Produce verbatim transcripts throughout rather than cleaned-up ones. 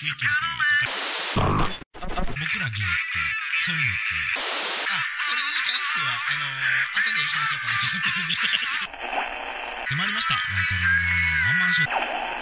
っていう方、僕ら芸ってそういうのって、あ、それに関してはあのー、後で話そうかなと思ってるんで決まりました。ワンタロのワンワンワンマンショー。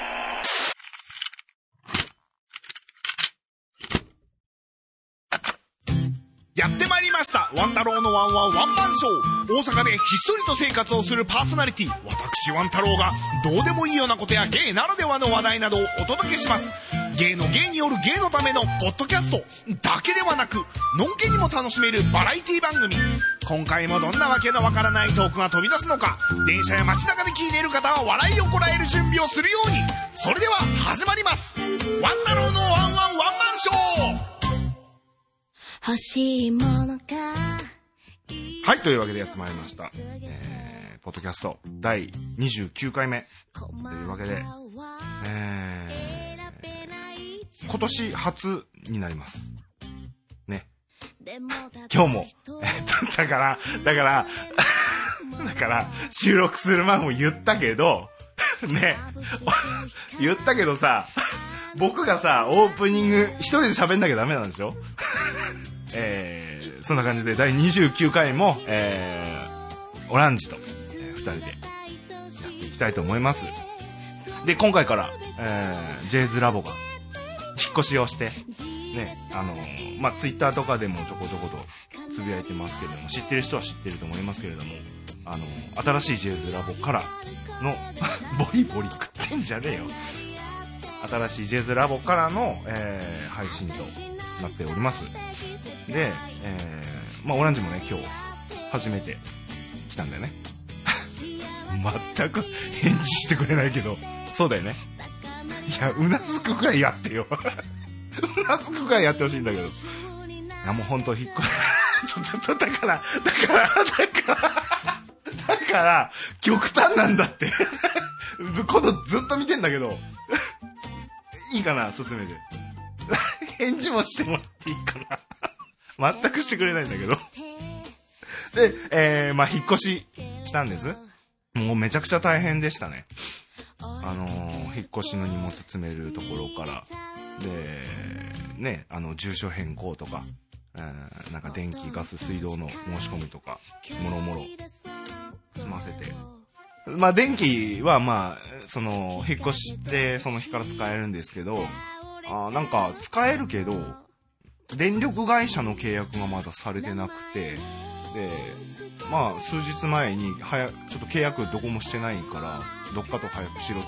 やってまいりましたワン太郎のワンワンワンマンショー。大阪でひっそりと生活をするパーソナリティ、私ワン太郎がどうでもいいようなことや芸ならではの話題などをお届けします。芸の芸による芸のためのポッドキャストだけではなく、のんけにも楽しめるバラエティ番組。今回もどんなわけのわからないトークが飛び出すのか、電車や街中で聞いている方は笑いをこらえる準備をするように。それでは始まります、ワン太郎のワンワンワンマンショー。欲しいものか。はい、というわけでやってまいりました、えー、ポッドキャストだいにじゅうきゅうかいめというわけで、えー、今年初になりますね。今日も、えー、っとだからだからだから収録する前も言ったけどね言ったけどさ、僕がさオープニング一人で喋んなきゃダメなんでしょえー、そんな感じでだいにじゅうきゅうかいも、えー、オランジと、えー、ふたりでやっていきたいと思います。で、今回から、えー、ジェイズラボが引っ越しをしてね、あのー、まあ、ツイッターとかでもちょこちょことつぶやいてますけれども、知ってる人は知ってると思いますけれども、あのー、新しいジェイズラボからのボリボリ食ってんじゃねえよ。新しいジェイズラボからの、えー、配信となっております。で、えー、まあオランジもね今日初めて来たんだよね全く返事してくれないけど、そうだよね。いや、うなずくくらいやってようなずくくらいやってほしいんだけど、いやもう本当引っ越しちょちょちょだからだからだからだから極端なんだって今度ずっと見てんだけどいいかな、進めて返事もしてもらっていいかな全くしてくれないんだけどで、えー、まあ引っ越ししたんです。もうめちゃくちゃ大変でしたね。あのー、引っ越しの荷物詰めるところからでね、あの住所変更とか、えー、なんか電気ガス水道の申し込みとかもろもろ済ませて、まあ電気はまあその引っ越してその日から使えるんですけど、あ、なんか使えるけど電力会社の契約がまだされてなくて、でまあ数日前に早ちょっと契約どこもしてないからどっかと早くしろって、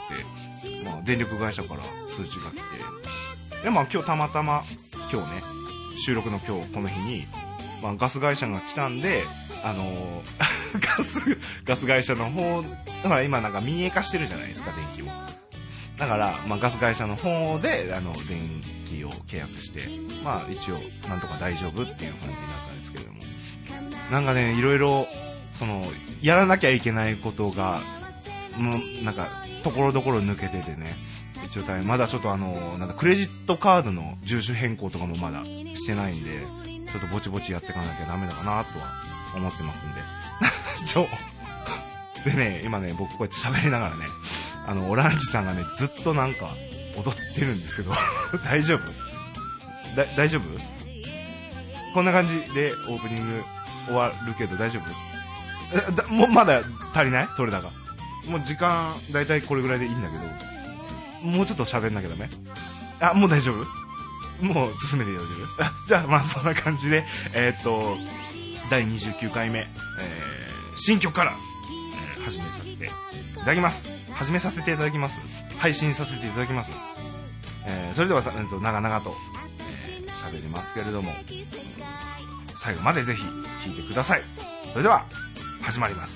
まあ、電力会社から通知が来て、でまあ今日たまたま今日ね収録の今日この日に、まあ、ガス会社が来たんで、あのー、ガスガス会社の方だから今なんか民営化してるじゃないですか電気を。だから、まあ、ガス会社の方であの電気を契約して、まあ一応なんとか大丈夫っていう感じになったんですけれども、なんかねいろいろそのやらなきゃいけないことがもうなんかところどころ抜けててね、一応大変。まだちょっとあのなんかクレジットカードの住所変更とかもまだしてないんで、ちょっとぼちぼちやっていかなきゃダメだかなとは思ってますんでちょでね今ね僕こうやって喋りながらね、あのオランジさんがねずっとなんか踊ってるんですけど大丈夫だ大丈夫こんな感じでオープニング終わるけど大丈夫だもうまだ足りない取れ高もう時間だいたいこれぐらいでいいんだけど、もうちょっと喋んなきゃダメ。あ、もう大丈夫もう進めていただけるじゃあまあそんな感じでえー、っとだいにじゅうきゅうかいめ、えー、新曲から、えー、始めさせていただきます始めさせていただきます配信させていただきます。えー、それでは、えー、と長々と喋、えー、りますけれども、最後までぜひ聴いてください。それでは始まります。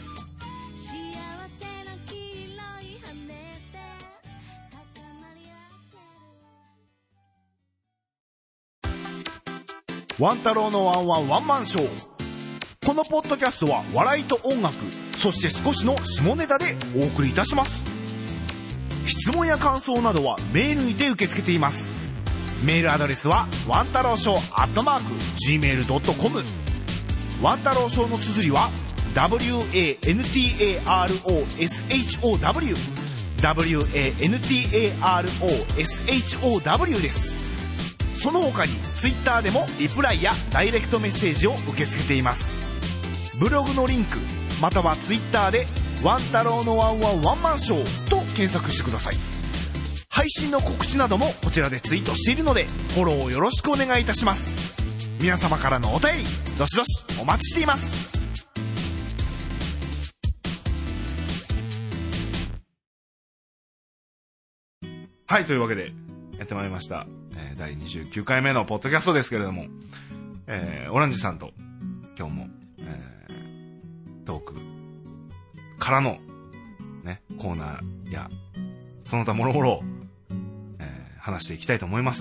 ワン太郎のワンワンワンマンショー。このポッドキャストは笑いと音楽、そして少しの下ネタでお送りいたします。質問や感想などはメールにて受け付けています。メールアドレスはワン太郎ショーアットマーク ジーメールドットコム。 ワン太郎ショーの綴りは ダブリューエーエヌティーエーアールオーエスエイチオーダブリュー ダブリューエーエヌティーエーアールオーエスエイチオーダブリュー です。 その他に Twitter でもリプライやダイレクトメッセージを受け付けています。ブログのリンクまたは Twitter でワン太郎のワンワンワンマンショーと検索してください。配信の告知などもこちらでツイートしているのでフォローをよろしくお願いいたします。皆様からのお便りどしどしお待ちしています。はい、というわけでやってまいりました、えー、だいにじゅうきゅうかいめのポッドキャストですけれども、えー、オランジさんと今日も、えー、トークからの、ね、コーナーやその他もろもろ、えー、話していきたいと思います。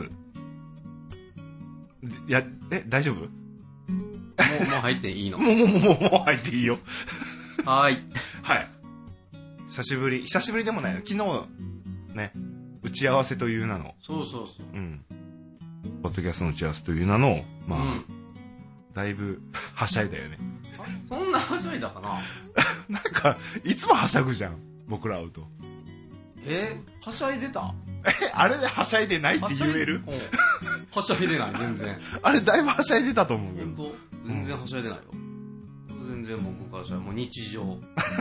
いや、え、大丈夫？もう、もう入っていいの？ もう、もう、もう、もう入っていいよ。 はーい。 はい。久しぶり、久しぶりでもないよ。昨日、ね、打ち合わせという名の。 そうそうそう。 うん。ポッドキャストの打ち合わせという名の、まあ、うん、だいぶ、はしゃいだよね。 そんなはしゃいだかな？ なんか、いつもはしゃぐじゃん。僕ら会うと。 えー、はしゃいでた？ え、あれではしゃいでないって言える？ はしゃいでない、全然。 あれだいぶはしゃいでたと思うけど。 ほんと？全然はしゃいでないよ。うん、全然僕からしたらもう日常。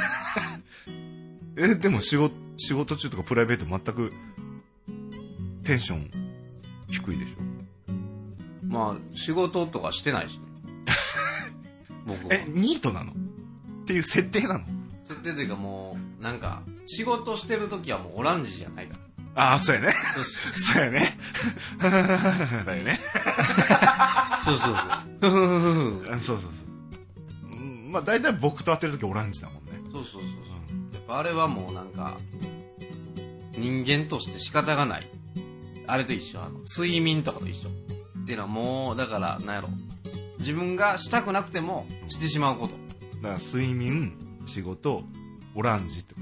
え、でも仕事、仕事中とかプライベート全くテンション低いでしょ？ まあ、仕事とかしてないしね。僕は。 え、ニートなの？っていう設定なの？ 設定というかもう、なんか、仕事してるときはもうオランジじゃないから。 ああ、そうやね。そうやね。だよね。 そうそうそう。 そうそうそう。まあ大体僕と会ってるときオランジだもんね。 そうそうそうそう。やっぱあれはもうなんか、人間として仕方がない。あれと一緒。あの睡眠とかと一緒。っていうのはもう、だから、なんやろ。自分がしたくなくてもしてしまうこと。 だから睡眠、仕事、オランジってこと？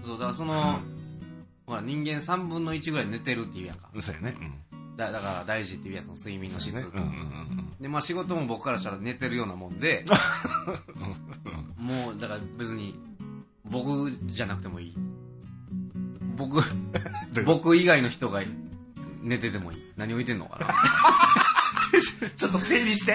そう、だからその、ほら人間さんぶんのいちぐらい寝てるっていうやんか。 そうやね。 うん、だ, だから大事っていうやつの睡眠の質、ね、 うんうんうん、 でまあ仕事も僕からしたら寝てるようなもんでもうだから別に僕じゃなくてもいい。僕僕以外の人が寝ててもいい。何を言ってんのかな。 ちょっと整理して。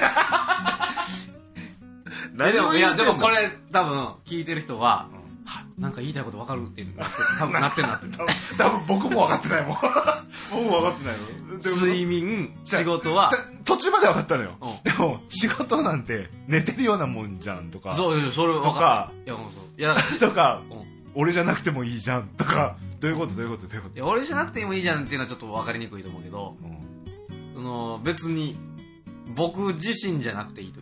えでもいやでもこれ多分聞いてる人は、うん、なんか言いたいこと分かるって多分なってんなってる。 多分僕も分かってないもん。僕も分かってないの。 睡眠、仕事は途中まで分かったのよ。うん、でも仕事なんて寝てるようなもんじゃんとか。 そうそれとかいやもうそういやとか、うん、俺じゃなくてもいいじゃんとか。どういうことどういうことどういうこと。 いや俺じゃなくてもいいじゃんっていうのはちょっと分かりにくいと思うけど、うん、その別に僕自身じゃなくていいという。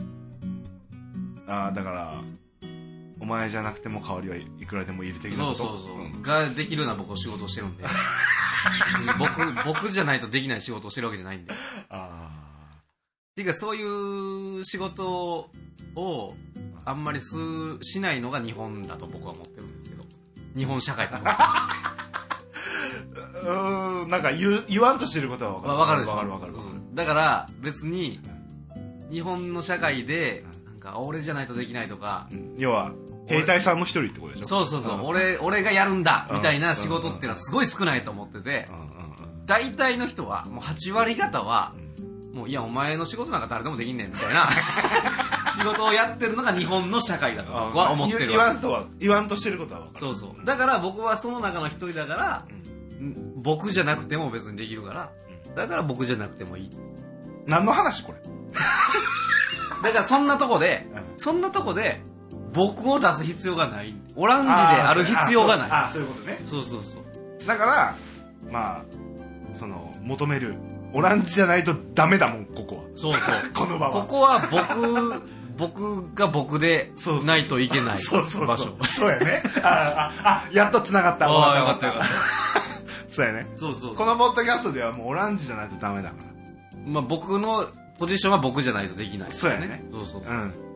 ああだからお前じゃなくても代わりはいくらでもいる的なこと。 そうそうそう、うん、ができるような僕を仕事をしてるんで僕僕じゃないとできない仕事をしてるわけじゃないんで。ああっていうかそういう仕事をあんまりすしないのが日本だと僕は思ってるんですけど、日本社会だと思ってる。うーんなんか 言, 言わんとしてることは分かる分かるでしょ。 分かる分かる、 うん、だから別に日本の社会で俺じゃないとできないとか、 うん、要は兵隊さんの一人ってことでしょ。 そうそうそう、うん、俺, 俺がやるんだみたいな仕事っていうのはすごい少ないと思ってて、大体の人はもうはちわり方はもういやお前の仕事なんか誰でもできんねんみたいな仕事をやってるのが日本の社会だと僕は思ってる。 言わんとは言わんとしてることは分かる。 そうそうだから僕はその中の一人だから、うん、僕じゃなくても別にできるから、うん、だから僕じゃなくてもいい。 何の話これ。 だからそんなとこで、うん、そんなとこで僕を出す必要がない。オランジである必要がない。 ああそういうことね。 そうそうそう。 だからまあその求めるオランジじゃないとダメだもんここは。 そうそう。 この場は。 ここは僕僕が僕でないといけない場所。 そうそうそう。そうやね。あああやっと繋がった。 ああよかったよかった。 そうやね。 そうそうそう。 このポッドキャストではもうオランジじゃないとダメだから。 まあ僕のポジションは僕じゃないとできない、ね、 そうやね。 そうそうそう、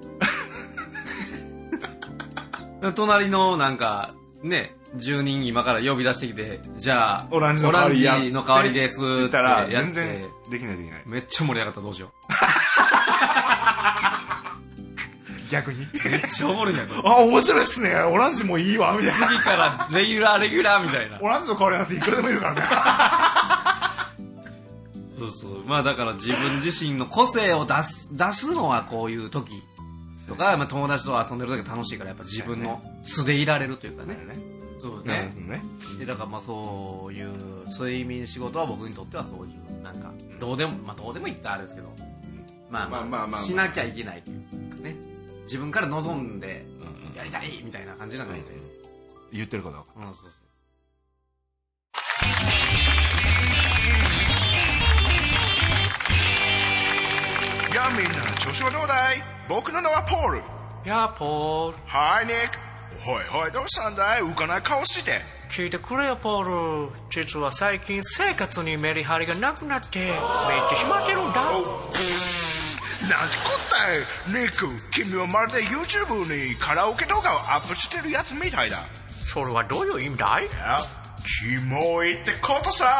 うん、 隣のなんかね住人今から呼び出してきてじゃあオランジの代わりやの代わりですって言ったら全然できないできない。 めっちゃ盛り上がったらどうしよう。 逆にめっちゃおもろいやん。 あ面白いっすねオランジもいいわみたいな。 次からレギュラーレギュラーみたいな。 オランジの代わりなんていくらでもいるからね。 そうそうまあだから自分自身の個性を出す出すのはこういう時とか、まあ、友達と遊んでる時は楽しいからやっぱ自分の素でいられるというかねそうねねでだからまあそういう睡眠仕事は僕にとってはそういうなんかどうでもまあどうでもいいってあれですけどまあまあまあまあしなきゃいけないというかね自分から望んでやりたいみたいな感じなんか、うん、 言ってることうんそうそうやあみんな調子はどうだい僕の名はポールやあポールはいニックほいほいどうしたんだい浮かない顔して聞いてくれよポール実は最近生活にメリハリがなくなってめっちゃしまってるんだなんてこったいニック君はまるで YouTube にカラオケ動画をアップしてるやつみたいだそれはどういう意味だいキモいってことさ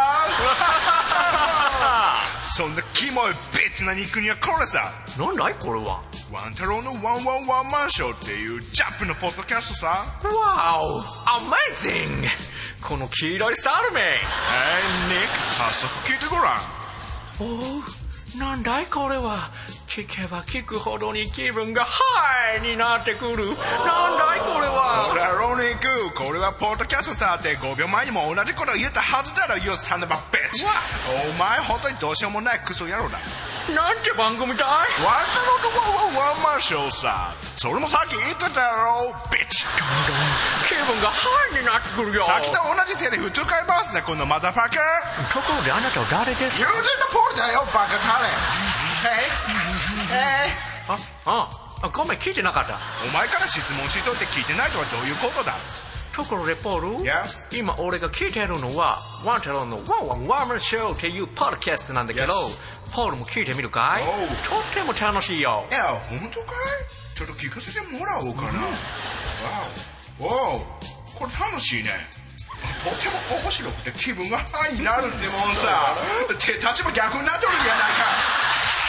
そんなキモい別な肉にはこれさなんだいこれはワン太郎のワンワンワンマンショーっていうジャンプのポッドキャストさわおアメージングこの黄色いサルメえー、ニック早速聞いてごらんおうなんだいこれは聞けば聞くほどに気分がハイになってくるなんだいこれはほらロニックこれはポッドキャストさってごびょうまえにも同じこと言ったはずだろ You son of a bitch お前本当にどうしようもないクソ野郎だなんて番組だいワン太郎のワンワンワンマンショーさそれもさっき言ってたろビッチどんどん気分がハイになってくるよさっきと同じセリフ使いますねこのマザーファッカーところであなたは誰ですか友人のポールだよバカタレえああごめん聞いてなかったお前から質問しといて聞いてないとはどういうことだところでポール、 yes? 今俺が聞いてるのはワン太郎のワンワンワンマンショーっていうポッドキャストなんだけど、yes? ポールも聞いてみるかい、oh. とっても楽しいよいや本当かいちょっと聞かせてもらおうかな、うん、わおこれ楽しいねとても面白くて気分がハイになるってもんさ手たちも逆になっとるんじゃないか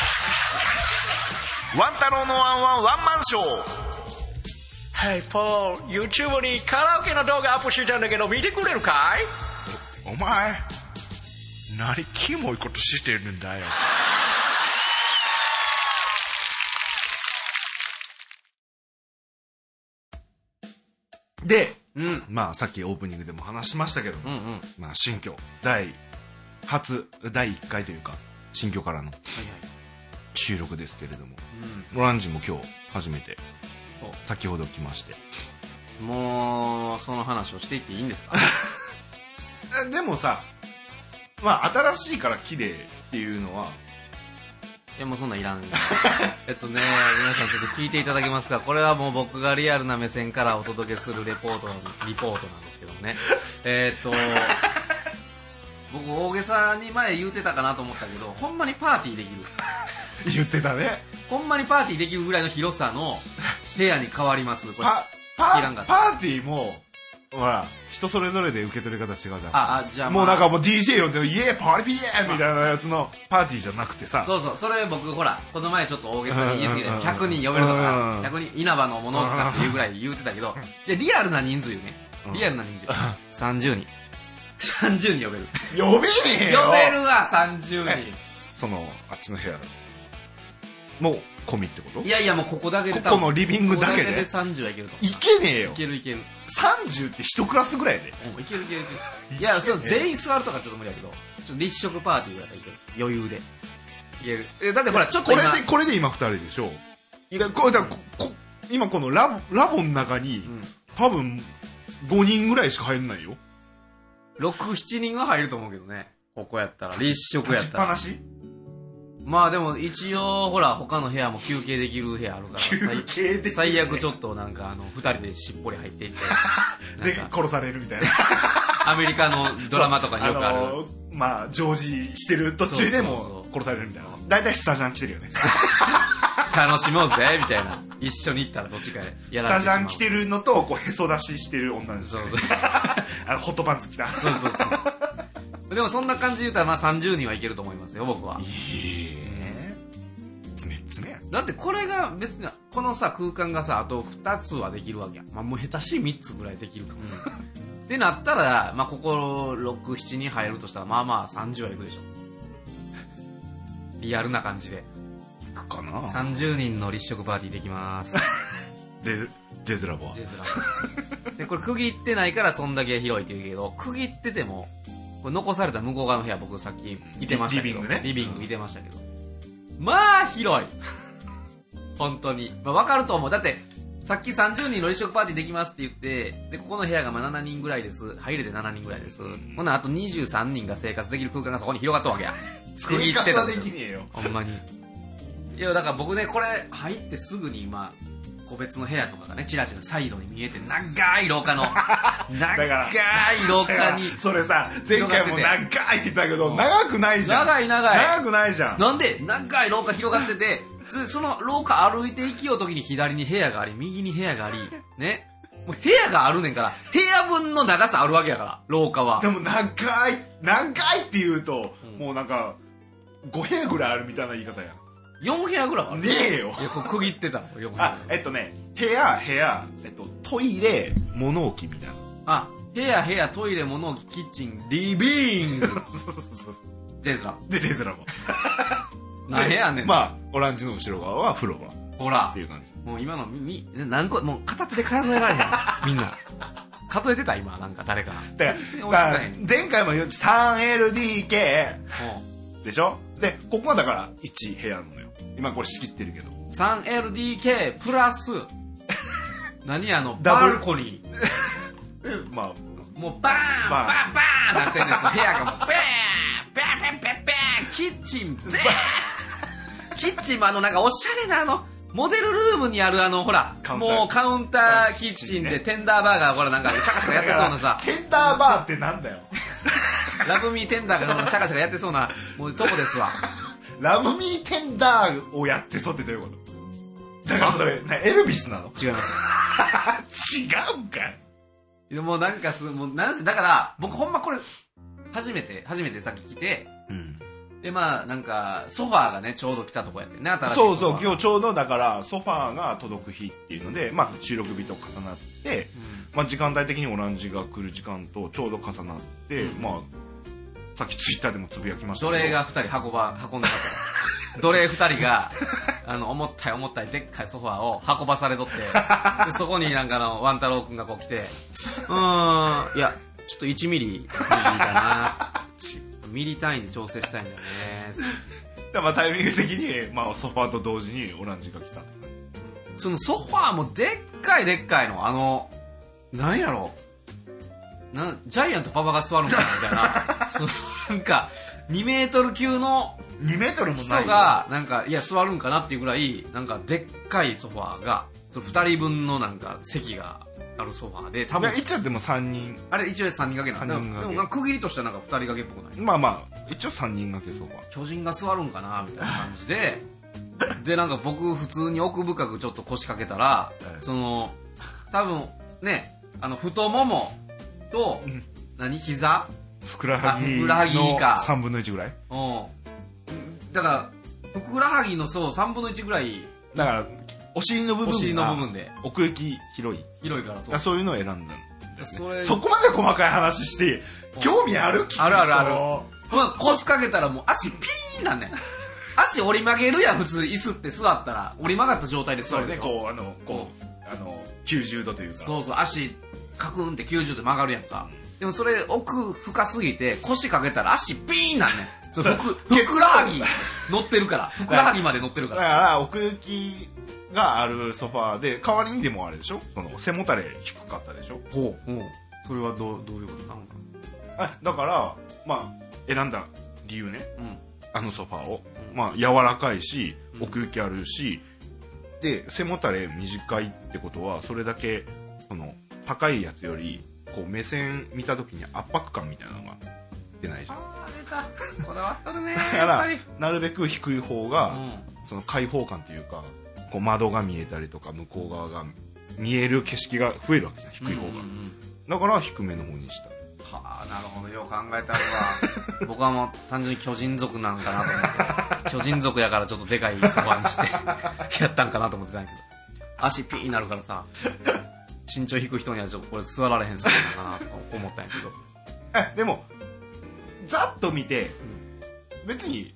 ワン太郎のワンワンワンマンショー Hey Paul YouTube にカラオケの動画アップしたんだけど見てくれるかいお前何キモいことしてるんだよで、うん、まあさっきオープニングでも話しましたけど、うんうん、まあ新居第初だいいっかいというか新居からの収録ですけれども、うん、オランジも今日初めて先ほど来ましてもうその話をしていっていいんですかでもさまあ新しいから綺麗っていうのはいやもうそんなんいらんえっとね皆さんちょっと聞いていただけますかこれはもう僕がリアルな目線からお届けするレポートリポートなんですけどもねえっと僕大げさに前言うてたかなと思ったけどほんまにパーティーできる言ってたねほんまにパーティーできるぐらいの広さの部屋に変わりますこれパ, パ, パーティーもほら人それぞれで受け取り方違うじゃんああじゃあ、まあ、 もうなんかもう ディージェー 呼んでイエーパーティーイエーみたいなやつのパーティーじゃなくてさそうそうそれ僕ほらこの前ちょっと大げさに言い過ぎてひゃくにん呼べるとかひゃくにん稲葉のものとかっていうぐらい言うてたけどじゃあリアルな人数よねリアルな人数さんじゅうにんさんじゅうにん呼べる呼べねえよ呼べるわさんじゅうにんそのあっちの部屋もう込みってこといやいやもうここだけでここのリビングだけでここだけでさんじゅうはいけるといけねえよいけるいけるさんじゅうって一クラスぐらいでうんいけるいけるいけるいやそう全員座るとかちょっと無理やけどちょっと立食パーティーぐらいだったらいける余裕でいけるえだってほらちょっと今これでこれで今ふたりでしょだこれだここ今このラボラボの中に、うん、多分ごにんぐらいしか入んないよろく、ななにんは入ると思うけどねここやったら立食やったら立ちっぱなしまあでも一応ほら他の部屋も休憩できる部屋あるから休憩できる、ね、 最悪ちょっとなんかあのふたりでしっぽり入っていってで殺されるみたいなアメリカのドラマとかによくあるあのー、 まあ常時してる途中でも殺されるみたいな大体スタジャン来てるよね楽しもうぜみたいな一緒に行ったらどっちかやられてしまうスタジャン来てるのとこうへそ出ししてる女の人、ね、そうそうあのホットパンツ着たそうそうそうでもそんな感じで言ったらまあさんじゅうにんはいけると思いますよ僕はいいつめつめだってこれが別にこのさ空間がさあとふたつはできるわけや、まあ、もう下手しいみっつぐらいできるかも、うん、ってなったら、まあ、こころく、ななにん入るとしたらまあまあさんじゅうはいくでしょリアルな感じで行くかな。 さんじゅうにんの立食パーティーできますジェジェズラボはジェズラボでこれ区切ってないからそんだけ広いって言うけど、区切っててもこれ残された向こう側の部屋、僕さっきいてましたけど、 リビングね、 リビングいてましたけど、まあ広い本当に、まあ、分かると思う。だってさっきさんじゅうにんの立食パーティーできますって言って、でここの部屋がまあしちにんぐらいです、入れてしちにんぐらいです、うん、ほなあとにじゅうさんにんが生活できる空間がそこに広がったわけや区切ってたでしょ。 生活はできねえよほんまに。いやだから僕ね、これ入ってすぐにまあ個別の部屋とかがねチラチラサイドに見えて、長い廊下の長い廊下にそれさ前回も長いって言ったけど、長くないじゃん。 長い長い長くないじゃん。 なんで長い廊下広がってて、その廊下歩いていきようときに左に部屋があり、右に部屋がありね、もう部屋があるねんから、部屋分の長さあるわけやから、廊下は。 でも長い長いって言うと、うん、もうなんかご部屋ぐらいあるみたいな言い方やん。 よん部屋ぐらいあるねえよ。 いやこ区切ってたのよん部屋。 あ、えっとね、部屋部屋、えっと、トイレ物置みたいな。 あ、部屋部屋トイレ物置キッチンリビングジェズラでジェズラも何部屋あんねん。 まあオランジの後ろ側は風呂場、 ほらっていう感じ。 もう今のみ何個もう片手で数えられへんみんな数えてた今なんか誰かだから前回も言うと スリーエルディーケー でしょ。でここはだからいち部屋なのよ。今これ仕切ってるけどスリーエルディーケー プラス何あのバルコニーまあもうバーンバーンバーンなってるんですよ。部屋がもうバーンバーンバーンバーンバーンキッチンバーンキッチンもあのなんかおしゃれなあのモデルルームにあるあのほらもうカウンターキッチンでテンダーバーガーほらなんかシャカシャカやってそうなさテンダーバーってなんだよラブミーテンダーがシャカシャカやってそうなもうとこですわ。 ラブミーテンダーをやってそうってどういうこと？だからそれエルビスなの？ 違います違うんかい。 もうなんかもうなんせだから僕ほんまこれ初めて初めてさっき来て、うん、でまあなんかソファーがねちょうど来たとこやってね、新しいソファー。 そうそう今日ちょうどだからソファーが届く日っていうので、まあ、収録日と重なって、うんまあ、時間帯的にオランジが来る時間とちょうど重なって、うん、まあさっきツイッターでもつぶやきましたけど、 奴隷がふたり運ば運んでた奴隷ふたりがあの重たい重たいでっかいソファーを運ばされとってでそこになんかのワン太郎くんがこう来て、うーんいやちょっといちミリミリだなミリ単位で調整したいんだよねまあタイミング的に、まあ、ソファーと同時にオランジが来たと。 そのソファーもでっかいでっかいのあのなんやろなジャイアントパパが座るんかなみたいなそのなんかにメートル級のにメートルもない人がなんかいや座るんかなっていうぐらいなんかでっかいソファーがそのふたりぶんのなんか席があるソファーで多分一応でもさんにんあれ一応さんにん掛けなんだ。でも区切りとしてはなんかふたり掛けっぽくない？ まあまあ一応さんにん掛けソファー巨人が座るんかなみたいな感じででなんか僕普通に奥深くちょっと腰掛けたら、はい、その多分ねあの太ももと、うん、何膝ふくらはぎのさんぶんのいちぐらい。 うんだからふくらはぎのそうさんぶんのいちぐらいだからお尻の部分がお尻の部分で奥行き広い広いからそうそういうのを選んだんだよね。 それそこまで細かい話して興味ある？ あるあるある。まあ、腰掛けたらもう足ピーンなんねん足折り曲げるやん普通椅子って座ったら折り曲がった状態で座るでしょ。 そうねこうあのこうあのきゅうじゅうどというかそうそう足カクンってきゅうじゅうど曲がるやんか。でもそれ奥深すぎて腰掛けたら足ピーンなんねんふくふくらはぎ乗ってるからふくらはぎまで乗ってるからだから奥行きがあるソファーで代わりにでもあれでしょその背もたれ低かったでしょ。 ほうほうそれはどうどういうことなのかなあだからまあ選んだ理由ね、うん、あのソファーを、うん、まあ柔らかいし奥行きあるし、うん、で背もたれ短いってことはそれだけその高いやつよりこう目線見た時に圧迫感みたいなのが出ないじゃん。 あー出たこだわっとるねだからなるべく低い方が、うん、その開放感っていうかこう窓が見えたりとか向こう側が見える景色が増えるわけじゃん低い方が、うんうんうん、だから低めの方にした。 はあなるほどよう考えてあるわ僕はもう単純に巨人族なんかなと思って巨人族やからちょっとでかいソファーにしてやったんかなと思ってたんやけど足ピーになるからさ身長低い人にはちょっとこれ座られへんさかなと思ったんやけどえでもざっと見て、うん、別に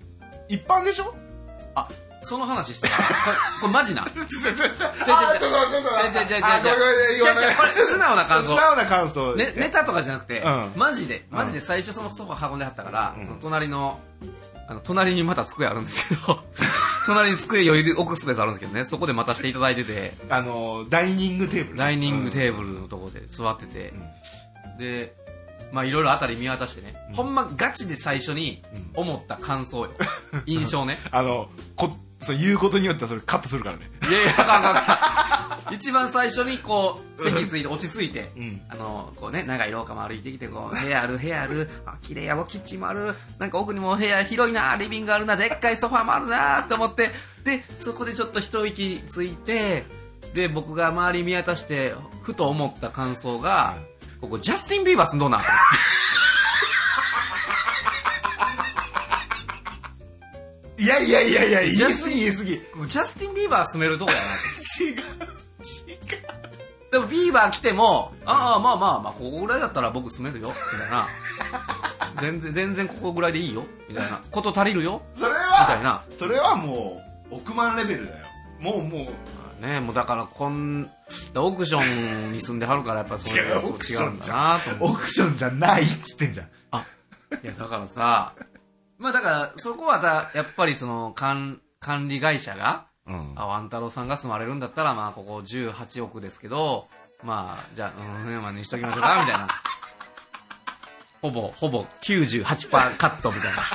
一般でしょ？ あ、その話してたこれ、これマジな。 ちょちょちょちょちょちょちょちょちょちょちょちょちょちょこれ素直な感想。 素直な感想。 ね、ネタとかじゃなくて、 うん、 マジで、マジで最初そのソファ運んではったから、うん、その隣の、あの、隣にまた机あるんですけど、隣に机余裕で置くスペースあるんですけどね、そこで待たせていただいてて、 あの、ダイニングテーブル。 ダイニングテーブルのとこで座ってて、うん、で、まあいろいろあたり見渡してね、うん、ほんまガチで最初に思った感想よ。うん、印象ね。 あの、こ、そう言うことによってはそれカットするからね。 いやいや、あかんあかんあかん。一番最初にこう、席について落ち着いて、うん、あの、こうね、長い廊下も歩いてきて、こう、部屋ある、部屋ある、あ、綺麗やわ、キッチンもある、なんか奥にも部屋広いな、リビングあるな、でっかいソファーもあるなって思って、で、そこでちょっと一息ついて、で、僕が周り見渡して、ふと思った感想が、ここジャスティン・ビーバー住んどんな。 いやいやいやいや、言い過ぎ言い過ぎ。 ジャスティン・ビーバー住めるとこやな。 違う、違う。 でもビーバー来ても、ああ、まあまあまあ、ここぐらいだったら僕住めるよ、みたいな。全然、全然ここぐらいでいいよ、みたいな。こと足りるよ、 それは、 みたいな。 それはもう、億万レベルだよ。もうもう。 ね、もうだからこん、オークションに住んではるからやっぱそれはそう違うんだなと思う。オークションじゃないっつってんじゃん。 あ、いやだからさ、まあだからそこはだやっぱりその管管理会社が、うん、あ、ワンタロウさんが住まれるんだったらまあここじゅうはちおくですけど、まあじゃあうんまあにしときましょうかみたいな。ほぼほぼ きゅうじゅうはちパーセント カットみたいな。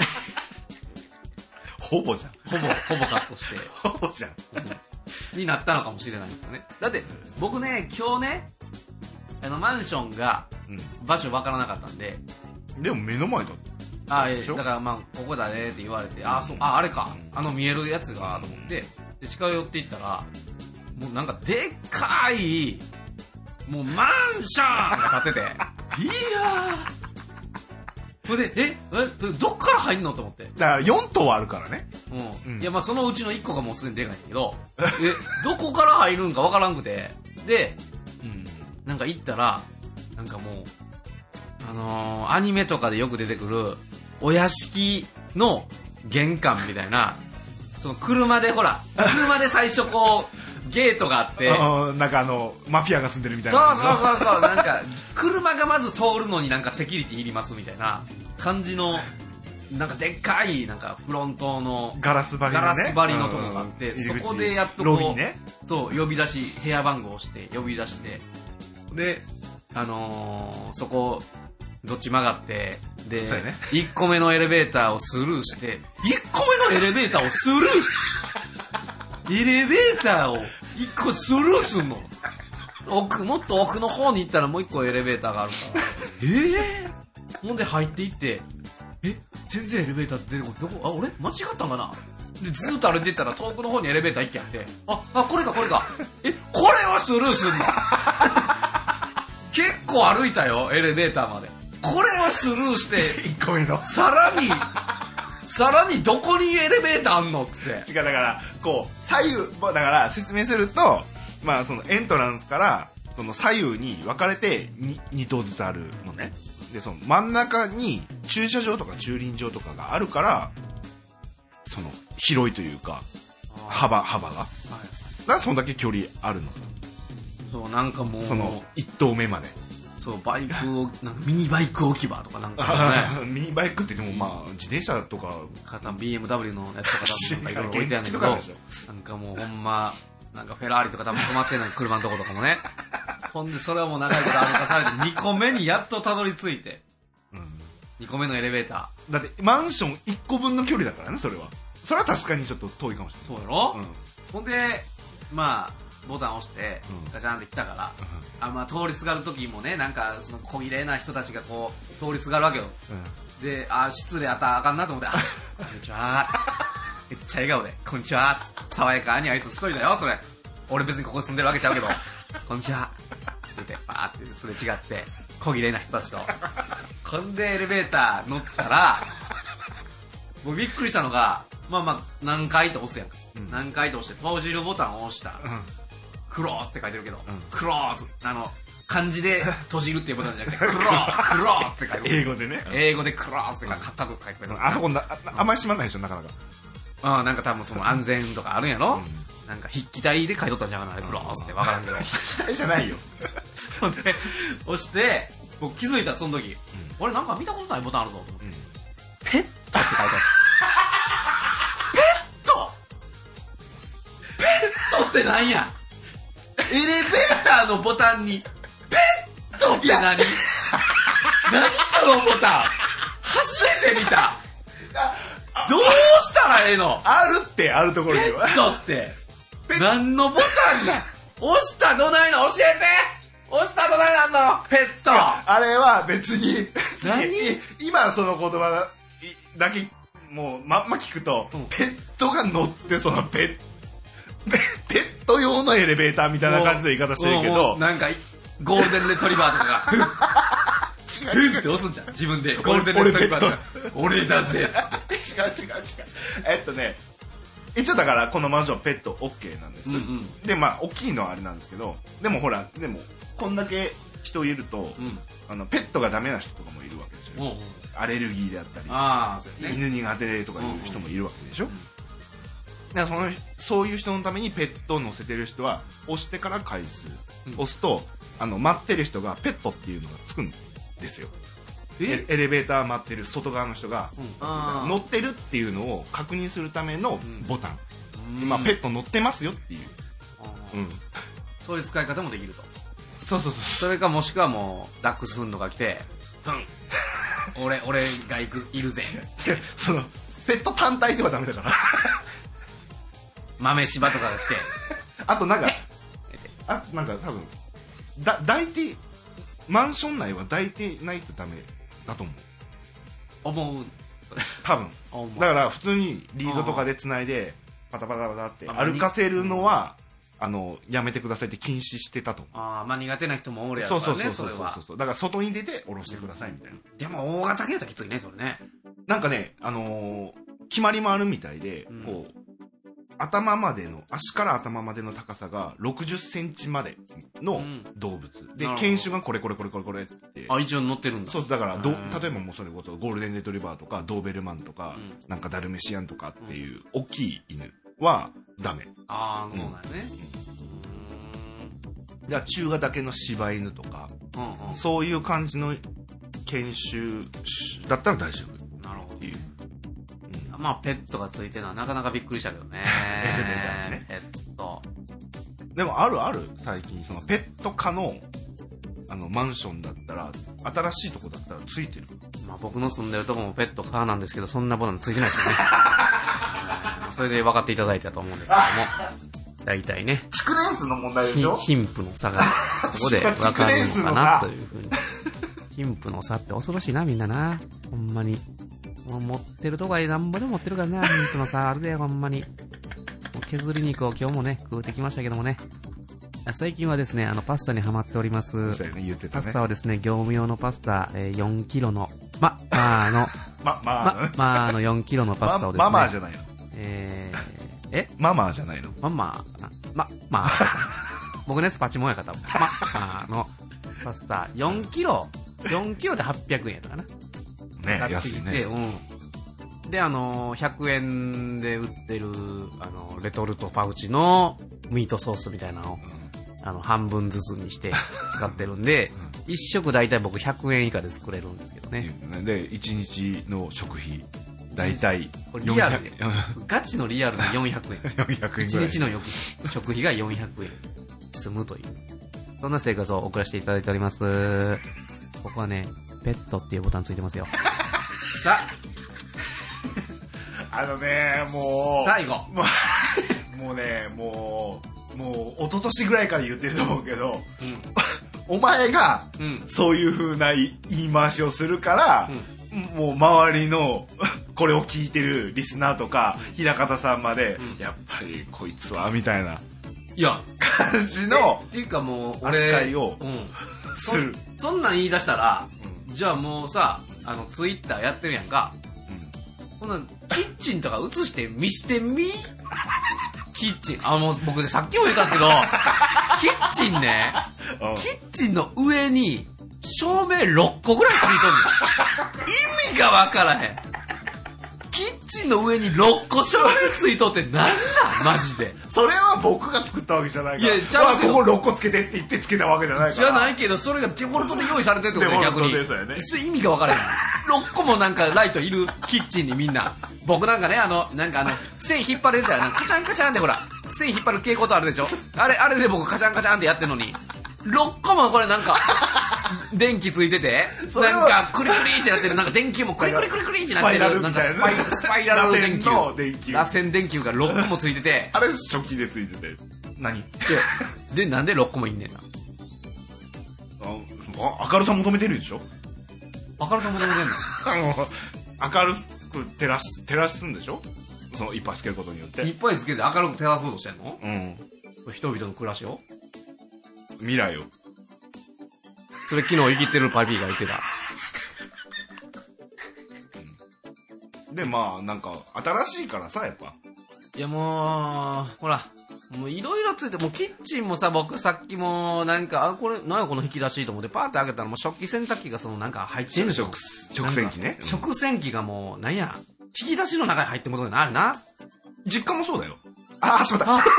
ほぼじゃん。 ほぼほぼカットして。 ほぼじゃん。 になったのかもしれないですよね。だって僕ね今日ねあのマンションが場所わからなかったんで、 うん、でも目の前だああ、だからまあここだねって言われて、ああそう、ああれか、あの見えるやつがと思ってで近寄っていったらもうなんかでっかいもうマンションが建ってていやーそれでええどっから入んのと思って。 だからよん棟あるからね。 うん、うん、いやまあそのうちのいっこがもうすでにでかいんだけどえどこから入るんかわからんくてで、うん、なんか行ったらなんかもうあのー、アニメとかでよく出てくるお屋敷の玄関みたいなその車でほら車で最初こうゲートがあってなんかあのマフィアが住んでるみたいな。 そうそうそうそうなんか車がまず通るのになんかセキュリティいりますみたいな感じのなんかでっかいなんかフロントのガラス張りの、ね、 ガラス張りのところがあって、うん、そこでやっとこうロビーねそう呼び出し部屋番号をして呼び出してであのー、そこどっち曲がってで、ね、いっこめのエレベーターをスルーしていっこめのエレベーターをスルーエレベーターをいっこスルーすんの奥もっと奥の方に行ったらもういっこエレベーターがあるからええー、ほんで入っていってえ全然エレベーター出てこないどこあ俺間違ったんかなでずっと歩いていったら遠くの方にエレベーターいっけあってああこれかこれかえこれをスルーすんの結構歩いたよエレベーターまでこれをスルーしていっこめのさらにさらにどこにエレベーターあんのっつって違うだからこう左右だから説明するとまあそのエントランスからその左右に分かれて 2, に棟ずつあるのねでその真ん中に駐車場とか駐輪場とかがあるからその広いというか幅幅が、はい、だからそんだけ距離あるのそうなんかもうそのいち棟目までそうバイクをなんかミニバイク置き場とかなんかねミニバイクって言ってもまあ自転車とかビーエムダブリュー のやつとか多分いろいろ置いてあるんだけどなんかもうほんまなんかフェラーリとか多分止まってない車のとことかもねほんでそれはもう長いこと歩かされてにこめにやっとたどり着いて、うん、にこめのエレベーターだってマンションいっこぶんの距離だからねそれはそれは確かにちょっと遠いかもしれないそうやろ、うん、ほんでまあボタン押してガチャンって来たから、うん、あまあ通りすがる時もねなんかその小綺麗な人たちがこう通りすがるわけよ、うん、であ失礼あったらあかんなと思ってあこんにちはめっちゃ笑顔でこんにちは爽やかに挨拶しといたよそれ俺別にここ住んでるわけちゃうけどこんにちはって言ってバーってすれ違って小綺麗な人たちとこんでエレベーター乗ったらもうびっくりしたのがまあまあ何回と押すやんか、うん、何回と押して閉じるボタンを押した、うんクローズって書いてるけど、うん、クローズあの漢字で閉じるっていうボタンじゃなくてクロークローって書いて英語でね。 英語でクローってかかっこよく書いてくれる。 あそこな、ああんまり閉まんないでしょ、なかなか。 ああ、なんか多分その安全とかあるんやろ、うん、なんか筆記体で書いとったんじゃないかな、クローって分からんけど。 筆記体じゃないよ。 ほんで、押して、僕気づいたその時、うん、俺なんか見たことないボタンあるぞと思って。うん、ペットって書いてある。ペットペットってなんやエレベーターのボタンに、ペットって何何そのボタン初めて見た。どうしたらええの。 あるって、あるところには。 ペットって何のボタンだ。押したどないの教えて。押したどないなんのペット。 あれは別に、何今その言葉だけもうまんま聞くと、うん、ペットが乗ってそのペッペット用のエレベーターみたいな感じで言い方してるけど、 なんかゴールデンレトリバーとかがフンって押すんじゃん自分で。ゴールデンレトリバーとか俺だぜ。違う違う違う。 えっとね、一応だからこのマンションペット OK なんです、うんうん、でまあ大きいのはあれなんですけど、でもほらでもこんだけ人いると、うん、あのペットがダメな人とかもいるわけですよ、うんうん、アレルギーであったり、あー、ね、犬苦手とかいう人もいるわけでしょ、うんうん、だからそのそういう人のためにペットを乗せてる人は押してから回数、うん、押すとあの待ってる人がペットっていうのがつくんですよ。エレベーター待ってる外側の人が、うん、乗ってるっていうのを確認するためのボタン、うん、まあ、ペット乗ってますよっていう、うん、 そういう使い方もできると。 そうそうそう。 それかもしくはもうダックスフンドが来て、うん、俺俺が行くいるぜ。 そのペット単体ではダメだから。 豆柴とかが来て、 あとなんかあなんか多分だ抱いてマンション内は抱いてないとダメだと思う。 思う。 多分。だから普通にリードとかでつないでパタパタパタって歩かせるのはあのやめてくださいって禁止してたと。 ああ、まあ苦手な人もおるやろからね。 そうそうそうそうそう。だから外に出て下ろしてくださいみたいな。 でも大型犬やったらきついねそれね。 なんかね、あのー、決まりもあるみたいで、うん、こう頭までの足から頭までの高さがろくじゅっセンチまでの動物、うん、で犬種がこれこれこれこれこれって、 あ、一応乗ってるんだ。 そうだからど例えばもうそれこそゴールデンレトリバーとかドーベルマンとか、うん、なんかダルメシアンとかっていう大きい犬はダメ。 ああ、そうなんね、 うん、じゃあ中型だけの柴犬とか、うんうん、そういう感じの犬種だったら大丈夫。 なるほど。まあペットがついてるのはなかなかびっくりしたけどね。ペット。 でもあるある最近そのペット科のあのマンションだったら新しいとこだったらついてる。 まあ僕の住んでるとこもペット科なんですけどそんなボタンついてないですよね。それで分かっていただいたと思うんですけども、大体ね。 築年数の問題でしょ。 貧富の差がここで分かるのかなというふうに。貧富の差って恐ろしいなみんなな。ほんまに。もう持ってるとこはなんぼでも持ってるからな、貧富の差あるでほんまに。もう削り肉を今日もね食うてきましたけどもね。最近はですねあのパスタにハマっております。 そうやね、言ってたね。 パスタはですね業務用のパスタ、えー、よんキロのままあのままあままあのよんキロのパスタをですね。 ママじゃないの。 えー、えママじゃないの。 ママままあ僕ねスパチモンや方ままあのパスタよんキロよんキロではっぴゃくえんやったかな。 ね、安いね。 うん。で、あのー、ひゃくえんで売ってる、あのー、レトルトパウチのミートソースみたいなのを、うん、あの、半分ずつにして使ってるんで、うん、一食大体僕ひゃくえん以下で作れるんですけどね。 で、いちにちの食費、大体リアルで、ガチのリアルでよんひゃくえん。 よんひゃくえんぐらい。 いちにちの食費がよんひゃくえん済むという、そんな生活を送らせていただいております。ここはね、ペットっていうボタンついてますよ。さああのねもう最後もう、もうねもうもう一昨年ぐらいから言ってると思うけど、うん、お前が、うん、そういう風な言い回しをするから、うん、もう周りのこれを聞いてるリスナーとか平方さんまで、うん、やっぱりこいつはみたいないや感じのっていうかもう俺扱いをする、 そ, そんなん言い出したら、うん、じゃあもうさあのツイッターやってるやんか、うん、こんなキッチンとか映して見してみキッチンあもう僕でさっきも言ったんですけどキッチンねキッチンの上に照明ろっこぐらいついとんねん。意味がわからへん。キッチンの上にろっこ照明ついとってなんなんマジで。 それは僕が作ったわけじゃないから。 いやちゃうけどこころっこつけてって言ってつけたわけじゃないから。 じゃないけど、それがデフォルトで用意されてるってことだよ、逆に。 デフォルトですよね。 それ意味がわからへん。ろっこもなんかライトいるキッチンにみんな。僕なんかね、あの、なんかあの、線引っ張れてたら、カチャンカチャンってほら、線引っ張る蛍光灯あるでしょ。あれ、あれで僕カチャンカチャンってやってんのに、ろっこもこれなんか、電気ついてて、なんかクリクリってなってる、なんか電球もクリクリクリクリってなってる、なんかスパイスパイラル電球。螺旋電球がろっこもついてて。 あれ初期でついてて。何で、なんでろっこもいんねんな。 あ、明るさ求めてるでしょ。 明るさ求めてんのあの、明るく照らす、照らすんでしょ、そのいっぱいつけることによって。 いっぱいつけて明るく照らそうとしてんの？ うん。 人々の暮らしを？ 未来を。 それ昨日生きてるパピーが言ってた。 で、まあ、なんか、新しいからさ、やっぱ。 いやもう、ほら、もういろいろついて、もうキッチンもさ、僕さっきも、なんか、あ、これ、なんやこの引き出しと思って、パーって開けたら、もう食器洗濯機がその、なんか入ってんでしょ。 食、食洗機ね。 食洗機がもう、なんや、引き出しの中に入ってることになるな。 実家もそうだよ。ああ、しまった。ああ、 ああ、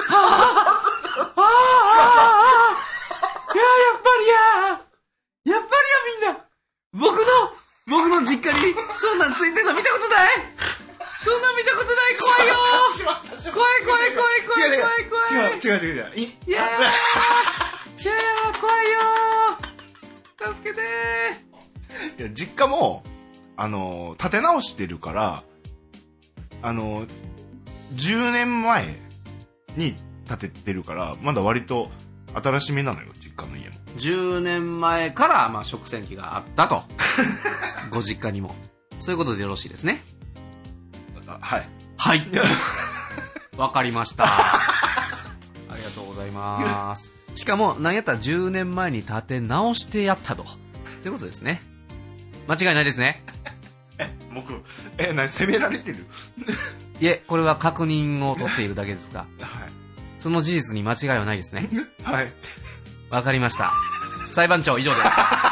いや、やっぱりや、やっぱりや、みんな。僕の、僕の実家に、そんなんついてんの見たことない？そんなん見たことない、怖いよー。怖い怖い怖い怖い怖い怖い。 違う違う違う違う。いいやー、いやー、怖いよー。助けてー。いや、実家も、あのー、建て直してるから、あのー、じゅうねんまえに建ててるから、まだ割と新しめなのよ、実家の家も。 じゅうねんまえから、まあ、食洗機があったと。ご実家にも。そういうことでよろしいですね。 はい。 はい。わかりました。ありがとうございます。しかも、なんやったらじゅうねんまえに建て直してやったと。ということですね。間違いないですね。 え、僕、え、何、責められてる？ いえ、これは確認を取っているだけですが。 はい。 その事実に間違いはないですね。 はい。 わかりました。裁判長、以上です。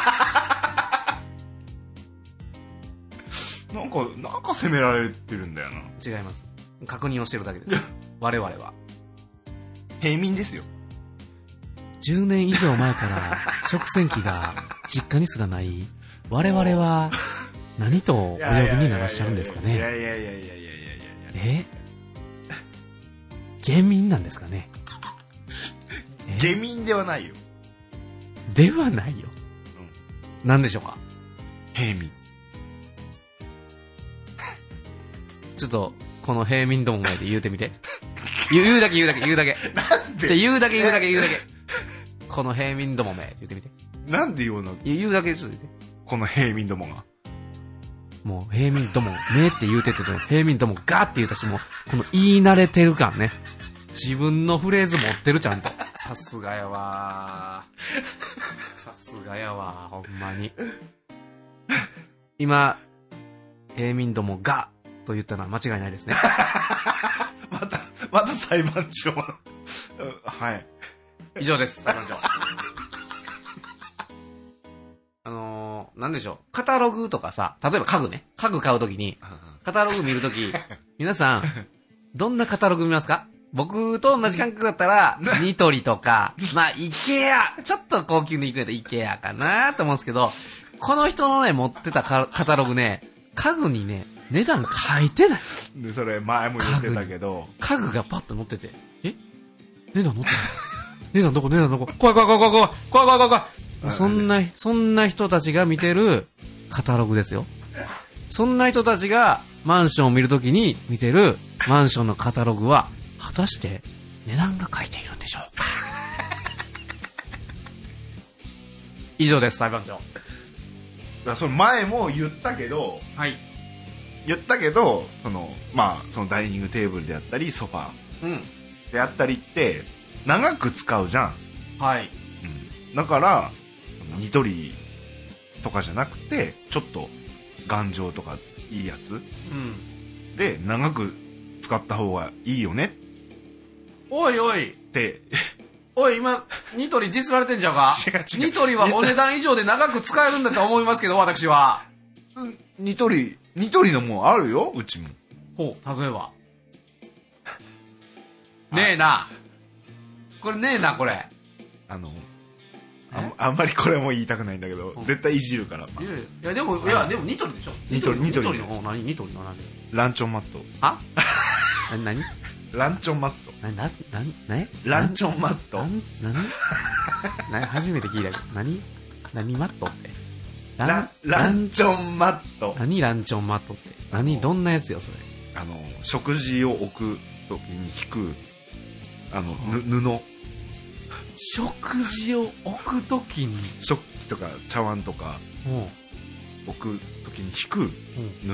なんか、なんか責められてるんだよな。 違います。確認をしてるだけです。我々は。 平民ですよ。 じゅうねん以上前から食洗機が実家にすらない我々は何とお呼びにならっしゃるんですかね。 いやいやいやいやいやいやいやいや。 え？下民なんですかね。 下民ではないよ。 ではないよ。うん、何でしょうか。 平民。 ちょっとこの平民どもがいて言うてみて。言う、言うだけ言うだけ言うだけ。 なんで？ じゃ言うだけ言うだけ言うだけ。この平民どもめって言ってみて。 なんで言うの？ 言うだけちょっと言って。 この平民どもが。 もう平民どもめって言うててと平民どもガーって言うたし、もうこの言い慣れてる感ね。自分のフレーズ持ってるちゃんと。さすがやわー。さすがやわー、ほんまに。今、平民どもがと言ったのは間違いないですね。 また、また裁判長。はい。 以上です、裁判長。あのー、なんでしょう。カタログとかさ、例えば家具ね。家具買うときに、カタログ見るとき、皆さん、どんなカタログ見ますか？僕と同じ感覚だったら、ニトリとか、まあ、イケア、ちょっと高級に行くんだとイケアかなと思うんですけど、この人のね、持ってたカタログね、家具にね、値段書いてない。 で、それ前も言ってたけど、 家具がパッと載ってて、え？値段載ってない？値段どこ？値段どこ？怖い怖い怖い怖い怖い怖い怖い怖い。そんな、そんな人たちが見てるカタログですよ。そんな人たちがマンションを見るときに見てるマンションのカタログは、果たして値段が書いているんでしょうか。以上です、裁判長。 だその前も言ったけど、 はい。 言ったけど、その、まあ、そのダイニングテーブルであったり、ソファーであったりって、長く使うじゃん。 はい。 うん、だから、ニトリとかじゃなくて、ちょっと頑丈とかいいやつ、うん、で、長く使った方がいいよね。 おいおいっておい、今、ニトリディスられてんじゃんか？ 違う違う。 ニトリはお値段以上で長く使えるんだと思いますけど、私は。 うん、ニトリ、ニトリのもんあるよ、うちも。 ほう、例えば。ねえな。これねえな、これ。 あの、あ, あんまりこれも言いたくないんだけど、うん、絶対いじるから。 いやいや、でも、いや、でもニトリでしょ？ ニトリ、ニトリ。 ニトリの方、何？ニトリの何？ ランチョンマット。 は？なになに？ ランチョンマット。 な、な、な、な、 ランチョンマット。 なになに初めて聞いたけど、何？何マットって。 ラン、ランチョンマット。 何ランチョンマットって。何？どんなやつよ、それ。 あの、食事を置くときに引く、あの、ぬ、布。 食事を置くときに食器とか茶碗とか置くときに引く布、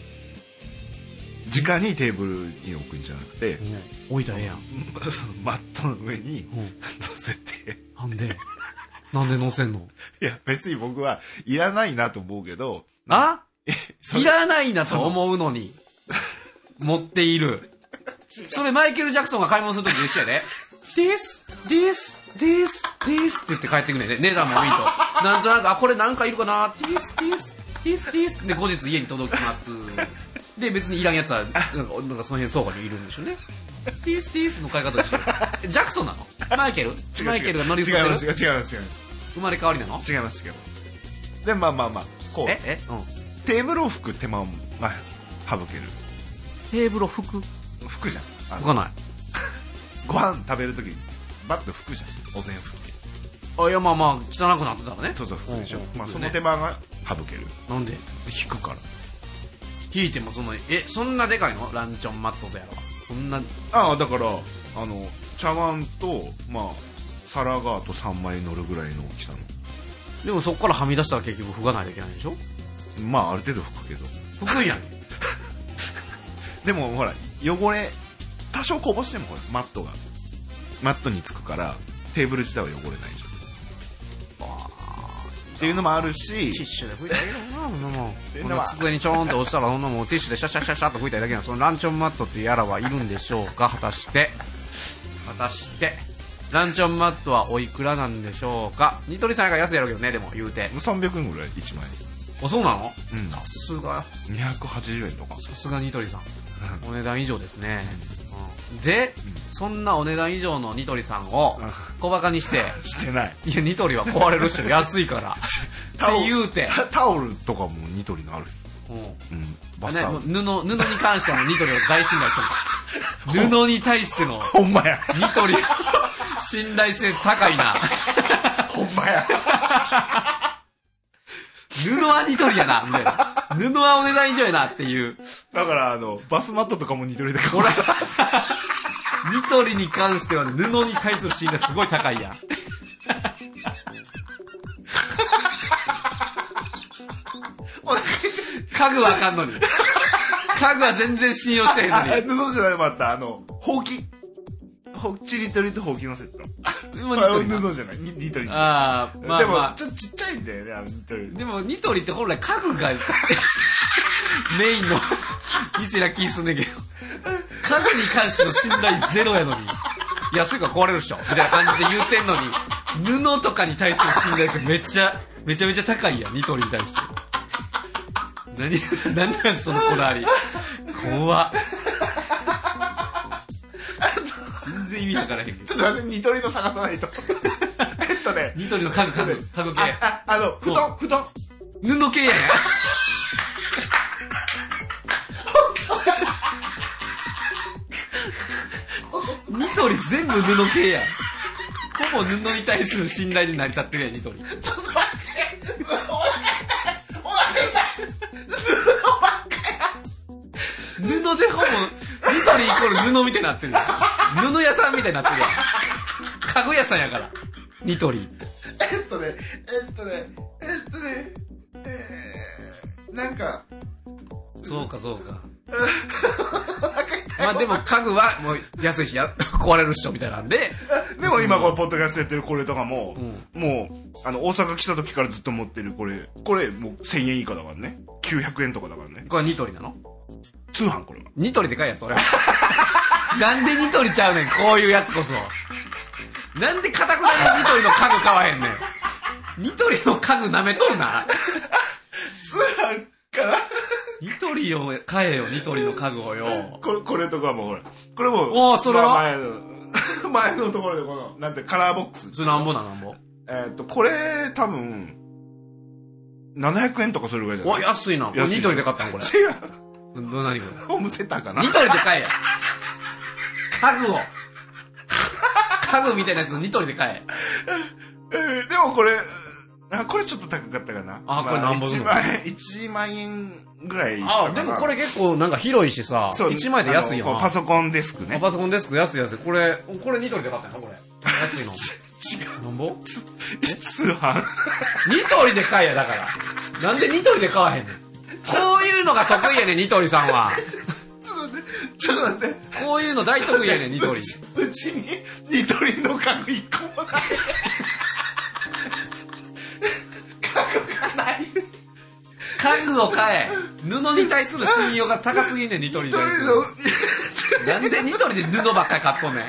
直にテーブルに置くんじゃなくて、 置いたらええやん。 そのマットの上に乗せて。 なんでなんで乗せんの？ いや別に僕はいらないなと思うけど。 あ？いらないなと思うのに持っている。それマイケル・ジャクソンが買い物するときと一緒やで。This, this, this, this って言って帰ってくるね。値段もいいと。なんとなく、あ、これなんかいるかな ?This, this, this, this で、後日家に届きます。で、別にいらんやつは、なんか、なんかその辺倉庫にいるんでしょうね。This, this の買い方でしょ。ジャクソンなの？マイケル？マイケルが乗り移ってる？ 違います、違います、違います。 生まれ変わりなの？ 違います、違います。で、まあまあまあ、こう。 ええうん。 テーブルを拭く手間を、まあ、省ける。 テーブルを拭く？ 拭くじゃん。 拭かない。 ご飯食べるときにバッと拭くじゃん、お膳拭き。 あ、いやまあまあ汚くなってたらね。 そうそう拭くでしょ、まあその手間が省ける。 なんで？ 引くから。 引いてもその、え、そんなでかいの？ランチョンマットとやろ。そんな。 ああ、だからあの茶碗とまあ皿があとさんまい乗るぐらいの大きさの。 でもそこからはみ出したら結局拭かないといけないでしょ。 まあある程度拭くけど。 拭くんやん。 でもほら汚れ多少こぼしてもほらマットがマットにつくからテーブル自体は汚れないじゃん。あっていうのもあるし、 ティッシュで拭いたらいいのかな。そんなもんこの机にちょーんと押したらそんなもんティッシュでシャシャシャシャっと拭いただけなの。そのランチョンマットっていうやらはいるんでしょうか。果たして果たしてランチョンマットはおいくらなんでしょうか。ニトリさんが安いやろうけどね。でも言うてさんびゃくえんぐらいいちまい。 あ、そうなの？ うん、 さすがにひゃくはちじゅうえんとか。 さすがニトリさんお値段以上ですね。うん、で、うん、そんなお値段以上のニトリさんを小バカにしてしてない。 いやニトリは壊れるっしょ。安いからって言うてタ, タオルとかもニトリのある。 うん、うん、 バスタオル、 ね、布布に関してはニトリを大信頼してる布に対してのほんまやニトリ信頼性高いなほんまや布はニトリやなみたいな。布はお値段以上やなっていう。 だからあのバスマットとかもニトリで買う。ニトリに関しては、ね、布に対する信頼すごい高いやん。家具はあかんのに。家具は全然信用してへんのに。 布じゃなかった。あのほうき。チリトリとほうきのセット。布じゃない。ニトリ。 ああ、まあ、まあ、 でもちょっとちっちゃいんだよね、あのニトリ。 でもニトリって本来家具がメインの店な気すんねんけど、家具に関しての信頼ゼロやのに、安いから壊れるっしょみたいな感じで言うてんのに、布とかに対する信頼性めっちゃめちゃめちゃ高いやん、ニトリに対して。何何なんそのこだわり。怖っ。全然意味わからへんけど。 ちょっと待って、ニトリの探さないと。えっとね。 ニトリの家具、家具、家具系。 あ、あの、布団、布団。 布系やねん。ニトリ全部布系やん。ほぼ布に対する信頼で成り立ってるやん、ニトリ。 ちょっと待って。お腹痛い。お腹痛い。 布でほぼ、ニトリイコール布みたいになってるやん。布屋さんみたいになってるやん。家具屋さんやから。ニトリ。 えっとね、えっとね、えっとね、えー、なんか。 そうかそうか。まあでも家具はもう安いしや壊れるっしょみたいなんで。 でも今これポッドキャストやってるこれとかも、うん、もうあの大阪来た時からずっと持ってるこれ、これもうせんえん以下だからね。きゅうひゃくえんとかだからね。 これニトリなの？ 通販これは。 ニトリでかいやんそれ。なんでニトリちゃうねんこういうやつこそ。 なんでかたくなにニトリの家具買わへんねん。ニトリの家具舐めとんな。 通販からニトリを買えよ、ニトリの家具をよ。 これ、これとかもほら。これも、 おーそれは前の、前のところでこの、なんて、カラーボックス。 それなんぼな、なんぼ。 えっと、これ、多分、ななひゃくえんとかするぐらいじゃない？ お、安いな。 安いニトリで買ったんこれ。 違う。 ど、なにこれ。 ホームセンターかな。 ニトリで買えや。家具を。家具みたいなやつニトリで買え。 えーでもこれ、あ、これちょっと高かったかな。 あこれなんぼすんの？ いちまん円、いちまんえんぐらいしたかな。 あ、でもこれ結構なんか広いしさ、 そういちまん円で安いよな。 あのこうパソコンデスクね。 パソコンデスク安い安い。これ、これニトリで買ったんやな、これ。安いの。 違う。 なんぼ通販。 ニトリで買えや、だから。なんでニトリで買わへんねん。こういうのが得意やねん、ニトリさんは。 ちょっと待って、ちょっと待って。 こういうの大得意やねん、ニトリ。 うちにニトリの家具一個もない。家具がない。 家具を買え。布に対する信用が高すぎんねん、ニトリに対する。なんでニトリで布ばっかり買っとんねん。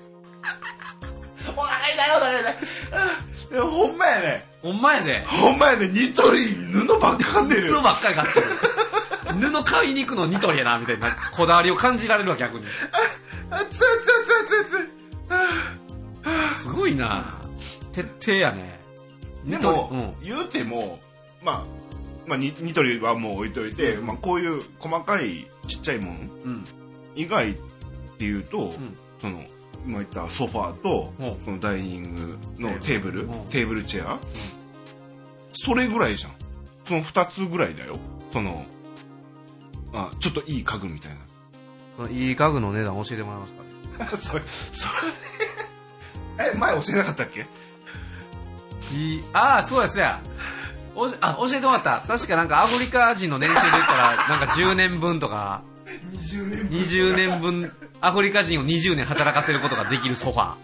お腹痛いお腹痛い。いやほんまやね。 ほんまやで。 ほんまやね。ニトリ布ばっか買ってる。 布ばっかり買ってる。布買いに行くのニトリやな、みたいなこだわりを感じられるわ、逆に。 あ、熱い熱い熱い熱い。 すごいな。徹底やね。 でニトも、 リ、うん。 言うても、まあ、まあ、ニニトリはもう置いといて、まあ、こういう細かいちっちゃいもんうん。 以外っていうと、 んその、今言ったソファーと、 うんそのダイニングのテーブル、 うんテーブルチェア、それぐらいじゃん。その二つぐらいだよ。その、あ、ちょっといい家具みたいそのいい家具の値段教えてもらえますかね。 な。それ、それ、え、前教えなかったっけ？ いい、ああ、そうや、そうや。おあ、教えてもらった。確かなんかアフリカ人の年収で言ったら、なんかじゅうねんぶんとか、 にじゅうねんにじゅうねんぶん、アフリカ人をにじゅうねん働かせることができるソファー。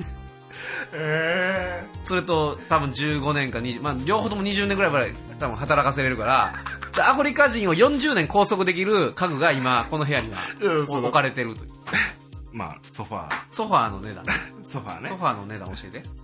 えそれと多分じゅうごねんかにじゅう、まあ両方ともにじゅうねんぐらいまで多分働かせれるから、でアフリカ人をよんじゅうねん拘束できる家具が今この部屋にはうんそう置かれてるという。 ー、まあ、ソファー、 ソファーの値段。 ソファーね。 ソファーの値段教えて。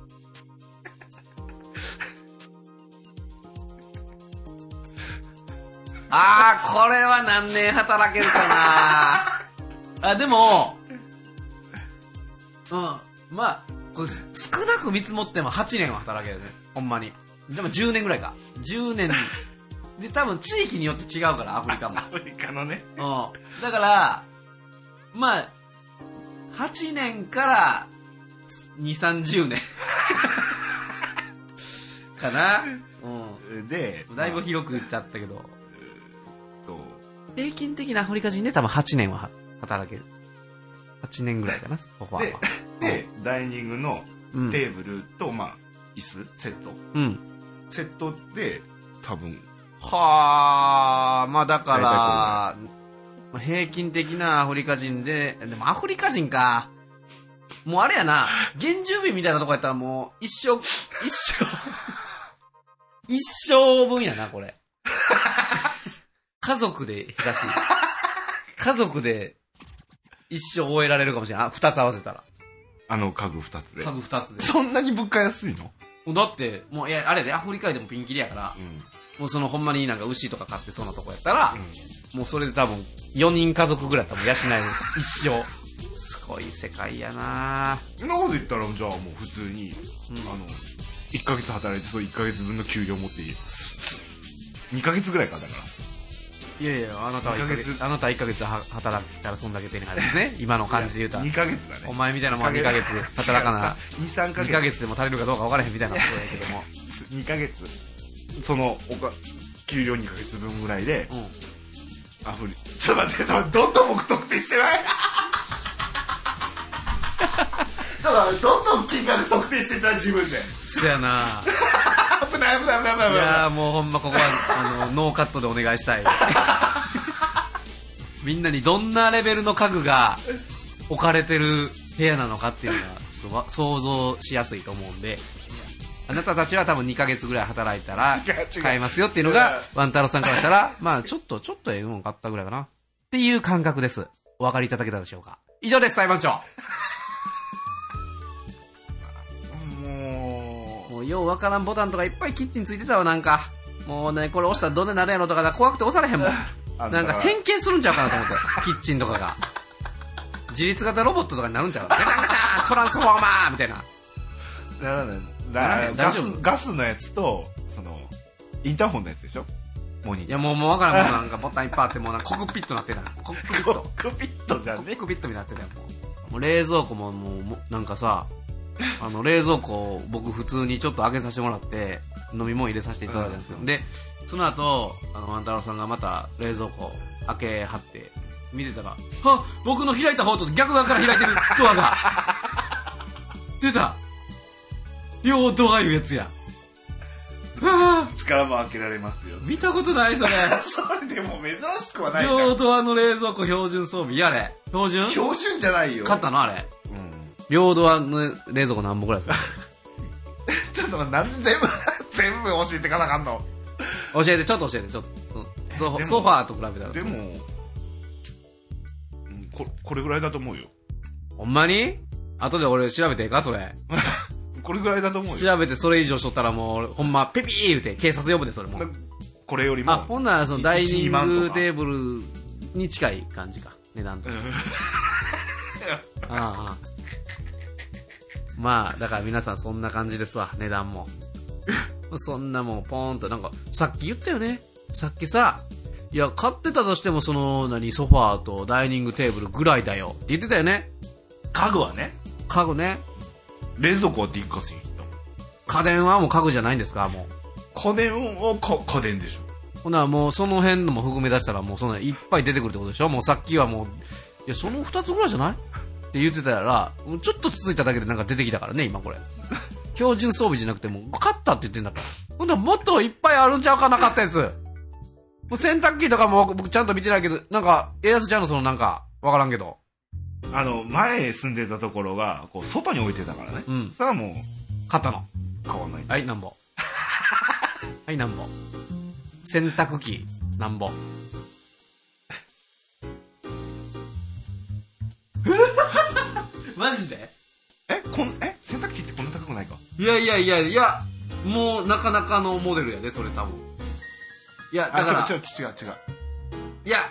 あー、これは何年働けるかな。あ、でも、うん、まあ、これ少なく見積もってもはちねんは働けるね。ほんまに。でもじゅうねんぐらいか。じゅうねん。で、多分地域によって違うから、アフリカも。 アフリカのね。 うん。だから、まあ、はちねんからに、さんじゅうねん。かな。うで、 ん。だいぶ広く言っちゃったけど、 と、 平均的なアフリカ人で多分はちねんは働ける。はちねんぐらいかな、ソファーでは。、 で、ダイニングのうん。 テーブルと、まあ、椅子、セット。 うん。 セットで、多分、 はあ、まあだから、平均的なアフリカ人で、でもアフリカ人か。もうあれやな、原住民みたいなとこやったらもう一生、一生、一生分やな、これ。家族でだし、家族で一生終えられるかもしれない。あ、二つ合わせたら。 あの家具二つで家。具二つで。 そんなに物価安いの？ だって、もう、いや、あれで、アフリカでもピンキリやから、 うもうそのほんまになんか牛とか飼ってそうなとこやったら、 ん。 もうそれで多分よにん家族ぐらい多分養える。一生。すごい世界やな。 そんなこと言ったら、じゃあもう普通に、 うんあの、いっかげつ働いて、そういっかげつぶんの給料持っていい。にかげつぐらいか、だから。 いやいや、あなたはいっかげつ、 にかげつあなたはいっかげつは働いたらそんだけ手に入るんですね。今の感じで言うたらに。かげつだね。 お前みたいなもんはにかげつ働かな。 に、さんかげつ。 にかげつでも足りるかどうか分からへんみたいなことやけども。 にかげつ。その、おか、給料にかげつぶんぐらいで、 うん。 アフリ、ちょっと待って、ちょっと待って、どんどん僕特定してない。ちょっと待って、どんどん金額特定してた自分で。 そやな。 危ない危ない危ない危ない危ない。 いやーもうほんまここは、あの、ノーカットでお願いしたい。みんなにどんなレベルの家具が置かれてる部屋なのかっていうのが、ちょっとわ想像しやすいと思うんで、あなたたちは多分にかげつぐらい働いたら違う違う買えますよっていうのいがや、 ワンタロウさんからしたら、まあちょっと、ちょっとええもん買ったぐらいかな。っていう感覚です。お分かりいただけたでしょうか。以上です、裁判長。 うようわからんボタンとかいっぱいキッチンついてたわ。なんかもうね、これ押したらどんななるやろとか怖くて押されへんもんなんか変形するんちゃうかなと思ってキッチンとかが自律型ロボットとかになるんちゃうデカンチャーントランスフォーマーみたいな。 ならないだガスガスのやつとそのインターホンのやつでしょ。モニター。 いやもうもうわからんもうなんかボタンいっぱいあってもうなんかコックピットになってるな。コックピット。 コックピットじゃね。 コックピットになってるやんもう。もう冷蔵庫ももうもなんかさあの冷蔵庫僕普通にちょっと開けさせてもらって飲み物入れさせていただいたんですけど、うん、でその後あの万太郎さんがまた冷蔵庫開けはって見てたら、あ、僕の開いた方と逆側から開いてるドアが出た。両ドアいうやつや。 力も開けられますよ。 見たことないそれ。 それでも珍しくはないじゃん。 両ドアの冷蔵庫標準装備。いやあれ標準標準じゃないよ。 買ったのあれ。うん。両ドアの冷蔵庫何本くらいですか。 ちょっと待って、なんで全部全部教えてかなあかんの。 教えて、ちょっと教えて、ちょっと、うん、ソ, ソファーと比べたら。 でも、こ, これぐらいだと思うよ。 ほんまに？後で俺調べてええかそれ。 これぐらいだと思うよ。 調べてそれ以上しとったらもうほんまペピー言うて警察呼ぶでそれも。 これよりも。 あ、ほんならそのダイニングテーブルに近い感じか値段として。ああ。まあだから皆さんそんな感じですわ値段も。そんなもんポーンとなんかさっき言ったよね。さっきさ。いや買ってたとしてもその何ソファーとダイニングテーブルぐらいだよって言ってたよね。 家具はね。 家具ね。 冷蔵庫はって一過性家電はもう家具じゃないんですか。もう家電はか家電でしょ。 ほなもうその辺のも含め出したらもうそんないっぱい出てくるってことでしょ。もうさっきはもういやそのふたつぐらいじゃないって言ってたらもうちょっとつついただけでなんか出てきたからね今これ標準装備じゃなくてもう買ったって言ってんだからほんならもっといっぱいあるんちゃうかなかったやつ。もう洗濯機とかも僕ちゃんと見てないけどなんかエアスちゃんのそのなんかわからんけどあの前住んでたところがこう外に置いてたからね。うん。それはもう買ったの。 買わない。 はいなんぼ。はいなんぼ。洗濯機なんぼ。マジで？ えこんえ洗濯機ってこんな高くないか？ いやいやいやいやもうなかなかのモデルやでそれ多分。いやだから違う違う違う違う。 いや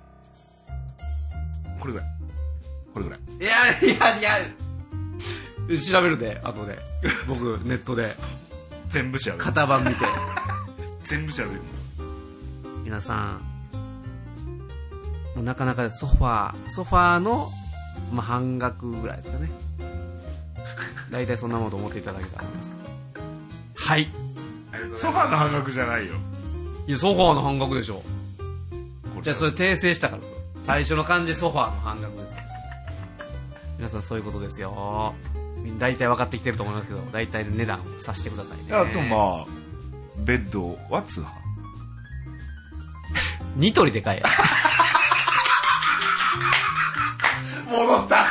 これぐらい。これぐらい。 いやいやいや調べるで後で僕ネットで全部調べる。 型番見て全部調べる。 皆さんもうなかなかソファーソファーの、まあ、半額ぐらいですかね。だいたいそんなものと思っていただけたらと思います。はい。 ソファーの半額じゃないよ。 いやソファーの半額でしょ。じゃあそれ訂正したから最初の漢字ソファーの半額ですよ。皆さんそういうことですよ。大体分かってきてると思いますけど大体値段させてくださいね。 あとまあベッドは通販ニトリで買えや戻った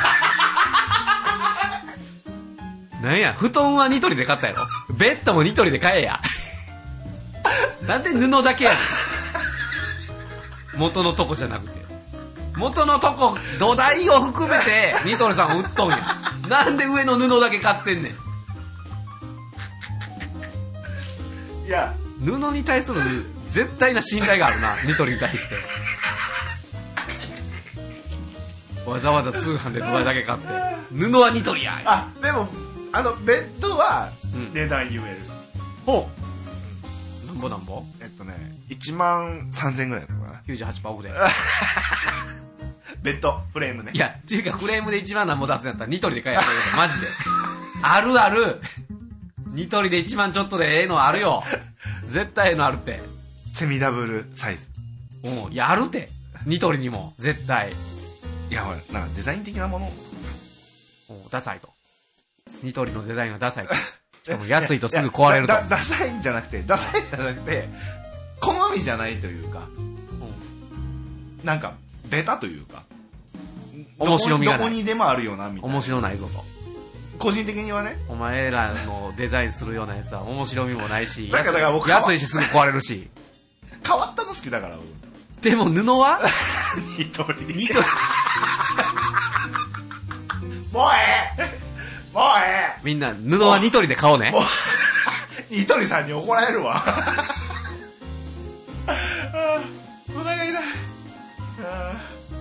なんや布団はニトリで買ったやろ。ベッドもニトリで買えやなんで布だけやねん元のとこじゃなくて元のとこ土台を含めてニトリさん売っとんやなんで上の布だけ買ってんねん。 いや布に対する絶対な信頼があるなニトリに対してわざわざ通販で土台だけ買って布はニトリや。 あでもあのベッドは値段言える、 うん、ほうなんぼなんぼえっとねいちまんさんぜんえんぐらいだったかな。 きゅうじゅうはちパーセント オフでベッドフレームね。 いやっていうかフレームでいちまんなんぼ出すんやったらニトリで買えやマジであるあるニトリでいちまんちょっとでええのあるよ絶対ええのあるって。 セミダブルサイズ。 うんいやあるってニトリにも絶対。 いやほらなんかデザイン的なものおダサいとニトリのデザインがダサいとしかも安いとすぐ壊れると。 ダ, ダサいんじゃなくてダサいんじゃなくて好みじゃないというか、うん、なんかベタというか面白みがない。 どこにでもあるよなみたいな。 面白ないぞと個人的にはね。 お前らのデザインするようなやつは面白みもないしだからだから僕安いしすぐ壊れるし変わったの好きだから。 でも布はニトリニトリもうええもうええみんな布はニトリで買おうね。 ニトリさんに怒られるわ。あーお腹痛い。あ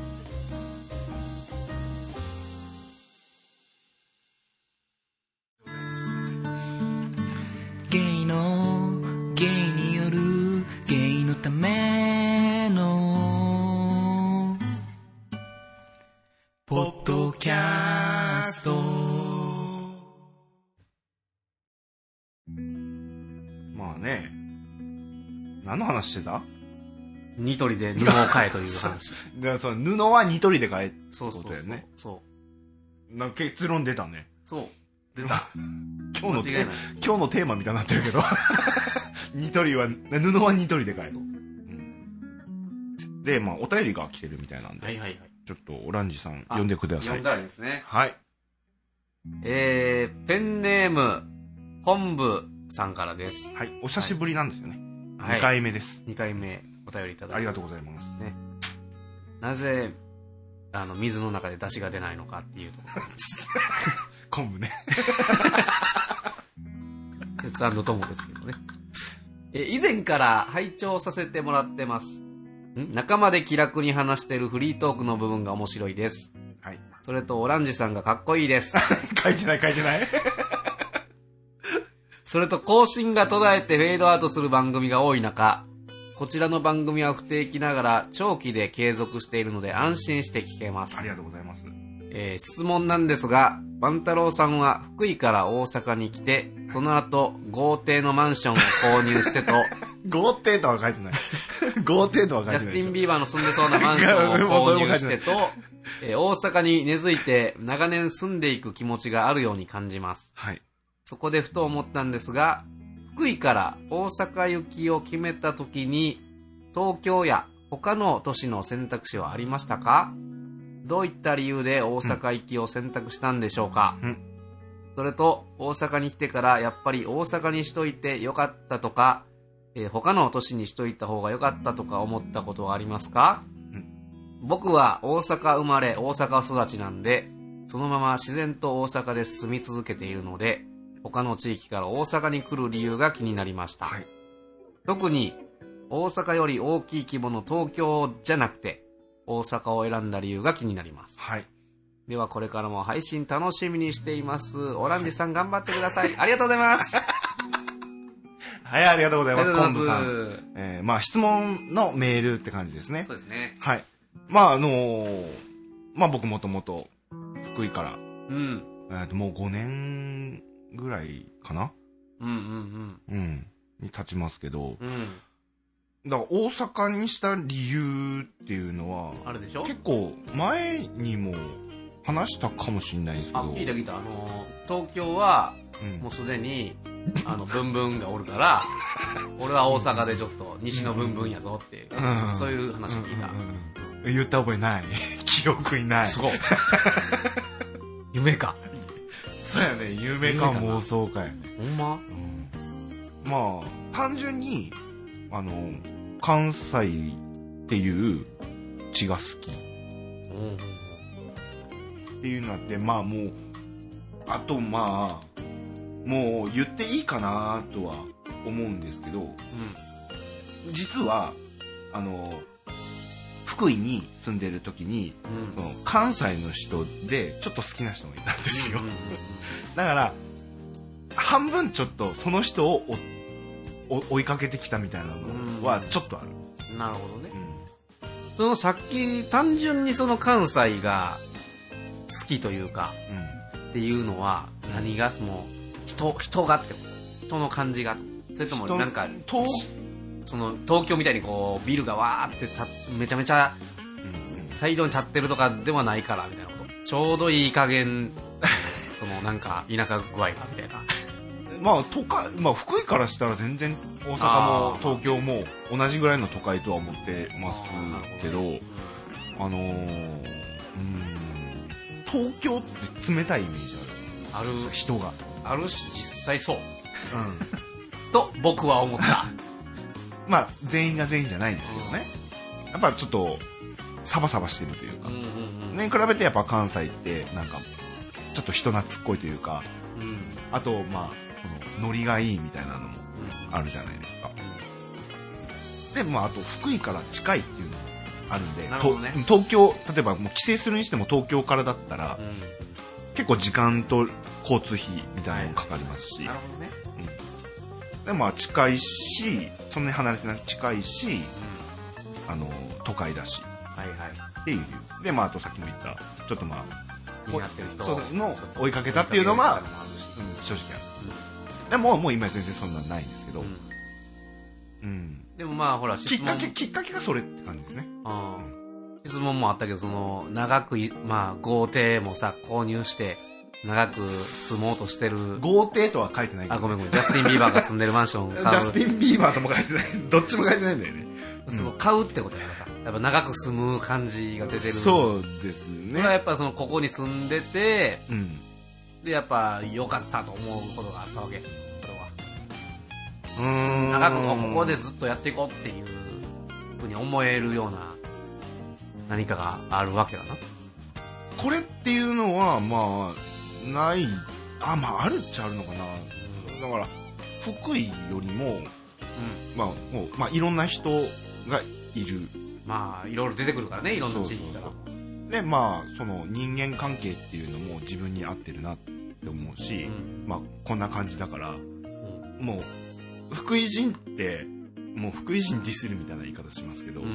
ゲイのゲイによるゲイのためのポッドキャスト。 まあね、何の話してた？ ニトリで布を買えという話。 でその布はニトリで買えってそうそうそうことだよね。 そうなんか結論出たね。 そう出た。 今日の間違いない今日のテーマみたいになってるけどニトリは布はニトリで買える、うん、でまあお便りが来てるみたいなんで、 はいはいはい、 ちょっとオランジさん読んでください。 読んだらいいですね。 はい。 えー、ペンネーム昆布さんからです。 はい、お久しぶりなんですよね、はい、にかいめです。 にかいめお便りいただいてありがとうございます、 ね、なぜあの水の中で出汁が出ないのかっていうところです昆布ね鉄&友ですけどね。え以前から拝聴させてもらってます。ん仲間で気楽に話してるフリートークの部分が面白いです。 はい。 それとオランジさんがかっこいいです書いてない書いてないそれと更新が途絶えてフェードアウトする番組が多い中、こちらの番組は不定期ながら長期で継続しているので安心して聞けます。 ありがとうございます。 えー、質問なんですが、万太郎さんは福井から大阪に来て、その後豪邸のマンションを購入してと豪邸とは書いてない豪邸とは書いてない。 ジャスティン・ビーバーの住んでそうなマンションを購入してとえー、大阪に根付いて長年住んでいく気持ちがあるように感じます。 はい。 そこでふと思ったんですが、福井から大阪行きを決めた時に東京や他の都市の選択肢はありましたか？どういった理由で大阪行きを選択したんでしょうか？うん、それと大阪に来てからやっぱり大阪にしといてよかったとか、えー、他の都市にしといた方がよかったとか思ったことはありますか？うん、僕は大阪生まれ大阪育ちなんで、そのまま自然と大阪で住み続けているので、他の地域から大阪に来る理由が気になりました。はい、特に大阪より大きい規模の東京じゃなくて大阪を選んだ理由が気になります。はい。ではこれからも配信楽しみにしています。オランジさん頑張ってください。ありがとうございます。 はい、ありがとうございます。昆布さん。えー、まあ質問のメールって感じですね。 そうですね。 はい。まああのー、まあ僕もともと福井から、うん。えーともうごねんぐらいかな。 うんうんうん。 うん。に経ちますけど。うん。だから大阪にした理由っていうのはあれでしょ、 結構前にも話したかもしれないんですけど。 あ、聞いた聞いた。あの東京はもうすでに、うん、あのブンブンがおるから俺は大阪でちょっと西のブンブンやぞっていう、うん、そういう話を聞いた、うんうん、言った覚えない記憶にない。 そう夢か。 そうやね、夢か妄想かやね。 ほんま、うん、 まあ単純にあの関西っていう血が好きっていうのがあって、まあもうあとまあもう言っていいかなとは思うんですけど、うん、実はあの福井に住んでる時に、うん、その関西の人でちょっと好きな人がいたんですよ、うんうんうんうん、だから半分ちょっとその人を追いかけてきたみたいなのはちょっとある、 うん、なるほどね、うん、そのさっき単純にその関西が好きというか、うん、っていうのは何がその 人, 人がって人の感じが、それともなんかその東京みたいにこうビルがわーってためちゃめちゃ大量に建ってるとかではないからみたいなこと、ちょうどいい加減そのなんか田舎具合がみたいなまあ都会、まあ福井からしたら全然大阪も東京も同じぐらいの都会とは思ってますけど、あのー、うん東京って冷たいイメージある。ある人があるし実際そう、うん、と僕は思ったまあ全員が全員じゃないですけどね、うん、やっぱちょっとサバサバしてるというか、うんうんうん、ね、比べてやっぱ関西ってなんかちょっと人懐っこいというか、 うん、 あとまあこのノリがいいみたいなのもあるじゃないですか、うん、でまああと福井から近いっていうのもあるんで、 なるほどね、 東京例えばもう帰省するにしても東京からだったら、うん、結構時間と交通費みたいなのもかかりますし、はい、なるほどね、うん、でまあ近いしそんなに離れてない近いし、うん、あの都会だし、はいはい、っていうでまああとさっきも言ったちょっとまあになってる人そうの追いかけたっていうのが、うん、正直ある、うん、でももう今全然そんなないんですけど、うんうん、 でもまあほらきっかけきっかけがそれって感じですね。 あ、うん、質問もあったけどその長くまあ豪邸もさ購入して長く住もうとしてる豪邸とは書いてないけど、ね、 あごめんごめんジャスティン・ビーバーが住んでるマンションジャスティン・ビーバーとも書いてないどっちも書いてないんだよね。 その買うってことやからさやっぱ長く住む感じが出てる。 そうですね。 それはやっぱそのここに住んでて、 うん、 でやっぱ良かったと思うことがあったわけ。それはうーん長くここでずっとやっていこうっていうふうに思えるような何かがあるわけだな。 これっていうのはまあないあまああるっちゃあるのかな、うん、だから福井よりも、うん、まあもうまあいろんな人がいる、 まあいろいろ出てくるからねいろんな地域から。 そうそうそうでまあその人間関係っていうのも自分に合ってるなって思うし、うん、まあこんな感じだから、うん、もう福井人ってもう福井人ディスるみたいな言い方しますけど、うん、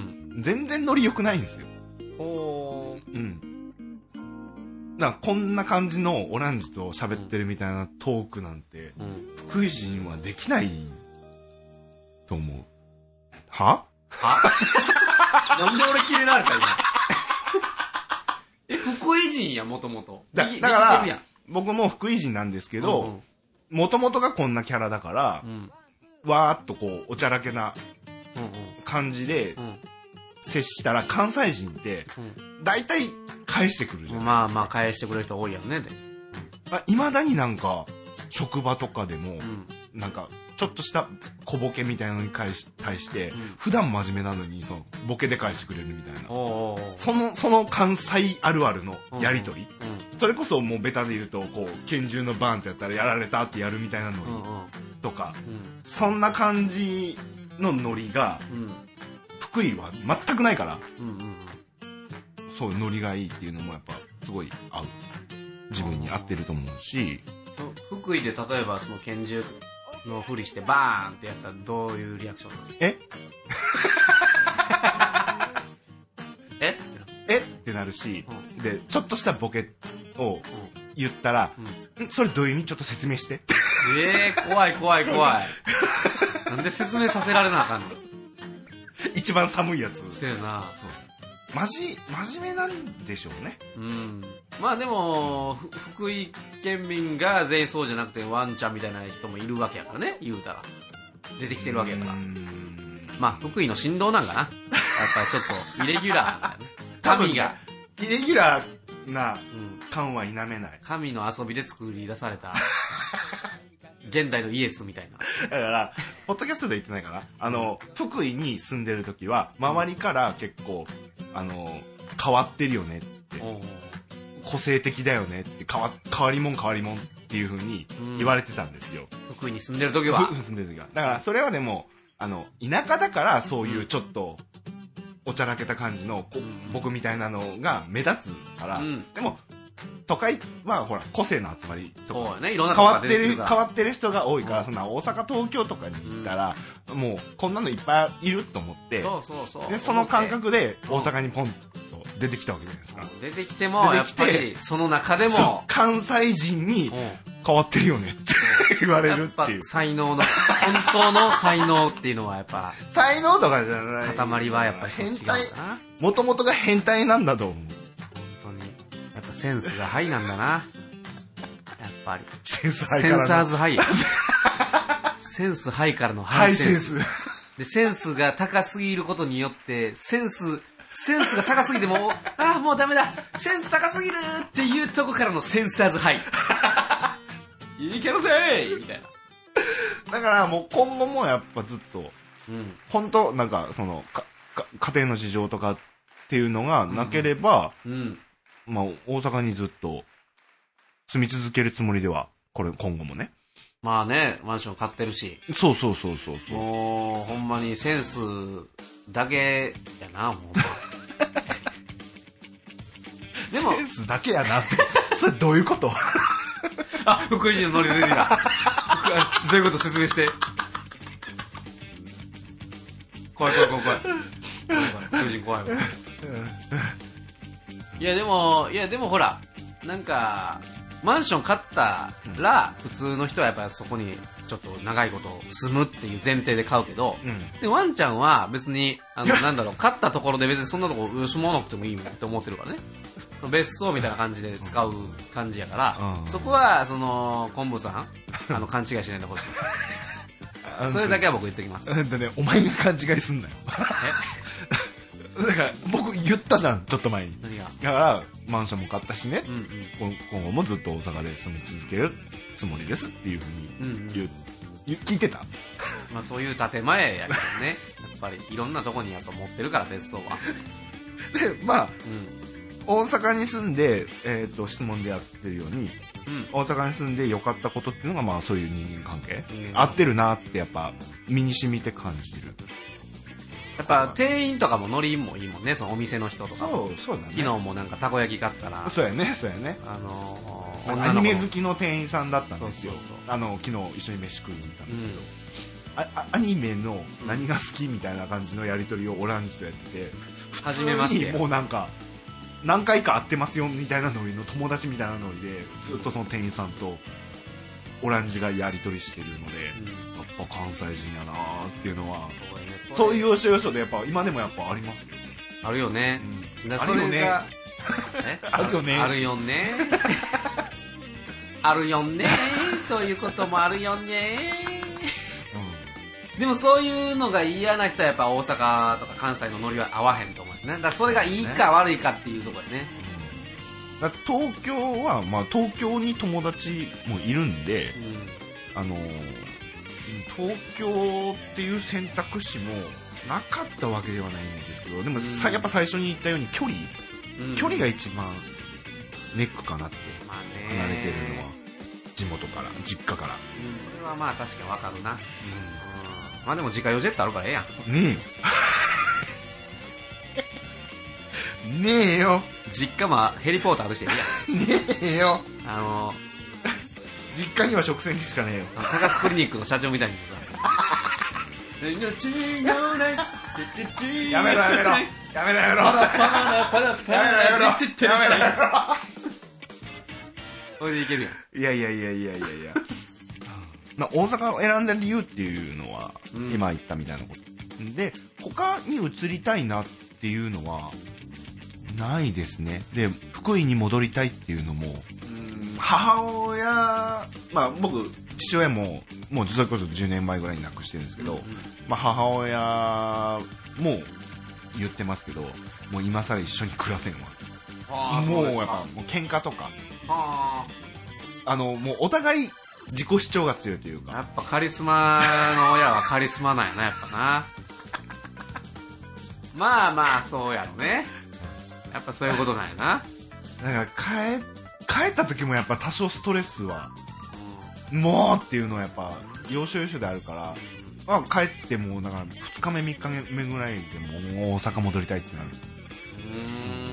全然ノリ良くないんですよ。 おー、 うん。だからこんな感じのオランジと喋ってるみたいなトークなんて、うん、福井人はできないと思う。ははなんで俺キレられた今え福井人やもともとだから僕も福井人なんですけどもともとがこんなキャラだから、うん、わーっとこうおちゃらけな感じで接したら関西人って大体返してくるじゃん、うん、 まあまあ返してくれる人多いやんね。でいまだになんか職場とかでも、うん、なんかちょっとした小ボケみたいなのに対し、対して、うん、普段真面目なのにそのボケで返してくれるみたいな、おーおーそのその関西あるあるのやり取り、うんうん、それこそもうベタで言うとこう拳銃のバーンってやったらやられたってやるみたいなノリとか、うんうん、そんな感じのノリが、うん、福井は全くないから、うんうんうん、そうノリがいいっていうのもやっぱすごい合う自分に合ってると思うし、 福井で例えばその拳銃のふりしてバーンってやったらどういうリアクションなの？ えええってなるし、うん、でちょっとしたボケを言ったら、うん、んそれどういう意味ちょっと説明してえー、怖い怖い怖いなんで説明させられなあかんの一番寒いやつ。 そうやな。 そうマジ真面目なんでしょうね。 うん。まあでも福井県民が全員そうじゃなくてワンちゃんみたいな人もいるわけやからね。言うたら出てきてるわけやから。まあ福井の振動なんかな。やっぱりちょっとイレギュラーなんだよね。神がイレギュラーな感は否めない。うん、 神の遊びで作り出された現代のイエスみたいな。 だからポッドキャストで言ってないかな。あの福井に住んでる時は周りから結構あの変わってるよねって個性的だよねって変わ変わりもん変わりもんっていう風に言われてたんですよ、 うん、福井に住んでる時は住んでる時はだからそれはでもあの田舎だからそういうちょっとおちゃらけた感じの、うん、僕みたいなのが目立つから、うん、でも都会はほら個性の集まりとか、ね、いろんな変わってる変わってる人が多いから、うん、そんな大阪東京とかに行ったら、うん、もうこんなのいっぱいいると思ってそうそうそうでその感覚で大阪にポンと出てきたわけじゃないですか。 出てきてもやっぱりその中でも関西人に変わってるよねって言われるっていう。 才能の本当の才能っていうのはやっぱ才能とかじゃない塊はやっぱり変態もともとが変態なんだと思う。 やっぱセンスがハイなんだな。やっぱりセンスハイからのセンサーズハイセンスハイからのハイセンス、 ハイセンスでセンスが高すぎることによってセンスセンスが高すぎてもああもうダメだセンス高すぎるっていうとこからのセンサーズハイいけるぜーみたいな。だからもう今後もやっぱずっと、うん、本当なんかそのかか家庭の事情とかっていうのがなければ、うんうんまあ、大阪にずっと住み続けるつもりではこれ今後もね。 まあね、マンション買ってるし。 そうそうそうそうそう。 もう、ほんまにセンスだけやな、もう。でも、 センスだけやなって。それどういうことあ、福井市のノリ出てきた。どういうこと説明して。怖い怖い怖い怖い。怖い怖い。福井市怖いわ。いやでも、いやでもほら、なんか、マンション買ったら、普通の人はやっぱりそこにちょっと長いこと住むっていう前提で買うけど、うん、でワンちゃんは別に、あの、なんだろう、買ったところで別にそんなとこ住まなくてもいいって思ってるからね。別荘みたいな感じで使う感じやから、うん、そこは、その、昆布さん、あの、勘違いしないでほしい。それだけは僕言っておきます。 あんたね、お前が勘違いすんなよ。えだから僕言ったじゃん、ちょっと前に。 何が？ だからマンションも買ったしね、 うんうん、 今後もずっと大阪で住み続けるつもりですっていうふうに言う、うんうん、聞いてた。 まあそういう建前やけどね、やっぱりいろんなとこにやっぱ持ってるから別荘は。 でまあ、うん、大阪に住んで、えー、と質問でやってるように、うん、大阪に住んで良かったことっていうのがまあそういう人間関係、人間関係合ってるなってやっぱ身に染みて感じる。 やっぱ店員とかもノリもいいもんね、そのお店の人とかも。 そうそうだね。 昨日もなんかたこ焼き買ったら、 そうやねそうやね、 あのー、アニメ好きの店員さんだったんですよ。 そうそうそう、 あの昨日一緒に飯食いに行ったんですけど、うん、あアニメの何が好きみたいな感じのやり取りをオランジとやってて、 初めまして、 もうなんか何回か会ってますよみたいなノリの友達みたいなノリでずっとその店員さんとオランジがやり取りしてるので、うん、やっぱ関西人やなーっていうのは、そういう要所要所でやっぱ今でもやっぱありますよ。 あるよね。 うん、 だそれがあるよね。 あるよね。あるよね。そういうこともあるよね。うん、でもそういうのが嫌な人はやっぱ大阪とか関西のノリは合わへんと思うんですね。だからそれがいいか悪いかっていうところでね。 だって東京は、まあ、東京に友達もいるんで、うん、あの東京っていう選択肢もなかったわけではないんですけど、でも、うん、やっぱ最初に言ったように距離、うん、距離が一番ネックかなって、 まあね、 離れてるのは地元から実家から、うん、 これはまあ確かに分かるな、うんうん、まあでも自家用ジェットあるからええやん。 ねえよねえよ、 実家もヘリポートあるし、いやねえよ、 あの実家には食洗機しかねえよ。 高須クリニックの社長みたいにさ命のないやめろやめろやめろやめろやめろやめろこれでいけるやん。いやいやいやいやいやいやまあ大阪を選んだ理由っていうのは、うん、今言ったみたいなことで、他に移りたいなっていうのはないですね。で福井に戻りたいっていうのも、母親、まあ僕父親ももうそれこそじゅうねんまえぐらいに亡くしてるんですけど、うんうん、まあ母親も言ってますけど、もう今更一緒に暮らせんわ。もうやっぱもう喧嘩とか、あのもうお互い自己主張が強いというか、 やっぱカリスマの親はカリスマなんやなやっぱな。まあまあそうやろね。やっぱそういうことなんやな。 だから帰帰った時もやっぱ多少ストレスは、うん、もうっていうのはやっぱ要所要所であるから、まあ、帰ってもだからふつかめみっかめぐらいでもう大阪戻りたいってなる。 うーん、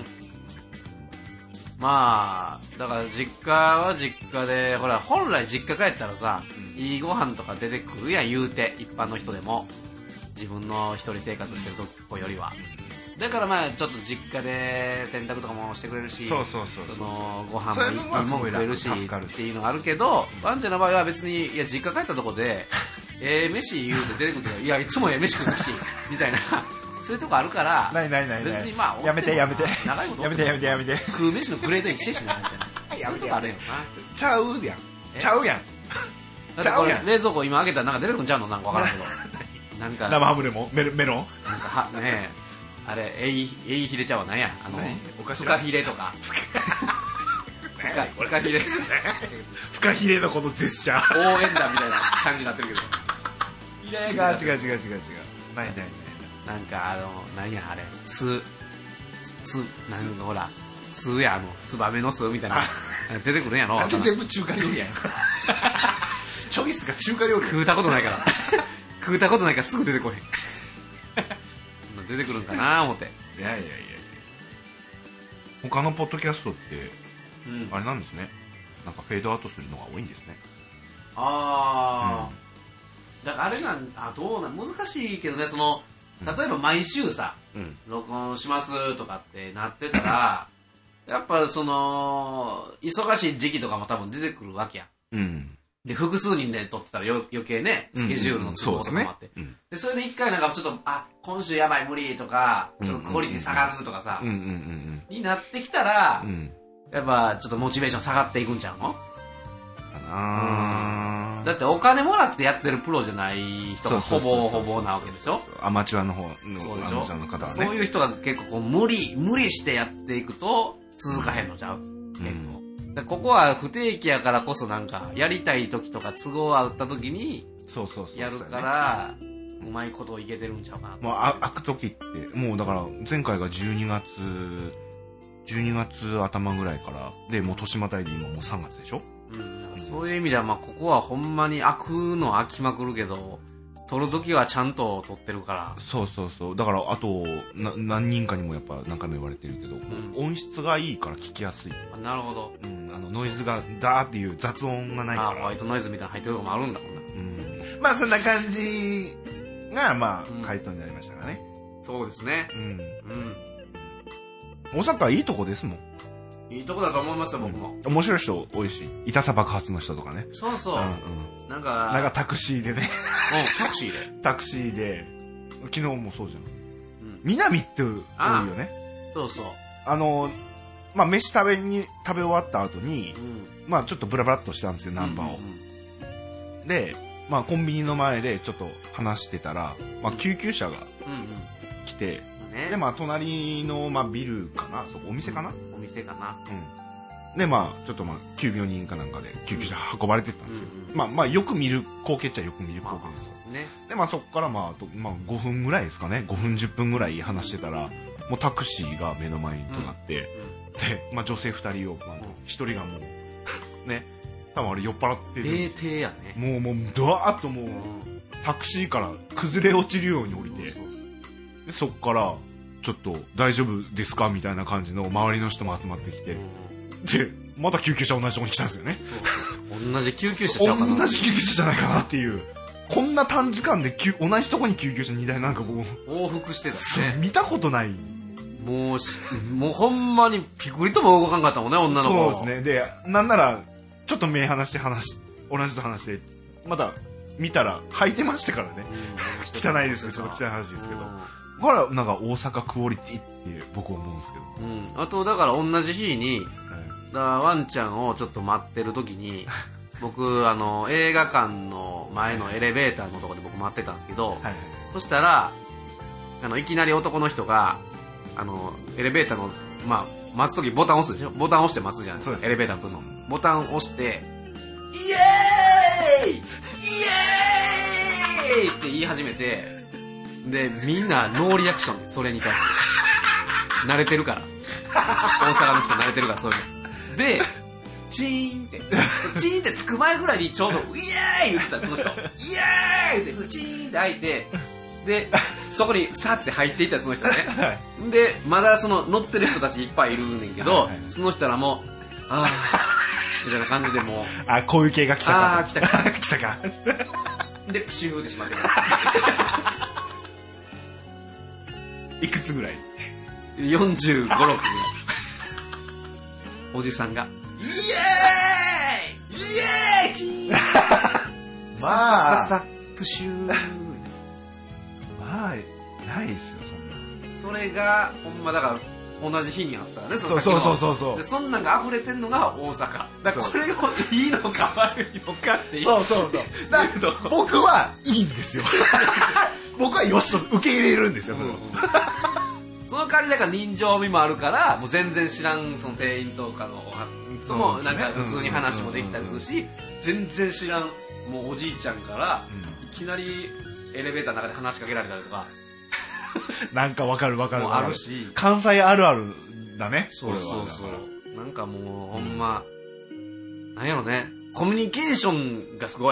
まあだから実家は実家で、ほら本来実家帰ったらさ、うん、いいご飯とか出てくるやん言うて、一般の人でも自分の一人生活してるとこよりは。だからまあちょっと実家で洗濯とかもしてくれるし、 そうそうそうそう、 そのご飯もいっぱいもくれるしっていうのがあるけど、ワンちゃんの場合は別に、いや実家帰ったとこでええ飯言うて出てくるけど、いやいつもええ飯食うしみたいなそういうとこあるから、 ないないないない、 別にまあやめてやめて長いことやめてやめてやめて、 食う飯のグレード一緒しないみたいなそういうとこあるよな。 ちゃうやんちゃうやんちゃうやん。冷蔵庫今開けたらなんか出てくるんちゃうの、なんか分からんけどなんか生ハムでもメロンメロンなんかはねえあれ、えい、えいひれちゃんは何や、あの、フカヒレとか。フカヒレ。 フカヒレのこのジェスチャー。 応援団みたいな感じになってるけど。 違う違う違う違う違う違う。ないないない。 なんかあの、何やあれ、つ、つ、なんかほら、つや、あの、ツバメの巣みたいな。出てくるんやろ。 なんで全部中華料理やん。 チョイスが中華料理。 食うたことないから食うたことないからすぐ出てこへん出てくるんかな思って。 いやいやいやいや、他のポッドキャストって、 うん、 あれなんですね、なんかフェードアウトするのが多いんですね。 ああ、うん、だからあれなんあどうなん難しいけどね、その例えば毎週さ、うん、録音しますとかってなってたらやっぱその忙しい時期とかも多分出てくるわけや、うん、で複数人で撮ってたらよ余計ねスケジュールの都合とかもあって、うんうん そ, う で, ねうん、でそれで一回なんかちょっとあ今週やばい無理とかちょっとクオリティ下がるとかさになってきたら、うん、やっぱちょっとモチベーション下がっていくんちゃうのかな、うん、だってお金もらってやってるプロじゃない人がほぼほぼなわけでしょ。 アマチュアの方のそうでしょ、 アマチュアの方はね、 そういう人が結構こう無理無理してやっていくと続かへんのちゃう、うん、結構でここは不定期やからこそなんかやりたい時とか都合合った時にやるからうまいこといけてるんちゃうかな。 もうあ開く時ってもうだから前回がじゅうにがつじゅうにがつ頭ぐらいからでもう年またいで今もうさんがつでしょ、 うん、そういう意味ではまあここはほんまに開くの開きまくるけど撮るときはちゃんと撮ってるから。 そうそうそう。だからあとな何人かにもやっぱ何回も言われてるけど、うん、音質がいいから聞きやすい。 あ、なるほど、 うん、あのノイズがダーっていう雑音がないから。 あ、ホワイトノイズみたいなの入ってるとこもあるんだもんな、 うん、まあそんな感じがまあ、うん、回答になりましたかね。 そうですね。うん、 うん、大阪いいとこですもん。 いいとこだと思いますよ、僕も。 面白い人多いし、痛さ爆発の人とかね。 そうそう、うんうん、なんかなんかタクシーでねうんタクシーでタクシーで昨日もそうじゃん、うん、南って多いよね。 そうそう、 あのまあ飯食べに食べ終わった後に、うん、まあちょっとブラブラっとしたんですよ、ナンバーを、うんうん、でまあコンビニの前でちょっと話してたら、まあ、救急車が来て、うんうん、でまあ隣の、まあ、ビルかな、そこお店かな、 うん、お店かな、 うん、でまあちょっとまあ急病人かなんかで救急車運ばれてったんですよ、うんうん、まあまあよく見る光景っちゃよく見る光景です、まあね、でまあそこからまああと、まあ、ごふんぐらいですかね、ごふんじゅっぷんぐらい話してたらもうタクシーが目の前にとなって、うんうん、で、まあ、女性ふたりを、まあ、ひとりがもうね多分あれ酔っ払ってる、 冷静やね、 もうもうドワーッともう、うん、タクシーから崩れ落ちるように降りて、そうそうそうでそっからちょっと大丈夫ですかみたいな感じの周りの人も集まってきて、うん、でまた救急車同じとこに来たんですよね。 そうそう同じ救急車ちゃうかな、 同じ救急車じゃないかなっていう、こんな短時間で同じとこに救急車にだいなんかもう往復してたね、 見たことない。 もうもうほんまにピクリとも動かんかったもんね、女の子。 そうですね。でなんならちょっと目離して話し同じと話してまだ見たら履いてましたからね、うん、汚いですけどちょっと汚い話ですけど、これはなんか大阪クオリティって僕思うんですけど、 うん、あとだから同じ日に、はい、だワンちゃんをちょっと待ってる時に僕あの映画館の前のエレベーターのところで僕待ってたんですけど、はいはい、そしたらあのいきなり男の人があのエレベーターの、まあ、待つ時ボタン押すでしょ、ボタン押して待つじゃないですか、エレベーター来るのボタン押してイエーイイエーイって言い始めて、でみんなノーリアクション、それに対して慣れてるから大阪の人慣れてるからそういうのでチーンってチーンってつく前ぐらいにちょうどイエーイ言ってたその人イエーイってチーンって開いて、でそこにさって入っていったその人ね、はい、でまだその乗ってる人たちいっぱいいるねんけど、はいはい、その人らもああみたいな感じでもうあこういう系が来たかあ来たか来たかでプシューってしまっていくつぐらいよんじゅうご、ろくぐらいおじさんがイエーイイエーイチーンまあさっさっさプシューまあないですよそんな。 それがほんまだから同じ日にあったらね、 そのそうそうそうそう、 でそんなんが溢れてんのが大阪だから、これがいいのか悪いのかっていう、 そうそうそうだから僕はいいんですよ僕はよしと受け入れるんですよ、それ、うんうん、 その代わりだから人情味もあるからもう全然知らんその店員とかのともなんか普通に話もできたりするし、全然知らんもうおじいちゃんからいきなりエレベーターの中で話しかけられたりとかなんかわかるわかるもあるし、 関西あるあるだね。 そうそうそう、なんかもうほんま、うん、なんやろね、コミュニケーションがすごい、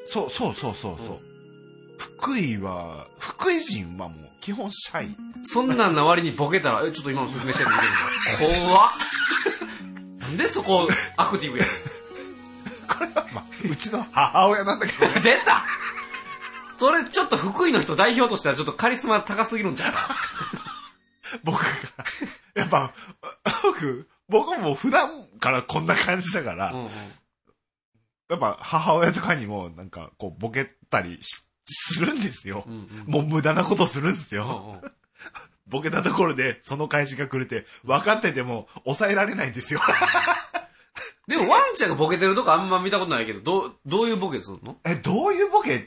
そうそうそうそうそう、うん、福井は福井人はもう基本シャイ。 そんなんな割にボケたらえちょっと今の説明してるの見てるの怖っなんでそこアクティブやねんこれはまあうちの母親なんだけど、ね、 出たそれちょっと福井の人代表としてはちょっとカリスマ高すぎるんじゃない僕がやっぱ僕僕も普段からこんな感じだから、うんうん、やっぱ母親とかにもなんかこうボケたり し, するんですよ、うんうん、もう無駄なことするんですよ、うんうん、ボケたところでその返しが来るって分かってても抑えられないんですよでもワンちゃんがボケてるとこあんま見たことないけど、どう、どういうボケするの？ え、どういうボケって、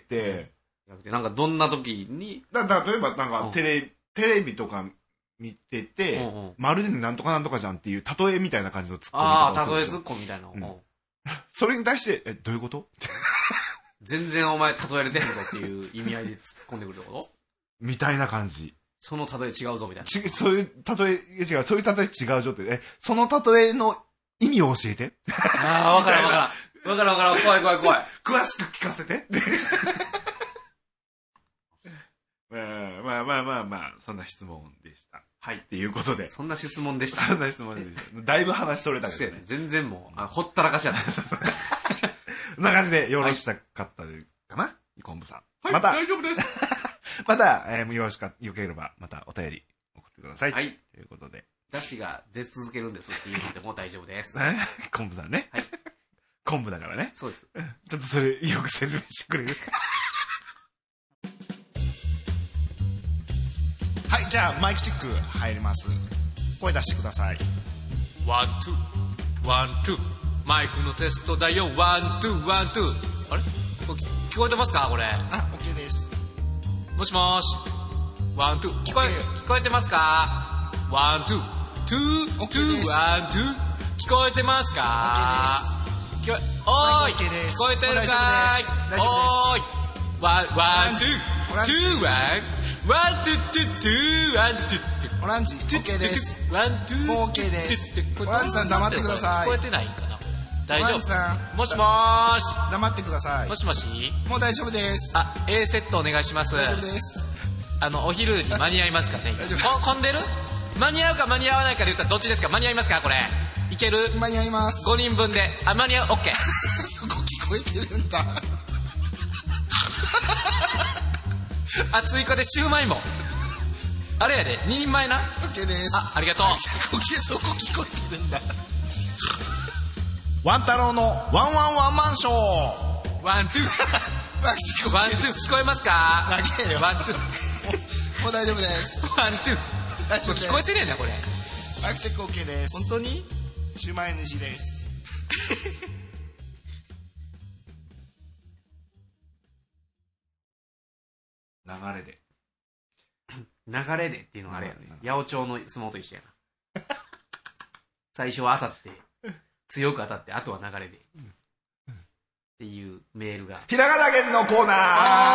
なんかどんな時にだだ例えばなんかテレ、うん、テレビとか見てて、うんうん、まるでなんとかなんとかじゃんっていう例えみたいな感じのツッコミとか。 ああ、例えツッコミみたいな、うん。 それに対して、え、どういうこと全然お前例えれてへんぞっていう意味合いで突っ込んでくるってことみたいな感じ。 その例え違うぞみたいな。 ちそういう例え、違う、そういう例え違うぞって、え、その例えの意味を教えて。 ああ、わからんわからん。わからんわからん。怖い怖い怖い。 詳しく聞かせて。まあまあまあまあまあ、そんな質問でした。はい。っていうことで。 そんな質問でした。 そんな質問でした。だいぶ話それたけどね。 全然もう、あほったらかしやった。 そんな感じでよろしかったかな、はい、昆布さん。 はい、 また。 大丈夫です。 また、えー、よろしか、よければ、またお便り送ってください。 はい。 ということで。 出汁が出続けるんですって言うのでもう大丈夫です。 昆布さんね。はい。昆布だからね。 そうです。 ちょっとそれよく説明してくれるはい、じゃあマイクチェック入ります。声出してください。 ワン、ツー、ワン、ツー。マイクのテストだよ。ワン、ツー、ワン、ツー。あれ聞こえてますかこれ。 あ、OK です。 もしもし。ワン、ツー。聞こえ、聞こえてますかワン、ツー。ツー、ツー、ワン、ツー。聞こえてますか OK です。聞こえ、おーい。OK です。聞こえてるかーい。 大丈夫です。 おーい。ワン、ワン、ツー、ツー、ワン、ワン、ツー、ツー、ツー、ワン、ツー、ツー。 オランジ、OK です。 ワン、ツー、 もう OK です。オランジさん黙ってください。 聞こえてないかな大丈夫。 オランジさん。 もしもーし。 黙ってください。 もしもし。 もう大丈夫です。 あ、A セットお願いします。 大丈夫です。 あの、お昼に間に合いますかね大丈夫です。 混んでる間に合うか間に合わないかで言ったらどっちですか間に合いますかこれ。いける間に合います。 ごにんぶんで。あ、間に合う OK。 そこ聞こえてるんだ。 あ、追加でシューマイも。あれやで、ににんまえな。 OK です。 あ、ありがとう。 そこ聞こえてるんだ。ワン太郎のワンワンワンマンショー。 ワン、ツー。ワン、ツー。聞こえますか長えよ。 ワン、ツー。 もう大丈夫です。 ワン、ツー。 大丈夫です。 聞こえてねえなこれ。 マイクチェック OK です。 本当にシューマイ エヌジー です。流れで流れでっていうのがあれやね。八百長の相撲と一緒やな。最初は当たって強く当たってあとは流れで、うん、っていうメールが。 ひらがなげんのコーナー。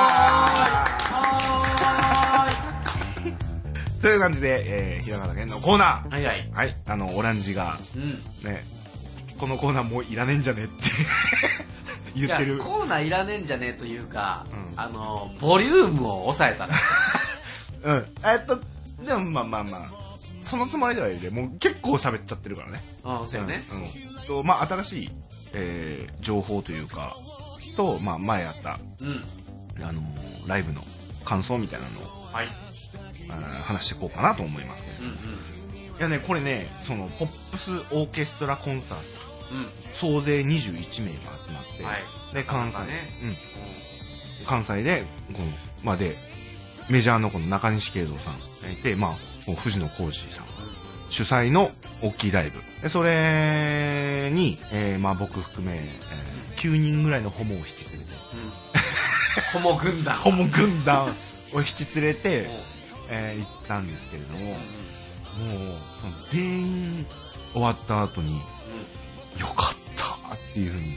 はーいという感じで、えー、ひらがなげんのコーナー。 はいはい。 はい、あのオランジが、うん、ね、このコーナーもういらねえんじゃねって言ってる。 いやコーナーいらねえんじゃねえというか、うん、あのボリュームを抑えたね。 うん。えっとでもまあまあまあそのつもりではいる。もう結構喋っちゃってるからね。 ああそうよね。 うん。うん、とまあ新しい、えー、情報というかとまあ前あった、うん、あのー、ライブの感想みたいなのを、はい、話していこうかなと思いますけど、うんうん、いやねこれねそのポップスオーケストラコンサート、うん、総勢にじゅういちめいが集まって、はい、で関西、ねうん、関西でこのまあでメジャーのこの中西慶三さんがいて、まあ藤野浩二さん主催の大きいライブでそれに、えー、まあ僕含め、えー、きゅうにんぐらいのホモを引き連れて、 うん、ホモ軍団ホモ軍団を引き連れてえー、行ったんですけれども、うん、もうその全員終わった後に、うん、よかったっていうふうに、うんうん、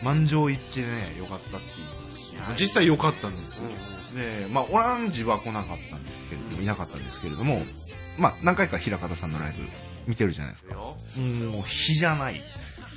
満場一致でねよかったっていう、はい、実際よかったんですよ、うんうん、でまあオランジは来なかったんですけれども、うん、いなかったんですけれどもまあ何回か平方さんのライブ見てるじゃないですか、もう比じゃない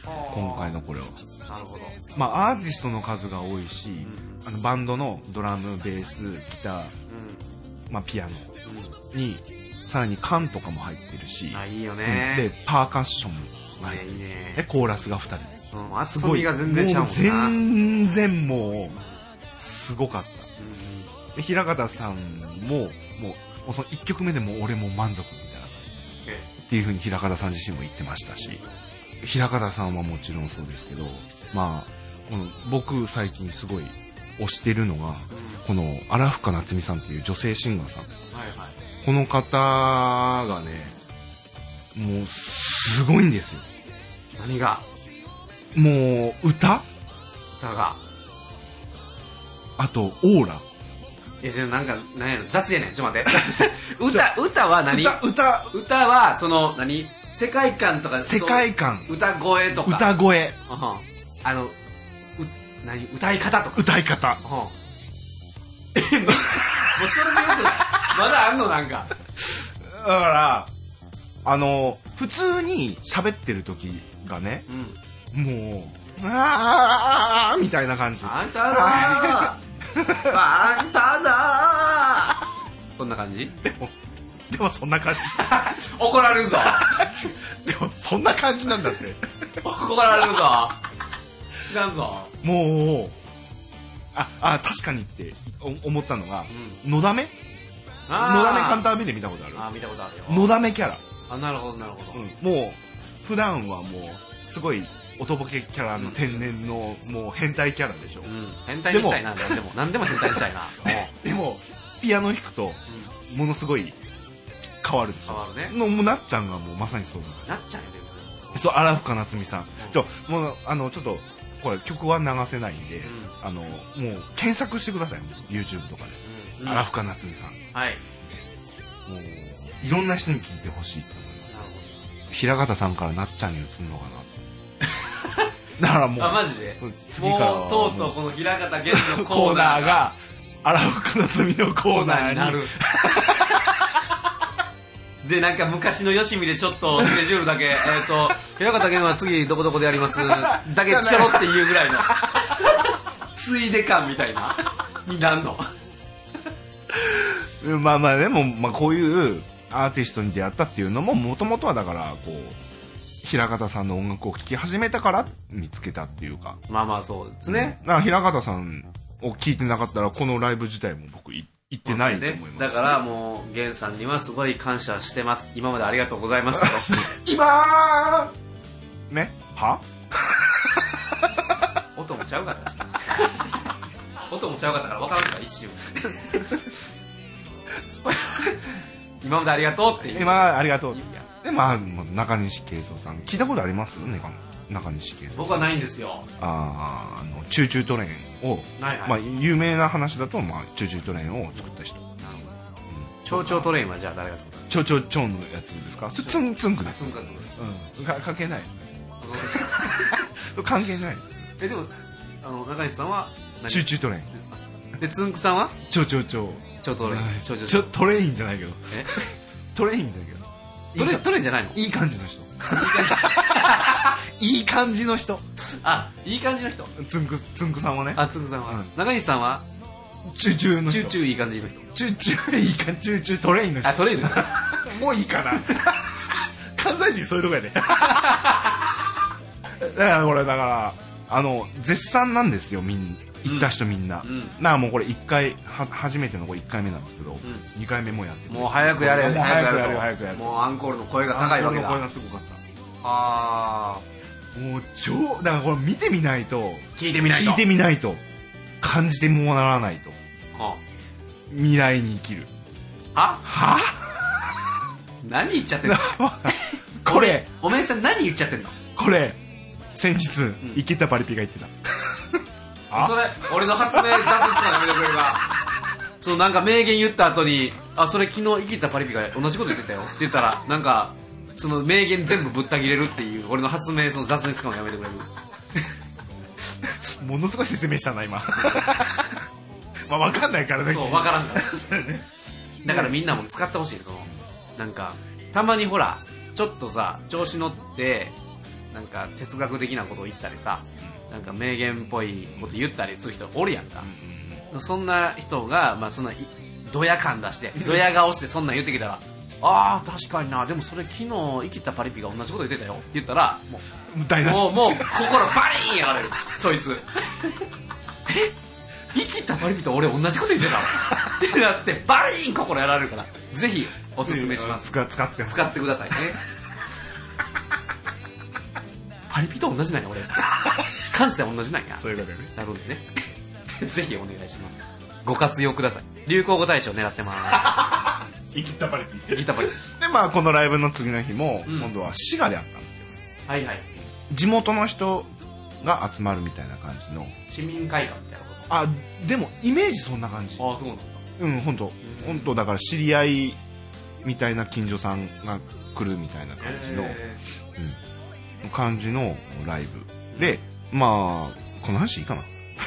今回のこれは。 なるほど。 まあアーティストの数が多いし、うん、あのバンドのドラム、ベース、ギター、うん、まあピアノに、うん、さらに缶とかも入ってるし、 あ、いいよね、 うん、でパーカッションも入ってる、 いいね、 でコーラスがふたり、 うん、厚みが全然違うもんな。 全然もうすごかった、うん、で平方さんももう、もうそのいっきょくめでもう俺も満足みたいなっていう風に平方さん自身も言ってましたし、平方さんはもちろんそうですけど、まあこの僕最近すごい推してるのが、うん、この荒深夏美さんっていう女性シンガーさん、はいはい、この方がねもうすごいんですよ。 何が？ もう歌歌が、 あとオーラ、 え、じゃなんか何やろ、雑やねん、ちょっと待って歌歌は何？ 歌歌歌はその何、世界観とか、 世界観、 歌声とか、 歌声、 うん、あのう何歌い方とか、 歌い方、うん、 もうそれでよくない？まだあんの？なんかだからあの普通に喋ってる時がね、うん、もうあーみたいな感じ、 あんただーあんただーこんな感じ。 でもでもそんな感じ怒られるぞでもそんな感じなんだって怒られるぞ、知らんぞ。 もうああ確かにって思ったのが、うん、のだめのだめカンタービレ見たことある？ あ、見たことあるよ。 のだめキャラ。 あ、なるほどなるほど、 うん、もう普段はもうすごいおとぼけキャラの天然の、うん、もう変態キャラでしょ、うん、 変態にしたいな、何でも何でも変態にしたいなでもピアノ弾くと、うん、ものすごい変わるでしょ。 変わるね。 のもうなっちゃんがもうまさにそうだ。なっちゃんやで。 そう、荒深夏美さん、うん、ちょもうあのちょっとこれ曲は流せないんで、うん、あのもう検索してください、YouTube とかで、荒、うん、深夏美さん、はい、もういろんな人に聴いてほしいと思います。なるほど。平方さんからなっちゃんに移るのかなだからもう、 あ、マジで次からもうとうとうこの平方源のコーナーが荒深夏美のコーナーになるで、なんか昔のよしみでちょっとスケジュールだけえっと平方源は次どこどこでやりますだけちょろっていうぐらいのついで感みたいなになんのまあまあでも、まあ、こういうアーティストに出会ったっていうのももともとはだからこう平方さんの音楽を聴き始めたから見つけたっていうか、 まあまあそうですね、 だから平方さんを聴いてなかったらこのライブ自体も僕行ってないと思います、ね、 だからもう源さんにはすごい感謝してます。今までありがとうございました今ねは音もちゃうかったし音もちゃうかったから分からんから一瞬今までありがとうっていう、 今ありがとうってで、まあ、中西慶三さん聞いたことありますよね、中西慶三。 僕はないんですよ。 ああのチューチュートレインを、はいはい、まあ、有名な話だと、まあ、チューチュートレインを作った人。なるほど。 チョウチョウトレインはじゃあ誰が作ったの？ チョウチョウチョウのやつですか？それツンツンクです。 ツンクです。 うん。か関係ない。関係ない。 え、でもあの中西さんはチューチュートレイン。でツンクさんは？ チョウチョウチョウ。 チョウトレイン。 チョウトレインじゃないけど。 え？ トレインだけど。 トレトレインじゃないの？ いい感じの人。いい感じの人。 あ、いい感じの人。 つんくつんくさんはね。 あ、つんくさんは。うん、中西さんは？ チューチューの人。 チューチューいい感じの人。 チューチューいい感じ。チューチュートレインの人。 あ、トレインの人。 もういいかな。関西人そういうとこやで。だからこれだからあの絶賛なんですよ、みん行った人みんな。うん、なあもうこれいっかいは初めてのこれいっかいめなんですけど、うん、にかいめもやってもう早くやれ、 もう早くやれ早くやれ。 もうアンコールの声が高いわけだ。 声がすごかった。 ああ。 もう超だからこれ見てみないと聞いてみないと聞いてみないと感じてもならないと。はあ、未来に生きる。 は？ は？ 何言っちゃってんの？ これおめえさん何言っちゃってんの？ これ先日、うん、生きたパリピが言ってた。 それ俺の発明残念つかやめてくれるか。そのなんか名言言った後に、あ、それ昨日生きたパリピが同じこと言ってたよって言ったら、なんかその名言全部ぶった切れるっていう俺の発明、その雑に使うのやめてくれる？ ものすごい説明したな今。まあ分かんないからね。 そう分からんからだからみんなも使ってほしい。そのなんかたまにほらちょっとさ調子乗ってなんか哲学的なことを言ったりさ、なんか名言っぽいこと言ったりする人おるやんか、うんうん、そんな人が、まあ、そんなドヤ感出してドヤ顔してそんなん言ってきたらあー確かにな、でもそれ昨日生きたパリピが同じこと言ってたよって言ったらもう台無し、 もうもう心バリーンやられるそいつえ生きたパリピと俺同じこと言ってたってなってバリーン心やられるから、ぜひおすすめします。 使って使ってくださいねパリピと同じなんや俺感性同じなんや、 そういうことね。 なるんでねぜひお願いします。ご活用ください。流行語大賞狙ってます生きたパリピ生きたパリピで、まあこのライブの次の日も、 うん、 今度は滋賀であったんですよ。はいはい。 地元の人が集まるみたいな感じの市民会館みたいなこと。 あ、でもイメージそんな感じ。 ああ、そうなんだ。 うん本当本当だから知り合いみたいな近所さんが来るみたいな感じの、うん、感じのライブで、まあこの話いいかな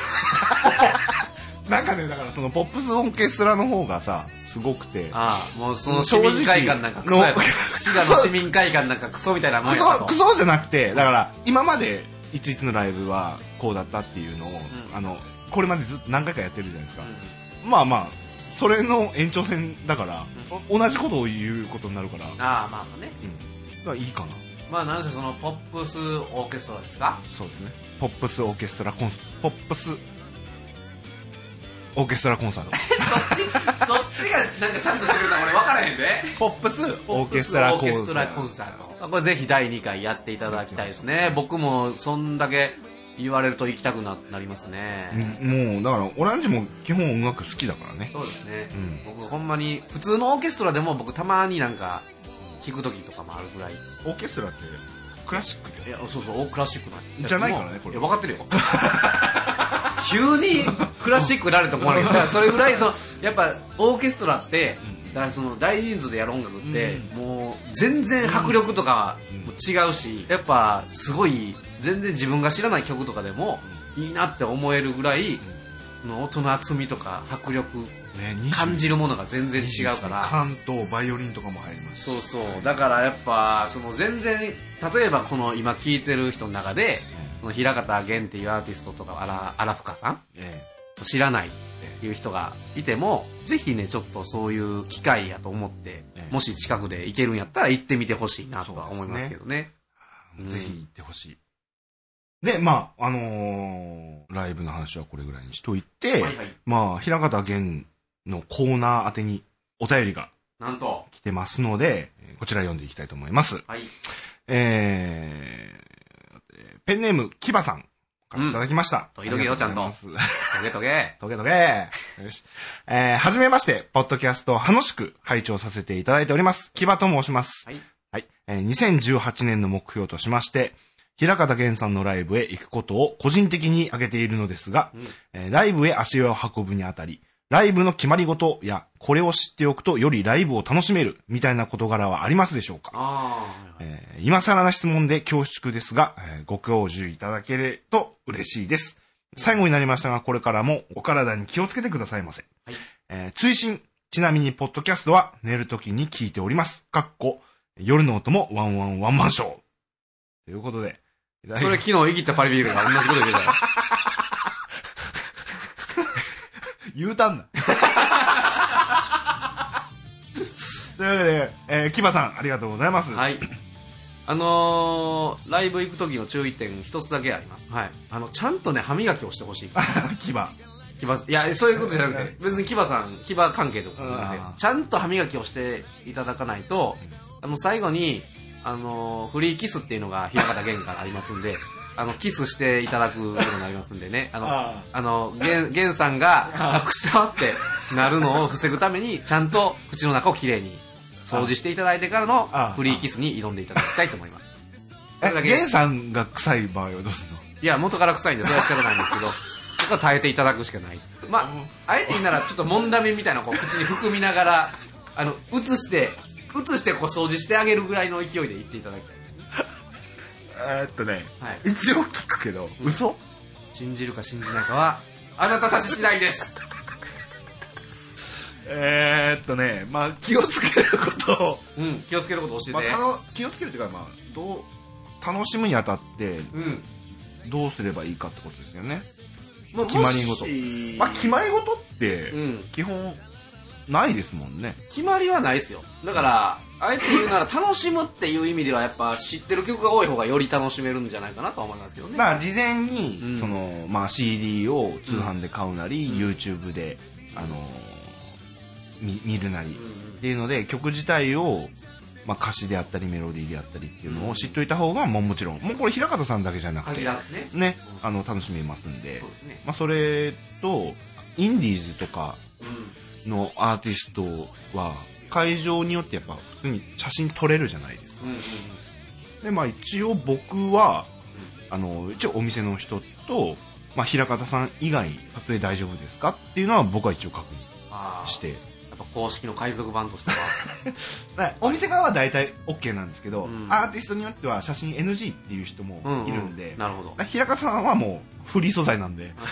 なんかね、だからそのポップスオーケストラの方がさすごくて、 ああ、もうその市民会館なんかクソやと滋賀の市民会館なんかクソみたいなもんやと。 クソ、クソじゃなくて、だから今までいついつのライブはこうだったっていうのを、うん、あのこれまでずっと何回かやってるじゃないですか、うん、まあまあそれの延長線だから、うん、同じことを言うことになるから、 ああまあね、 うん、だからいいかな。 まあなんせそのポップスオーケストラですか。 そうですね、ポップスオーケストラコンポップスオーケストラコンサートそっちそっちがなんかちゃんとしてるの俺分からへんで。 ポップスオーケストラコンサート、 これぜひだいにかいやっていただきたいですね。僕もそんだけ言われると行きたく な, なりますね、 うん、もうだからオランジも基本音楽好きだからね。 そうですね、うん、僕ほんまに普通のオーケストラでも僕たまになんか聴く時とかもあるぐらい。 オーケストラってクラシックで、 いやそうそうクラシックなじゃないからねこれ。 いや分かってるよ急にクラシックになると思わないけど、それぐらいそのやっぱオーケストラってだからその大人数でやる音楽って、うん、もう全然迫力とかも違うし、やっぱすごい全然自分が知らない曲とかでもいいなって思えるぐらいの音の厚みとか迫力、ね、感じるものが全然違うから。 管とバイオリンとかも入ります。 そうそう、だからやっぱその全然例えばこの今聴いてる人の中で、その平方源っていうアーティストとか荒荒深さん、ええ、知らないっていう人がいてもぜひねちょっとそういう機会やと思って、ええ、もし近くで行けるんやったら行ってみてほしいなとは思いますけどね。 うん、ぜひ行ってほしい。でまああのー、ライブの話はこれぐらいにしといて、はいはい、まあ平方源のコーナー宛てにお便りがなんと来てますのでこちら読んでいきたいと思います。 はい、 えー、ペンネームキバさんからいただきました。 とぎとげよちゃんと。とげとげ。 とげとげ。よし。えー、はじめまして、ポッドキャストを楽しく拝聴させていただいております。キバと申します。はい。はい。えー、にせんじゅうはちねんの目標としまして、平方源さんのライブへ行くことを個人的に挙げているのですが、うんえー、ライブへ足を運ぶにあたり、ライブの決まり事やこれを知っておくとよりライブを楽しめるみたいな事柄はありますでしょうか。あ、えー、今更な質問で恐縮ですが、えー、ご教授いただけると嬉しいです。最後になりましたがこれからもお体に気をつけてくださいませ。はいえー、追伸ちなみにポッドキャストは寝るときに聞いております。かっこ夜の音もワンワンワンマンショーということで。 それ昨日生きたパリビールが同じこと言うたよ。 言うたんだ。というわけで、えー、キバさんありがとうございます。 はい。あのー、ライブ行く時の注意点一つだけあります。はい。あのちゃんとね歯磨きをしてほしい。 キバ。 キバいやそういうことじゃなくて別にキバさんキバ関係とかじゃなくてちゃんと歯磨きをしていただかないとあの最後にあのフリーキスっていうのが平方源からありますんで。あのキスしていただくことになりますんでね、あのああの源源さんがくしゃってなるのを防ぐためにちゃんと口の中をきれいに掃除していただいてからのフリーキスに挑んでいただきたいと思います。 え源さんが臭い場合はどうするの？ いや元から臭いんでそれは仕方ないんですけどそこは耐えていただくしかない。まああえて言うならちょっともんだめみたいなこう口に含みながらあの移して移してこう掃除してあげるぐらいの勢いで言っていただきたい。 えーっとね、はい、一応聞くけど、うん、嘘？ 信じるか信じないかはあなたたち次第です。 えーっとね、まあ気をつけることを、 うん、気をつけることを教えて。 まあ、気をつけるというか、まあどう楽しむにあたってうんどうすればいいかってことですよね、 まあ、 決まり事もしまあ決まり事ってうん基本ないですもんね。 決まりはないですよ。だからあえて言うなら楽しむっていう意味ではやっぱ知ってる曲が多い方がより楽しめるんじゃないかなとは思いますけどね。 だから事前に、 うんそのまあ、シーディー を通販で買うなり、 うん YouTube で、あのー見見るなり、 うんっていうので曲自体を、まあ、歌詞であったりメロディーであったりっていうのを知っといた方がもうもちろんもうこれ平方さんだけじゃなくて限らずね。 ね、あの楽しめますんで、 そうですね。 まあ、それとインディーズとかうのアーティストは会場によってやっぱ普通に写真撮れるじゃないですか。 んうんうんでまあ一応僕はあの一応お店の人と、まあ、平方さん以外撮影大丈夫ですかっていうのは僕は一応確あー認して、 やっぱ公式の海賊版としてはだからお店側は大体 OK なんですけど、 うんアーティストによっては写真 エヌジー っていう人もいるんで、 ううなるほど。 だから平方さんはもうフリー素材なんで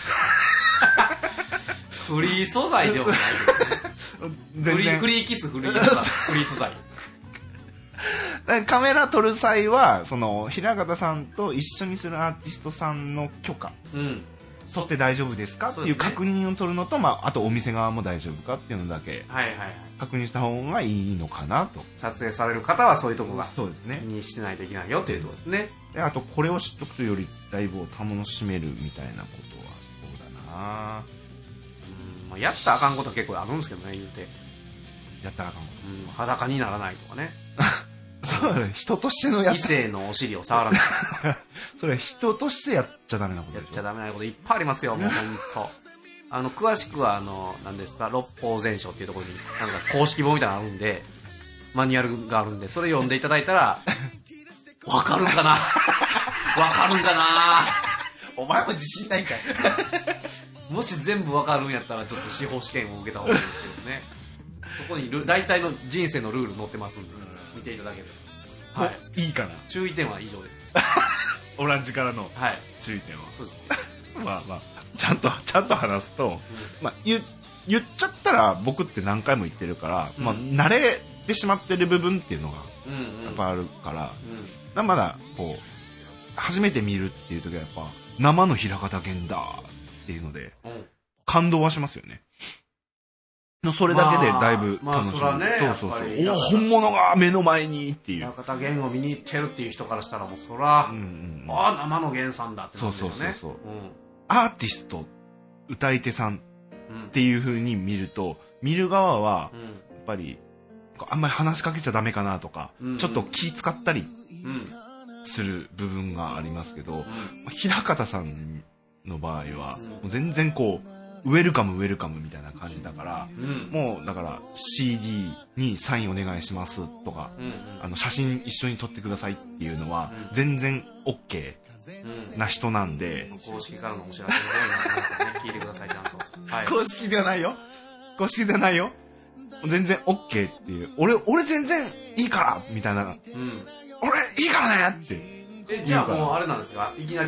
フリー素材でもないですね。 全然フリーフリーキスフリー素材フリー素材。 だからカメラ撮る際はその平方さんと一緒にするアーティストさんの許可うん。 撮って大丈夫ですかっていう確認を取るのと、まあ、あとお店側も大丈夫かっていうのだけはいはいはい。 確認した方がいいのかなと。 撮影される方はそういうとこがそうですね気。にしてないといけないよというところですね。 であとこれを知っとくとよりライブを楽しめるみたいなことはそうだな。 うん、まあ、やったらあかんことは結構あるんですけどね、言うて。 やったらあかんこうん、裸にならないとかね。 とそうだね、人としてのや異つ性のお尻を触らない。 それは人としてやっちゃダメなことやっでしょ。 ちゃダメなこといっぱいありますよ、もうほんと。あの、詳しくは、あの、何ですか、六法全書っていうところに、なんか公式本みたいなのあるんで、マニュアルがあるんで、それ読んでいただいたら、わかるんかなわかるんかなお前も自信ないかい。 もし全部わかるんやったら、ちょっと司法試験を受けた方がいいですけどね。そこにル大体の人生のルール載ってますんで、見ていただければ。はい。 いいかな。 注意点は以上です。 オランジからのはい。 注意点は。 そうですね。 まあまあ、ちゃんと、ちゃんと話すと、まあ、言言っちゃったら僕って何回も言ってるから、 うんまあ、慣れてしまってる部分っていうのがうんうん。 やっぱあるから、 うん。 だまだこう初めて見るっていう時はやっぱ生の平方源だっていうのでうん。 感動はしますよね。それだけでだいぶまあ楽しめる、 まあそらねそうそうやっぱりそう、お本物が目の前にっていう、 中田源を見に行ってるっていう人からしたらもうそら、 うんうんうん、 ああ生の源さんだってなるんでしょうね。 そうそうそうアーティスト歌い手さんうん。 っていう風に見ると見る側はうん。 やっぱりこうあんまり話しかけちゃダメかなとか、 うんうんちょっと気使ったりうん。うん。 する部分がありますけど、 うん。 まあ平方さんの場合はうんもう全然こうウェルカムウェルカムみたいな感じだから、 うん。 もうだから シーディー にサインお願いしますとか、 うん。 あの写真一緒に撮ってくださいっていうのはうん全然 OK うん。 な人なんで、 公式からのお知らせですごいなと思いますよね。聞いてください、ちゃんと。はい。 公式ではないよ公式ではないよ全然 OK っていう、俺俺全然いいからみたいな、 うん。 俺いいからねってえ、じゃあもうあれなんですかいきなり、イエーイイエーイ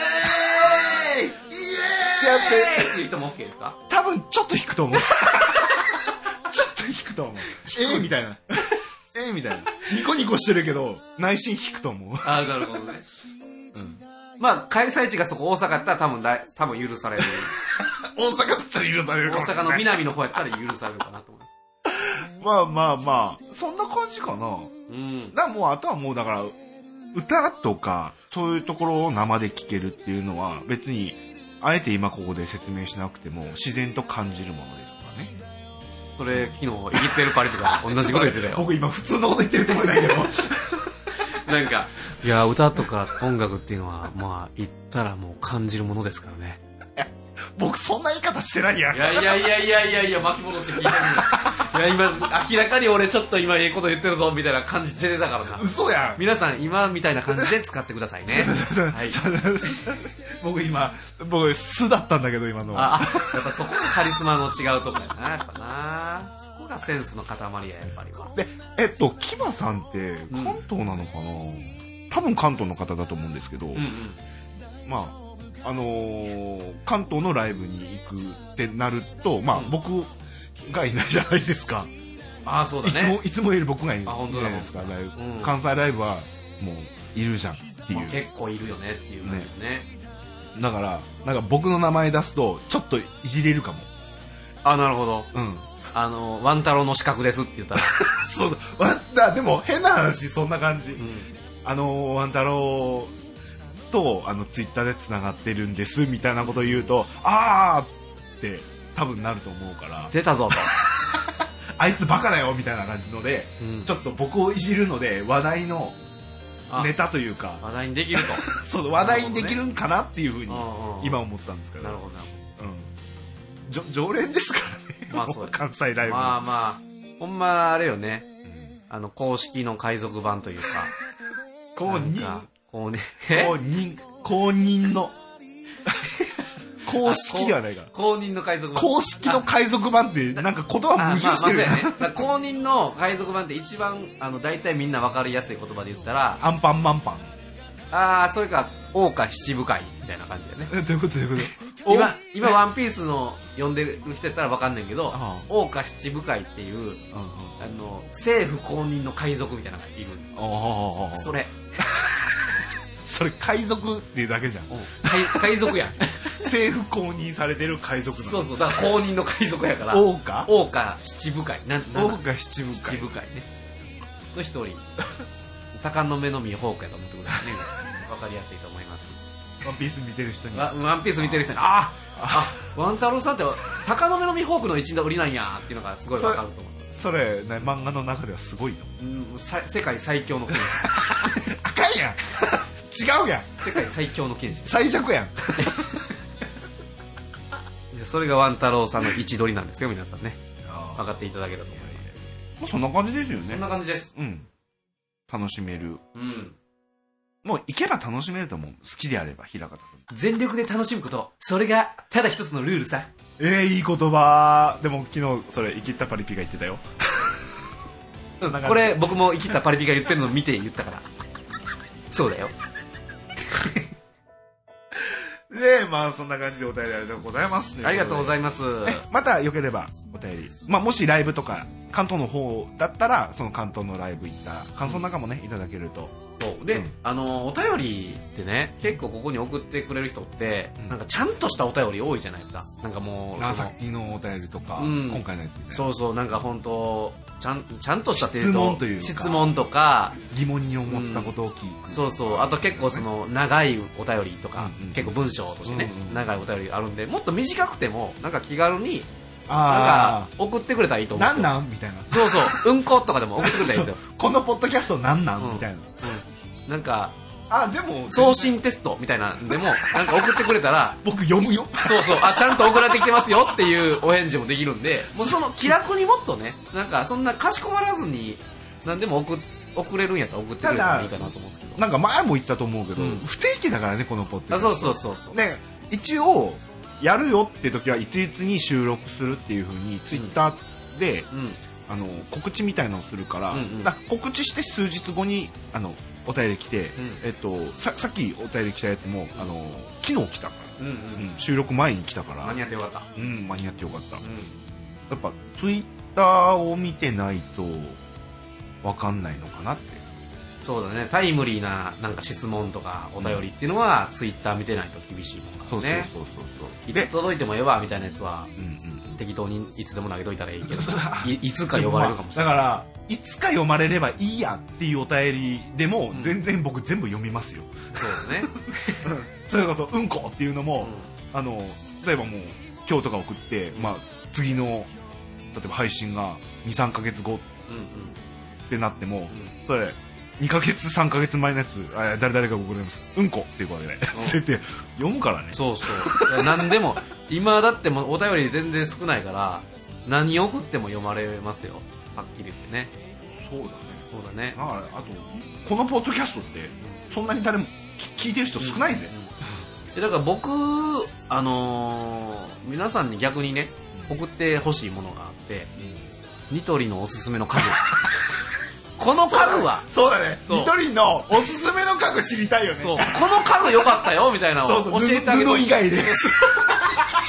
やってっていう人も OK ですか多分ちょっと引くと思うちょっと引くと思うえーみたいなえーみたいなニコニコしてるけど内心引くと思う。 ああ、なるほどね。 うんまあ、開催地がそこ大阪やったら多分だい、多分許される。 大阪だったら許されるか大阪のもしれない。 南の方やったら許されるかなと思います。 まあまあまあそんな感じかな。 うん。 だからもうあとはもうだから歌とかそういうところを生で聴けるっていうのは別にあえて今ここで説明しなくても自然と感じるものですからね。 それ、昨日、イギッペルパリとか同じこと言ってたよ。 僕今普通のこと言ってるつもりだけどなんか、いや、歌とか音楽っていうのは、まあ、言ったらもう感じるものですからね。 僕そんな言い方してないやん。 いやいやいやいやいやいや、巻き戻して聞いてる。いや、今、明らかに俺ちょっと今ええこと言ってるぞ、みたいな感じで出たからな。 嘘やん。 皆さん、今みたいな感じで使ってくださいね。はい。 僕今僕素だったんだけど今のは。 あ、やっぱそこがカリスマの違うとこやな、やっぱな。そこがセンスの塊や、やっぱりは。 でえっとキバさんって関東なのかな、多分関東の方だと思うんですけど、 うんうん。 まああのー関東のライブに行くってなると、まあ、 うん僕がいないじゃないですか。 ああ、そうだいつもね。 いつもいる僕がいないじゃあ本当だないですか。ライブうん関西ライブはもういるじゃん。 ていう、 まあ、結構いるよねっていう感じね。 だからなんか僕の名前出すとちょっといじれるかも。 あ、なるほど。 うん。 あのワン太郎の資格ですって言ったらそうだ、だでも変な話そんな感じ、うん、あのワン太郎とあのツイッターでつながってるんですみたいなことを言うと、あーって多分なると思うから、 出たぞとあいつバカだよみたいな感じので、うん、ちょっと僕をいじるので話題のネタというか話題にできるとそう話題にできるんかなっていうふうに今思ったんですけど。 なるほどなるほど、 うん、常連ですからね、まあ、そう関西ライブ。 まあまあほんまあれよね、うん、あの公式の海賊版というか公認公認公認公認の公式ではないから公認の海賊版。 公式の海賊版ってなんか言葉矛盾してるよね。 まあまあ、公認の海賊版って一番あの大体みんな分かりやすい言葉で言ったらアンパンマンパン。 ああ、それか桜花七部会みたいな感じだよね。 え、どういうことどういうこと今今ワンピースの読んでる人やったら分かんないけど、桜花七部会っていう、うんうん、あの政府公認の海賊みたいなのがいる。それそれ海賊っていうだけじゃん。 海, 海賊やん政府公認されてる海賊なの。 そうそう、だから公認の海賊やから桜花桜花七部会な桜花七部会七部会ねの一人鷹の目の見フォークやと思ってくださいね分かりやすいと思います。 ワンピース見てる人にワンピース見てる人にああワン太郎さんって鷹の目の見フォークの一打売りなんやっていうのがすごい分かると思います。 それ、ね、漫画の中ではすごいの、 うん、世界最強の剣士あかんやん違うやん。 世界最強の剣士最弱やんそれがワン太郎さんの位置取りなんですよ。皆さんね分かっていただけたと思います。 そんな感じですよね。 そんな感じです。 うん、楽しめる、 うん、 もう行けば楽しめると思う。好きであれば平方君全力で楽しむこと、それがただ一つのルールさ。 えー、いい言葉。でも昨日それ生きったパリピが言ってたよこれ僕も生きったパリピが言ってるのを見て言ったからそうだよで、まあそんな感じでお便りありがとうございます。 ありがとうございます。 またよければお便り、まあもしライブとか関東の方だったらその関東のライブ行った感想なんかもねいただけると。 そうで、うん、あのお便りってね結構ここに送ってくれる人って、うん、なんかちゃんとしたお便り多いじゃないですか。なんかもうさっきのお便りとか、うん、今回のやつね。 そうそう、なんか本当ちゃんちゃんとしたっていうと質問というか質問とか疑問に思ったことを聞く、 うん、そうそう。あと結構その長いお便りとか、うんうん、結構文章としてね、うんうん、長いお便りあるんで、もっと短くてもなんか気軽になんか送ってくれたらいいと思う。 なんなんみたいな。 そうそう、うんことかでも送ってくれたらいいですよこのポッドキャストなんなん、うん、みたいな、 うん、なんかあでも送信テストみたいなんでもなんか送ってくれたら僕読むよ。 そうそう、あちゃんと送られてきてますよっていうお返事もできるんで、もうその気楽にもっとね、なんかそんなかしこまらずに何でも送送れるんやったら送ってくれたらいいかなと思うんですけど、 なんか前も言ったと思うけど、うん、不定期だからねこのポッドキャスト。 あそうそうそうそうね、一応やるよって時は一律に収録するっていう風にツイッターで、うんうん、あの告知みたいなのをするから、うんうん、だから告知して数日後にあのお便り来て、うん、えっと、さ, さっきお便り来たやつもあの昨日来たから、うんうんうん、収録前に来たから間に合ってよかった。 うん間に合ってよかった、うん、やっぱツイッターを見てないと分かんないのかなって。 そうだね、タイムリーななんか質問とかお便りっていうのは、うん、ツイッター見てないと厳しいもんだね。そうそうそうそう。いつ届いてもええわみたいなやつは、うんうん、適当にいつでも投げといたらいいけどい, いつか呼ばれるかもしれない、 まあ、だからいつか読まれればいいやっていうお便りでも、うん、全然僕全部読みますよ。 そうだねそれこそうんこっていうのも、うん、あの例えばもう今日とか送って、まあ、次の例えば配信が にさんかげつごってなっても、うんうん、それにかげつさんかげつまえのやつあ誰々が送れますうんこっていうことでねって言って読むからね。 そうそう何でも今だってもお便り全然少ないから何送っても読まれますよ、はっきり言ってね。 そうだねそうだね。 だからあとこのポッドキャストってそんなに誰も聞いてる人少ないぜ、 うんうん、だから僕あのー、皆さんに逆にね送ってほしいものがあって、うん、ニトリのおすすめの家具この家具はそうだね、ニトリのおすすめの家具知りたいよね。 そうこの家具良かったよみたいなのを教えてあげてほしい。 布以外で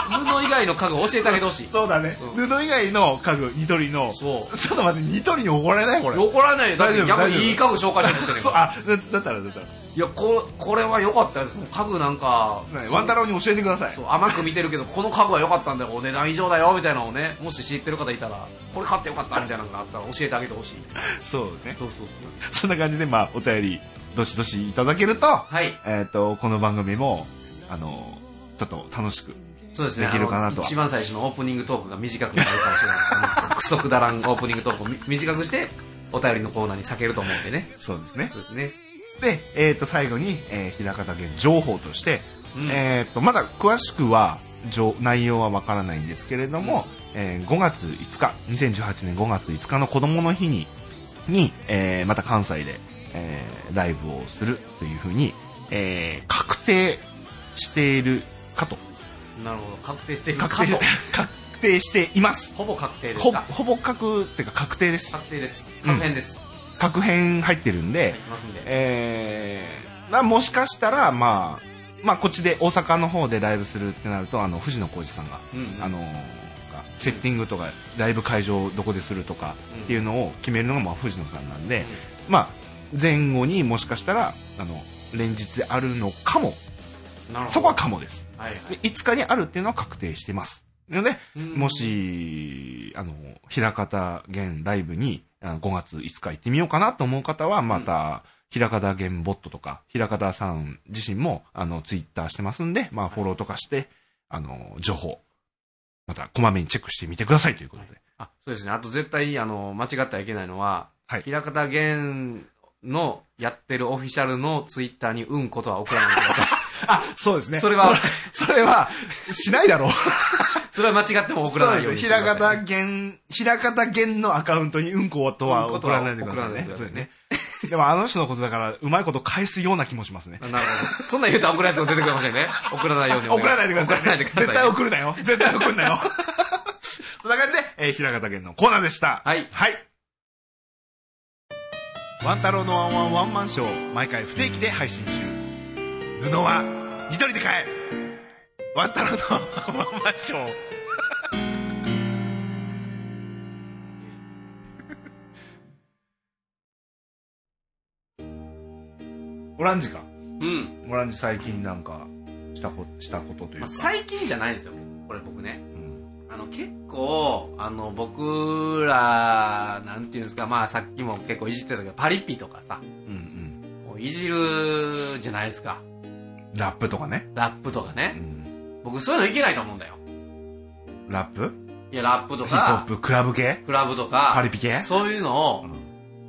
布以外の家具教えてあげてほしい。 そうだね、 うん、 布以外の家具ニトリの。 そうちょっと待って、ニトリに怒られないこれ。 怒られないよ。だって大丈夫逆にいい家具紹介してるんですよね。 そう、あ、だ, だったらだったらいや、ここれは良かったです。家具なんかワン太郎に教えてください。 そう甘く見てるけどこの家具は良かったんだよ、お値段以上だよみたいなのをね、もし知ってる方いたらこれ買ってよかったみたいなのがあったら教えてあげてほしい。 そうね。 そうそうそう。 そんな感じで、まあお便りどしどしいただけると、 はい、 えっ、ー、とこの番組もあのちょっと楽しくそうですね、 できるかなと。 一番最初のオープニングトークが短くなるかもしれないです。クソくだらんオープニングトークを短くしてお便りのコーナーに避けると思うんでね。 そうですね。 そうですね。 で、えー、と最後に、えー、平方源情報として、 うん、 えー、とまだ詳しくは内容はわからないんですけれども、うん、えー、ごがついつかにせんじゅうはちねんごがついつかの子どもの日にに、えー、また関西で、えー、ライブをするというふうに、えー、確定しているかと。 なるほど、確定しているかと。 確定確定しています。 ほぼ確定ですか。 ほぼ確っていうか確定です。 確定です。確変です。うん確編入ってるんで、えー、まあ、もしかしたら、まあ、まあこっちで大阪の方でライブするってなると、あの藤野浩二さんが、うんうん、あのセッティングとかライブ会場どこでするとかっていうのを決めるのがまあ藤野さんなんで、うん、まあ前後にもしかしたらあの連日であるのかも。そこはかもです。はいはい、でいつかにあるっていうのは確定してます。ので、うん、もしあの平方源ライブにごがついつか行ってみようかなと思う方はまた、うん、平方源ボットとか平方さん自身もあのツイッターしてますんで、まあ、フォローとかしてあの情報またこまめにチェックしてみてくださいということで、はい、 あそうですね。あと絶対あの間違ってはいけないのは、はい、平方源のやってるオフィシャルのツイッターにうんことは送らないでください。 あ、そうですね。 それはそれはしないだろう。 それは間違っても送らないようにしてください。 平方源平方源のアカウントにうんことは送らないでくださいね。そうですね。でもあの人のことだからうまいこと返すような気もしますね。 なるほど。そんな言うと送らないやつが出てくるかもしれないね。送らないように。 送らないでください。 送らないでください。 絶対送るなよ。絶対送るなよ。そんな感じで、えー、平方源のコーナーでした。 はい。 はい。ワン太郎のワンワンワンマンショー、毎回不定期で配信中。布はニトリで買え。ワン太郎のワンマンショー。オランジか。 うん。 オランジ最近なんかしたこしたことというか。まあ、 最近じゃないですよ。これ僕ね。うん、あの結構あの僕らなんていうんですか、まあさっきも結構いじってたけどパリピとかさ、うんうん、いじるじゃないですか。 ラップとかね。 ラップとかね。うん、僕そういうのいけないと思うんだよ。 ラップ？ いやラップとか。 ヒップホップクラブ系？ クラブとか。 パリピ系？ そういうのを、うん、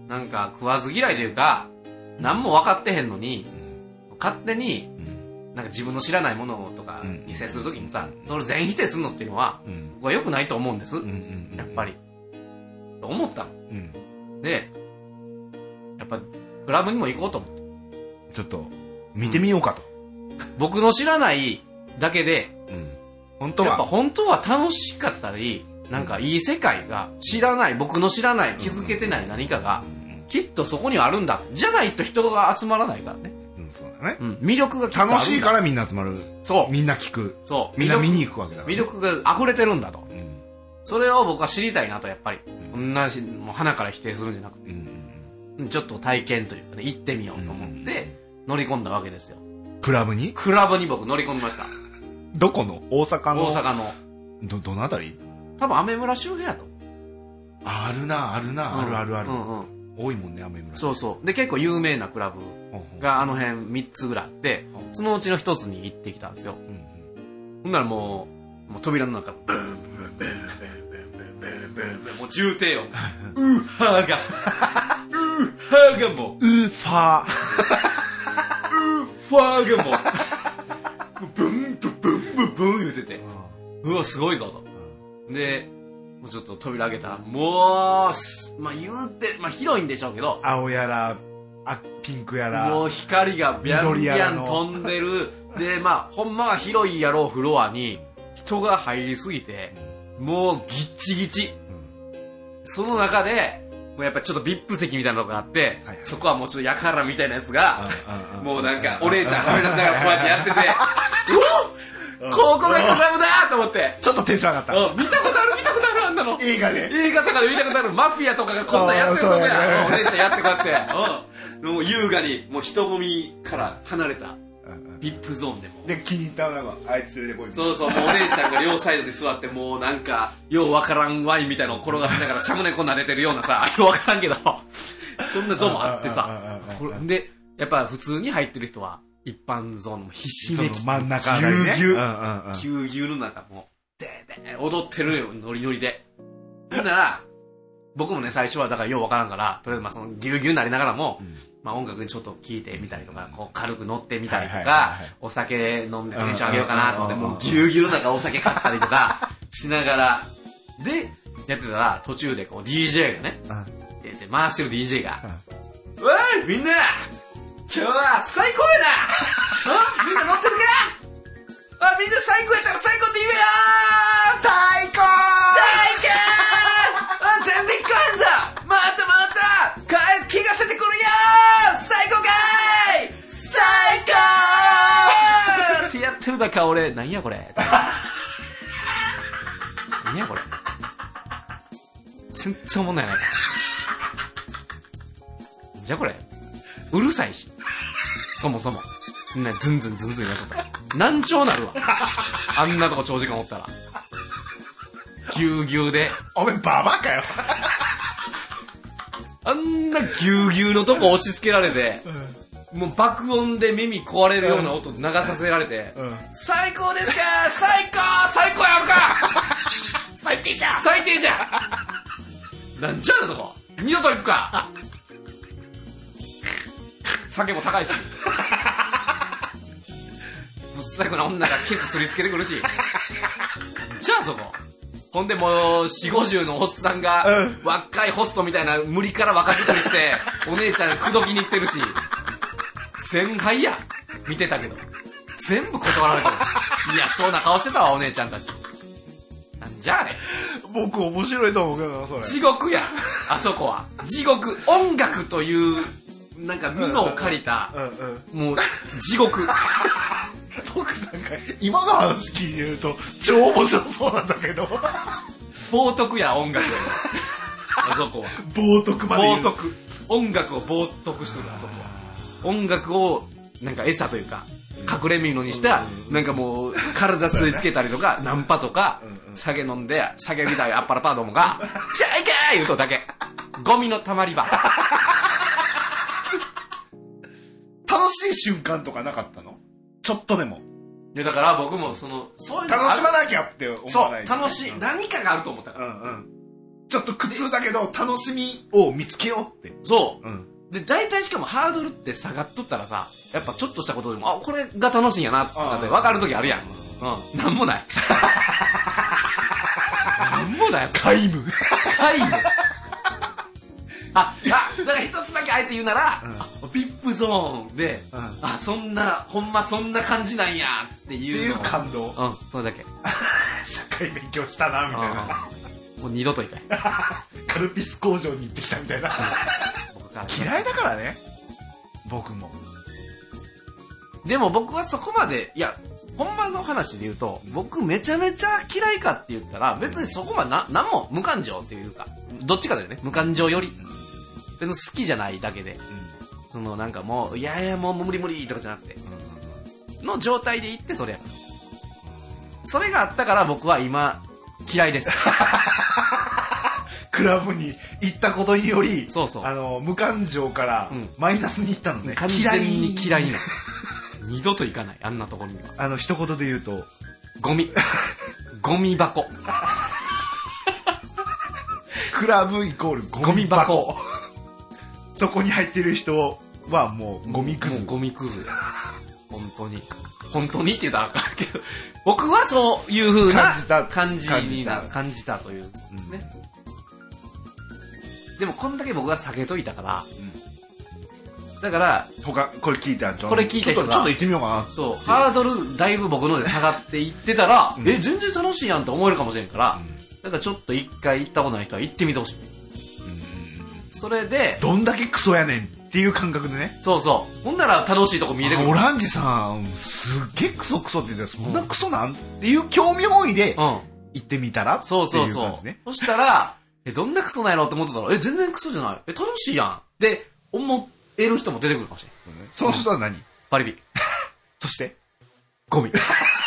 なんか食わず嫌いというか。何も分かってへんのに、うん、勝手に、うん、なんか自分の知らないものとかに接するときにさ、うん、それ全否定するのっていうのは、うん、僕は良くないと思うんです、うんうんうん、やっぱりと思ったの、うん、でやっぱクラブにも行こうと思ってちょっと見てみようかと、 僕の知らないだけで、うん、 本当はやっぱ本当は楽しかったりなんかいい世界が知らない僕の知らない気づけてない何かが、きっとそこにはあるんだ。じゃないと人が集まらないからね。 うん、そうだね。うん、 魅力がきっとあるんだ。 楽しいからみんな集まる。 そう。 みんな聞く。 そう。 みんな見に行くわけだから、 ね。魅力が溢れてるんだと。うん、それを僕は知りたいなと、やっぱり。こんなし、もう鼻から否定するんじゃなくて、うん、ちょっと体験というかね、行ってみようと思って、乗り込んだわけですよ。 クラブに？ クラブに僕乗り込みました。 どこの？大阪の？ 大阪の。 ど、どのあたり？ 多分、アメ村周辺やと。 あるな、あるな、うん、あるあるある。うんうん多いもんね、アメ村。 そうそう。で、結構有名なクラブがあの辺みっつぐらいあって、そのうちのひとつに行ってきたんですよ。ほんならもう、もう扉の中、ブーンブーンブーンブーンブーンブーンブーンブーンもう重低音。ウーハーが、ウーハーがもう、 ウーファー。 ウーファーがもう、ブンブンブンブンブン言うてて、うわ、すごいぞと。で、もうちょっと扉開けたらもうまあ言うてまあ広いんでしょうけど青やらあピンクやらもう光がビャンビャン飛んでるでまあほんまは広いやろうフロアに人が入りすぎてもうギッチギチ、うん、その中でもうやっぱちょっと ブイアイピー 席みたいなのがあって、はいはい、そこはもうちょっとやからみたいなやつがもうなんかお姉ちゃんはめ出しながらこうやってやっててここがクラブだと思って。 ちょっとテンション上がった。 うん、見たことある見たことあるあんなの。 映画で。 映画とかで見たことある。マフィアとかがこんなんやってるとこや。お姉ちゃんやってこうやって。うん。もう優雅に、もう人混みから離れた。ビップゾーンでも。 で、気に入ったなんか、あいつ連れてこい。 そうそう、もうお姉ちゃんが両サイドに座って、もうなんか、ようわからんワインみたいなのを転がしながら、シャムネコ撫でてるようなさ、ようわからんけど、そんなゾーンもあってさ。で、やっぱ普通に入ってる人は、一般ゾーンも必死で、 真ん中あたりね。 ぎゅうぎゅう、ぎゅうぎゅうの中も、でーでー踊ってるよ、ノリノリで。ほんなら、僕もね、最初はだからようわからんから、とりあえずまあそのぎゅうぎゅうになりながらも、まあ音楽にちょっと聴いてみたりとか、こう軽く乗ってみたりとか、お酒飲んでテンション上げようかなと思って、もうぎゅうぎゅうの中お酒買ったりとかしながら、で、やってたら途中でこう ディージェー がね、で回してる ディージェー が、おいみんな今日は最高やなみんな乗ってるかあ、みんな最高やったら最高って言えよー最高最高あ、全然聞こえんぞまたまた聞かせてくるよー最高かーい最高ってやってる中俺、なんやこれなんやこれ全然おもんないな。じゃあこれうるさいし、そもそもみんなズンズンズンズン言わしとったら難聴なるわ。あんなとこ長時間おったらぎゅうぎゅうで。 おめえババかよ。 あんなぎゅうぎゅうのとこ押し付けられて、うん、もう爆音で耳壊れるような音流させられて、うんうん、最高ですか最高最高やるか最低じゃん最低じゃんなんじゃあなとこ二度と行くか酒も高いしぶっさくな女がケツすりつけてくるしじゃあそこほんでもうよんじゅうごじゅうのおっさんが、うん、若いホストみたいな無理から若作りしてお姉ちゃん口説きに行ってるし全敗や見てたけど全部断られたいやそうな顔してたわお姉ちゃんたち。なんじゃあね僕面白いと思うけどなそれ。 地獄やあそこは地獄。音楽というなんか布を借りた、うんうんうん、もう地獄僕なんか今の話聞いてると超面白そうなんだけど冒涜や音楽あそこは冒涜まで言う。 冒涜音楽を冒涜しとるあそこは。音楽をなんか餌というか隠れ蓑にしたなんかもう体すりつけたりとかナンパとか酒飲んで酒みたいあっぱらパーどもが「シャイケー!」言うとだけゴミのたまり場。 楽しい瞬間とかなかったの？ちょっとでも。 いやだから僕もそのそういうの楽しまなきゃって思わない、ね、 そう楽しい、うん、何かがあると思ったから、 うんうん、ちょっと苦痛だけど楽しみを見つけようって。 そう、うん、で大体しかもハードルって下がっとったらさやっぱちょっとしたことでもあこれが楽しいんやなって分かる時あるやん。うん、なんもないなんもない皆無皆無あ、あ、だから一つだけあえて言うなら、うん、ビップゾーンで、うん、あ、そんな、ほんまそんな感じなんやっていうの。 っていう感動。 うん、それだけ。 社会勉強したな、みたいな。 もう二度と行かない。 カルピス工場に行ってきたみたいな。嫌いだからね、僕も。 でも僕はそこまで、いや、ほんまの話で言うと、僕めちゃめちゃ嫌いかって言ったら、別にそこまでな、なんも無感情っていうか、どっちかだよね、無感情より。好きじゃないだけで、うん、そのなんかもういやいやもう無理無理とかじゃなくて、うん、の状態で行ってそれやそれがあったから僕は今嫌いですクラブに行ったことによりそうそうあの無感情からマイナスに行ったのね、うん、 完全に嫌いになる二度と行かないあんなところには。 あの一言で言うとゴミゴミ箱クラブイコールゴミ箱そこに入ってる人はもうゴミくず。もうゴミくず。本当に。本当にって言ったらあかんけど、僕はそういう風な感じた感じにな感じたという、うん、ね。でもこんだけ僕が下げといたから、うん、だから他これ聞いたこれ聞いた人がちょっとちょっと行ってみようかな。 そうハードルだいぶ僕ので下がっていってたら、うん、え全然楽しいやんって思えるかもしれんから、うん、だからちょっと一回行ったことない人は行ってみてほしい。それでどんだけクソやねんってっていう感覚でね。 そうそう。ほんなら楽しいとこ見えてくる。 オランジさん、すっげえクソクソって言ってた、そんなクソなんっていう興味本位で、うん。行ってみたらっていう感じね。そうそうそう。 そしたら、え、どんなクソなんやろって思ってたら、え、全然クソじゃない。え、楽しいやん。って思える人も出てくるかもしれない。 その人は何？ パリピ。 そしてゴミ。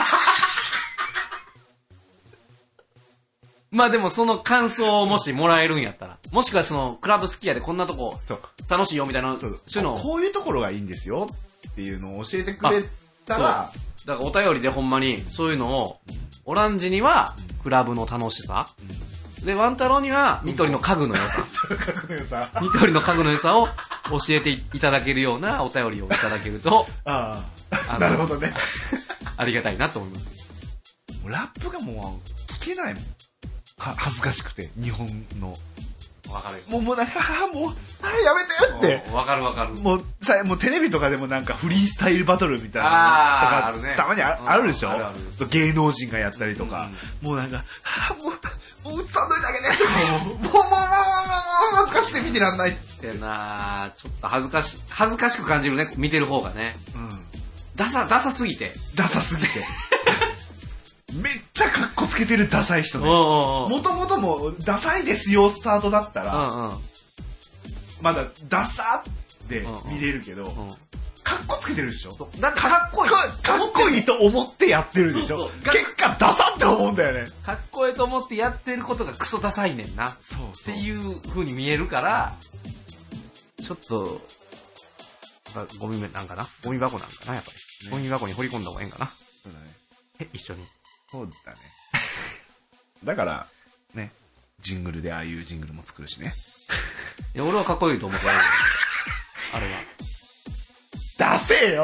まあでもその感想をもしもらえるんやったら、もしくはそのクラブ好きやでこんなとこ楽しいよみたいな、そういうのをこういうところがいいんですよっていうのを教えてくれたら、 だからお便りでほんまにそういうのを、オランジにはクラブの楽しさ、うん、でワンタロウにはニトリの家具の良さ、ニトリの家具の良さを教えていただけるようなお便りをいただけると、 ああ、なるほどね。 ありがたいなと思います。 ラップがもう聞けないもん。恥ずかしくて、日本の。 わかるよ。 もう、もうなんか、もう、あやめてよって。 わかるわかる。 もう、さ、もうテレビとかでもなんかフリースタイルバトルみたいな。 ああ、あるね。 たまに あ,、うん、あるでしょ、 あるある。 芸能人がやったりとか。うん、もうなんか、あもう、もう映さんといてあげて。もう、もう、もう、もう、もう、恥ずかしくて見てらんないって。 なちょっと恥ずかし、恥ずかしく感じるね、見てる方がね。うん。ダサ、ダサすぎて。 ダサすぎて。めっちゃカッコつけてるダサい人ね。もともともダサいですよスタートだったら、うんうん、まだダサって見れるけど、うんうん、カッコつけてるでしょ。 だってかっこいい。 かっこいいと思ってやってるでしょ。そうそう結果ダサって思うんだよね。 かっこいいと思ってやってることがクソダサいねんな。そうそうっていう風に見えるから、ちょっとゴミなんかな、ゴミ箱なんかなやっぱり、ね、ゴミ箱に掘り込んだ方がええんかな。そうだね。え一緒に。 そうだね。だから、ね、ジングルでああいうジングルも作るしね。 いや、俺はかっこいいと思うから。あれは。 ダセえよ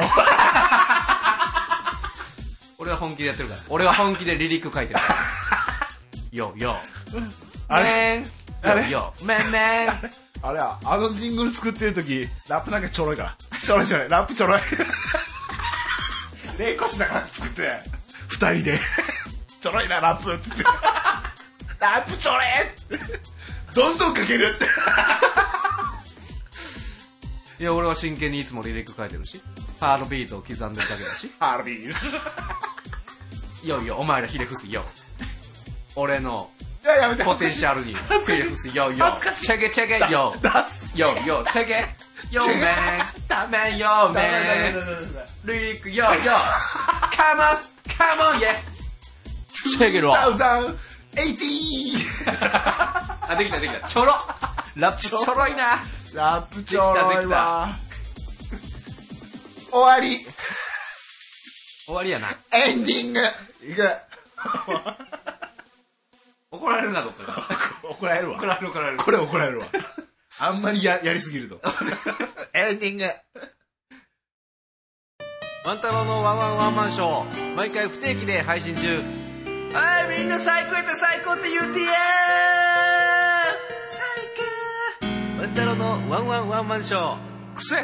俺は本気でやってるから。俺は本気でリリック書いてるから。よ、よ。 あれあれよ、めんめん。 あれは、あのジングル作ってる時、ラップなんかちょろいから。ちょろいちょろい。ラップちょろい。レイコシだから作って。二人でちょろいなラップって言ってラップちょれってどんどんかけるっていや俺は真剣にいつもリリック書いてるしハードビートを刻んでるだけだしハードビートよいよお前らひれ伏すよ俺のいややめてポテンシャルにひれ伏すよよチェゲチェゲよよよチェゲよめんダメよめんリリックよよカモンCome on, yeah! Check it out! にせんじゅうあ、できたできた。ちょろラップちょろいなラップちょろいわ。終わり終わりやな。 エンディングいく怒られるな、どっか怒られるわ。 怒られる怒られる。 これ怒られるわ。あんまり や, やりすぎると。エンディングワンタロウのワンワンワンマンショー毎回不定期で配信中。はいみんな最高やった最高って言うてや最高ワンタロウのワンワンワンマンショーくせえ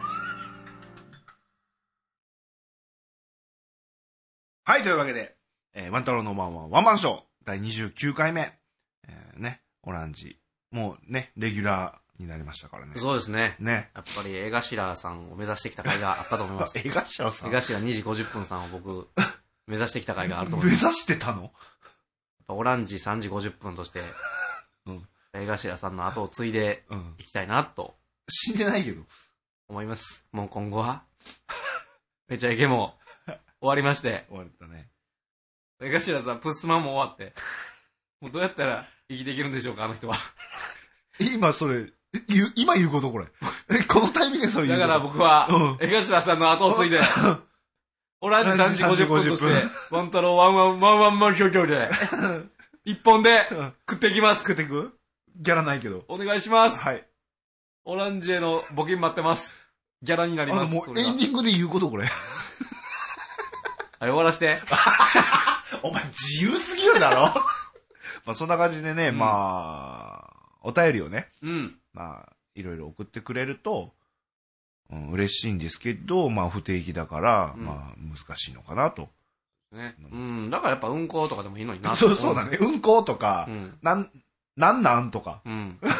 はいというわけで、えー、ワンタロウのワンワンワンマンショーだいにじゅうきゅうかいめ、えー、ねオランジもうねレギュラーになりましたからね。 そうですね。 ね。 やっぱり江頭さんを目指してきた回があったと思います。 江頭さん。 江頭にじごじゅっぷんさんを僕目指してきた回があると思います。目指してたの？やっぱオランジさんじごじゅっぷんとして、うん、江頭さんの後を継いでいきたいなと、うん。 死んでないけど。 思います。もう今後はめちゃイケも終わりまして。 終わったね。 江頭さんプッスマンも終わって、もうどうやったら生きていけるんでしょうかあの人は。 今それ。今言うことこれ。このタイミングでそれ言うこと。 だから僕は、江頭さんの後を継いで、オランジさんじごじゅっぷんとして、ワンタロウワンワンワンワンマンショーで、一本で食っていきます。 食っていく？ギャラないけど。 お願いします。 はい。 オランジへの募金待ってます。ギャラになります。 もうエンディングで言うことこれ。 はい、終わらして。 お前自由すぎるだろまあそんな感じでね、うん、まあ、お便りをね。 うん。 まあ、いろいろ送ってくれると、うん、嬉しいんですけど、まあ、不定期だから、うん、まあ、難しいのかなと。 ね。うん。だからやっぱ、運行とかでもいいのになそう、そうだね。運行とか、うん、なん、なんなんとか。 うん。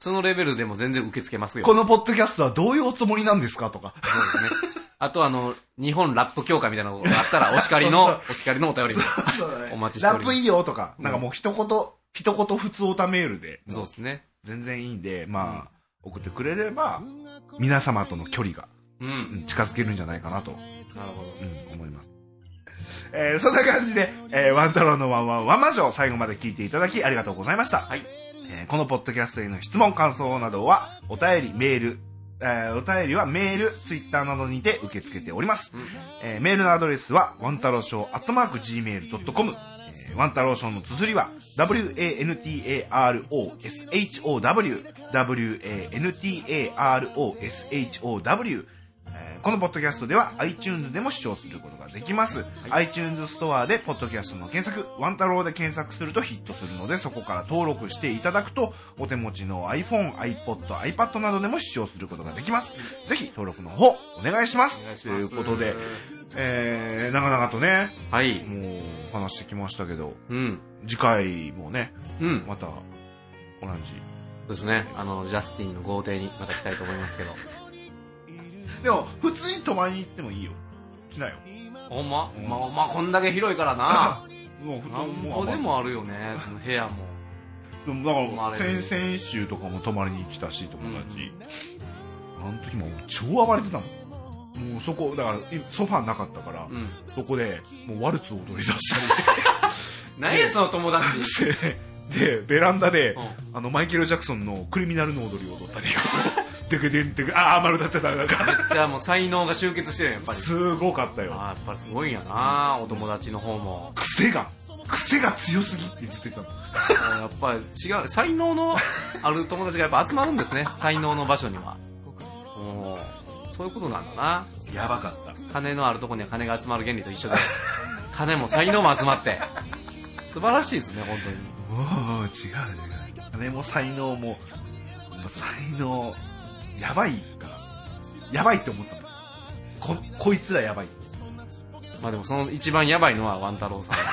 そのレベルでも全然受け付けますよ。 このポッドキャストはどういうおつもりなんですかとか。 そうですね。あとあの、日本ラップ協会みたいなのがあったら、お叱りの、お叱りのお便りもお待ちしております。 ラップいいよとか、なんかもう一言、一言普通オタメールで。 そうですね。 全然いいんで、まあ、送ってくれれば、皆様との距離が、 うん、 近づけるんじゃないかなと。 なるほど。 うん、思います。えー、そんな感じで、えー、ワン太郎のワンワンワンマンショー、最後まで聞いていただきありがとうございました。 はい。 えー、このポッドキャストへの質問、感想などは、お便り、メール、えー、お便りはメール、ツイッターなどにて受け付けております。うん、えー、メールのアドレスは、ワンタローショーアットマークジーメールドットコム。ワンタローショーの綴りは、ダブリューエーエヌティーエーアールオーエスエイチオーダブリュー、ダブリューエーエヌティーエーアールオーエスエイチオーダブリュー。このポッドキャストでは iTunes でも視聴することができます。はい、iTunes ストアでポッドキャストの検索、ワンタローで検索するとヒットするので、そこから登録していただくと、お手持ちの iPhone、iPod、iPad などでも視聴することができます。ぜひ登録の方、お願いします。ということで、えー、長々とね、 はい。 もう話してきましたけど、 うん。 次回もね、 うん。 また、同じ。 そうですね。あの、ジャスティンの豪邸にまた来たいと思いますけど。 でも、普通に泊まりに行ってもいいよ。来なよ。 ほんま、うん、まあ、まあ、こんだけ広いからな。 もう、普通に。ここでもあるよね、その部屋も。 でも、だから、先々週とかも泊まりに来たし、友達。うん、あの時も超暴れてたもん。もうそこ、だから、ソファーなかったから、うん、そこで、もうワルツを踊り出したり。 何や、その友達。 で、ベランダで、うん、あの、マイケル・ジャクソンのクリミナルの踊りを踊ったり。でけでんてけ、ああ、丸立ってた。なんか。 めっちゃもう才能が集結してるやっぱり。 すごかったよ。 ああ、やっぱりすごいんやな、お友達の方も。 癖が、癖が強すぎってずっと言ったの。やっぱり違う、才能のある友達がやっぱ集まるんですね、才能の場所には。おそういうことなんだな。 やばかった。 金のあるところには金が集まる原理と一緒で、金も才能も集まって。素晴らしいですね、本当に。 おお、違う違う。金も才能も、才能、やばいからやばいって思ったの。 こ, こいつらやばい。 まあでもその一番やばいのはワンタロウさ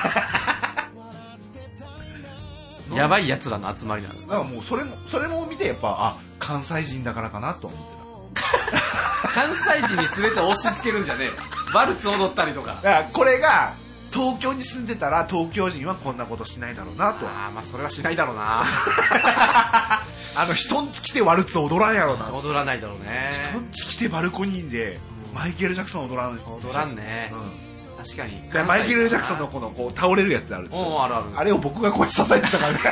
んやばいやつらの集まりなの。 だからもうそれもそれも見てやっぱあ関西人だからかなと思ってた関西人に全て押し付けるんじゃねえよ。バルツ踊ったりとか。 だからこれが東京に住んでたら東京人はこんなことしないだろうなと。 ああ、まあそれはしないだろうなあの人んち来てワルツ踊らんやろうな。 踊らないだろうね。 人んち来てバルコニーでマイケル・ジャクソン踊らん。 踊らんね、うん、確かに。 マイケル・ジャクソンのこのこう倒れるやつあるでしょ。 おあるある。 あれを僕がこう支えてたからね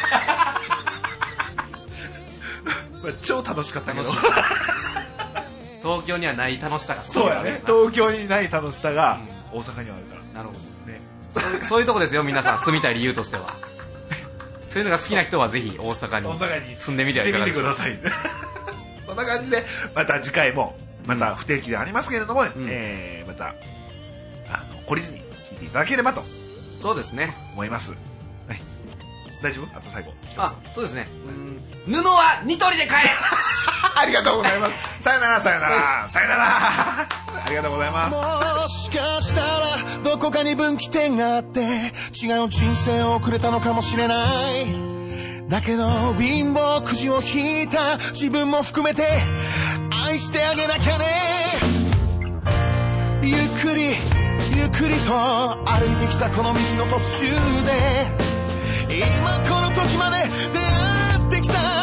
超楽しかったけど東京にはない楽しさがそうやね。東京にない楽しさが大阪にはあるから。 なるほどね。そういう、そういうとこですよ、皆さん住みたい理由としては。そういうのが好きな人はぜひ大阪に住んでみてはいかがでしょうか。 住んでみてください。そんな感じでまた次回もまた不定期でありますけれども、うん、えー、またあの懲りずに聞いていただければと。 そうですね。 思います。はい。大丈夫？あと最後。 あ、そうですね。うん、布はニトリで買え。 ありがとうございます。さよならさよならさよなら。ありがとうございます。 もしかしたらどこかに分岐点があって違う人生をくれたのかもしれない。だけど貧乏くじを引いた自分も含めて愛してあげなきゃね。ゆっくりゆっくりと歩いてきたこの道の途中で今この時まで出会ってきた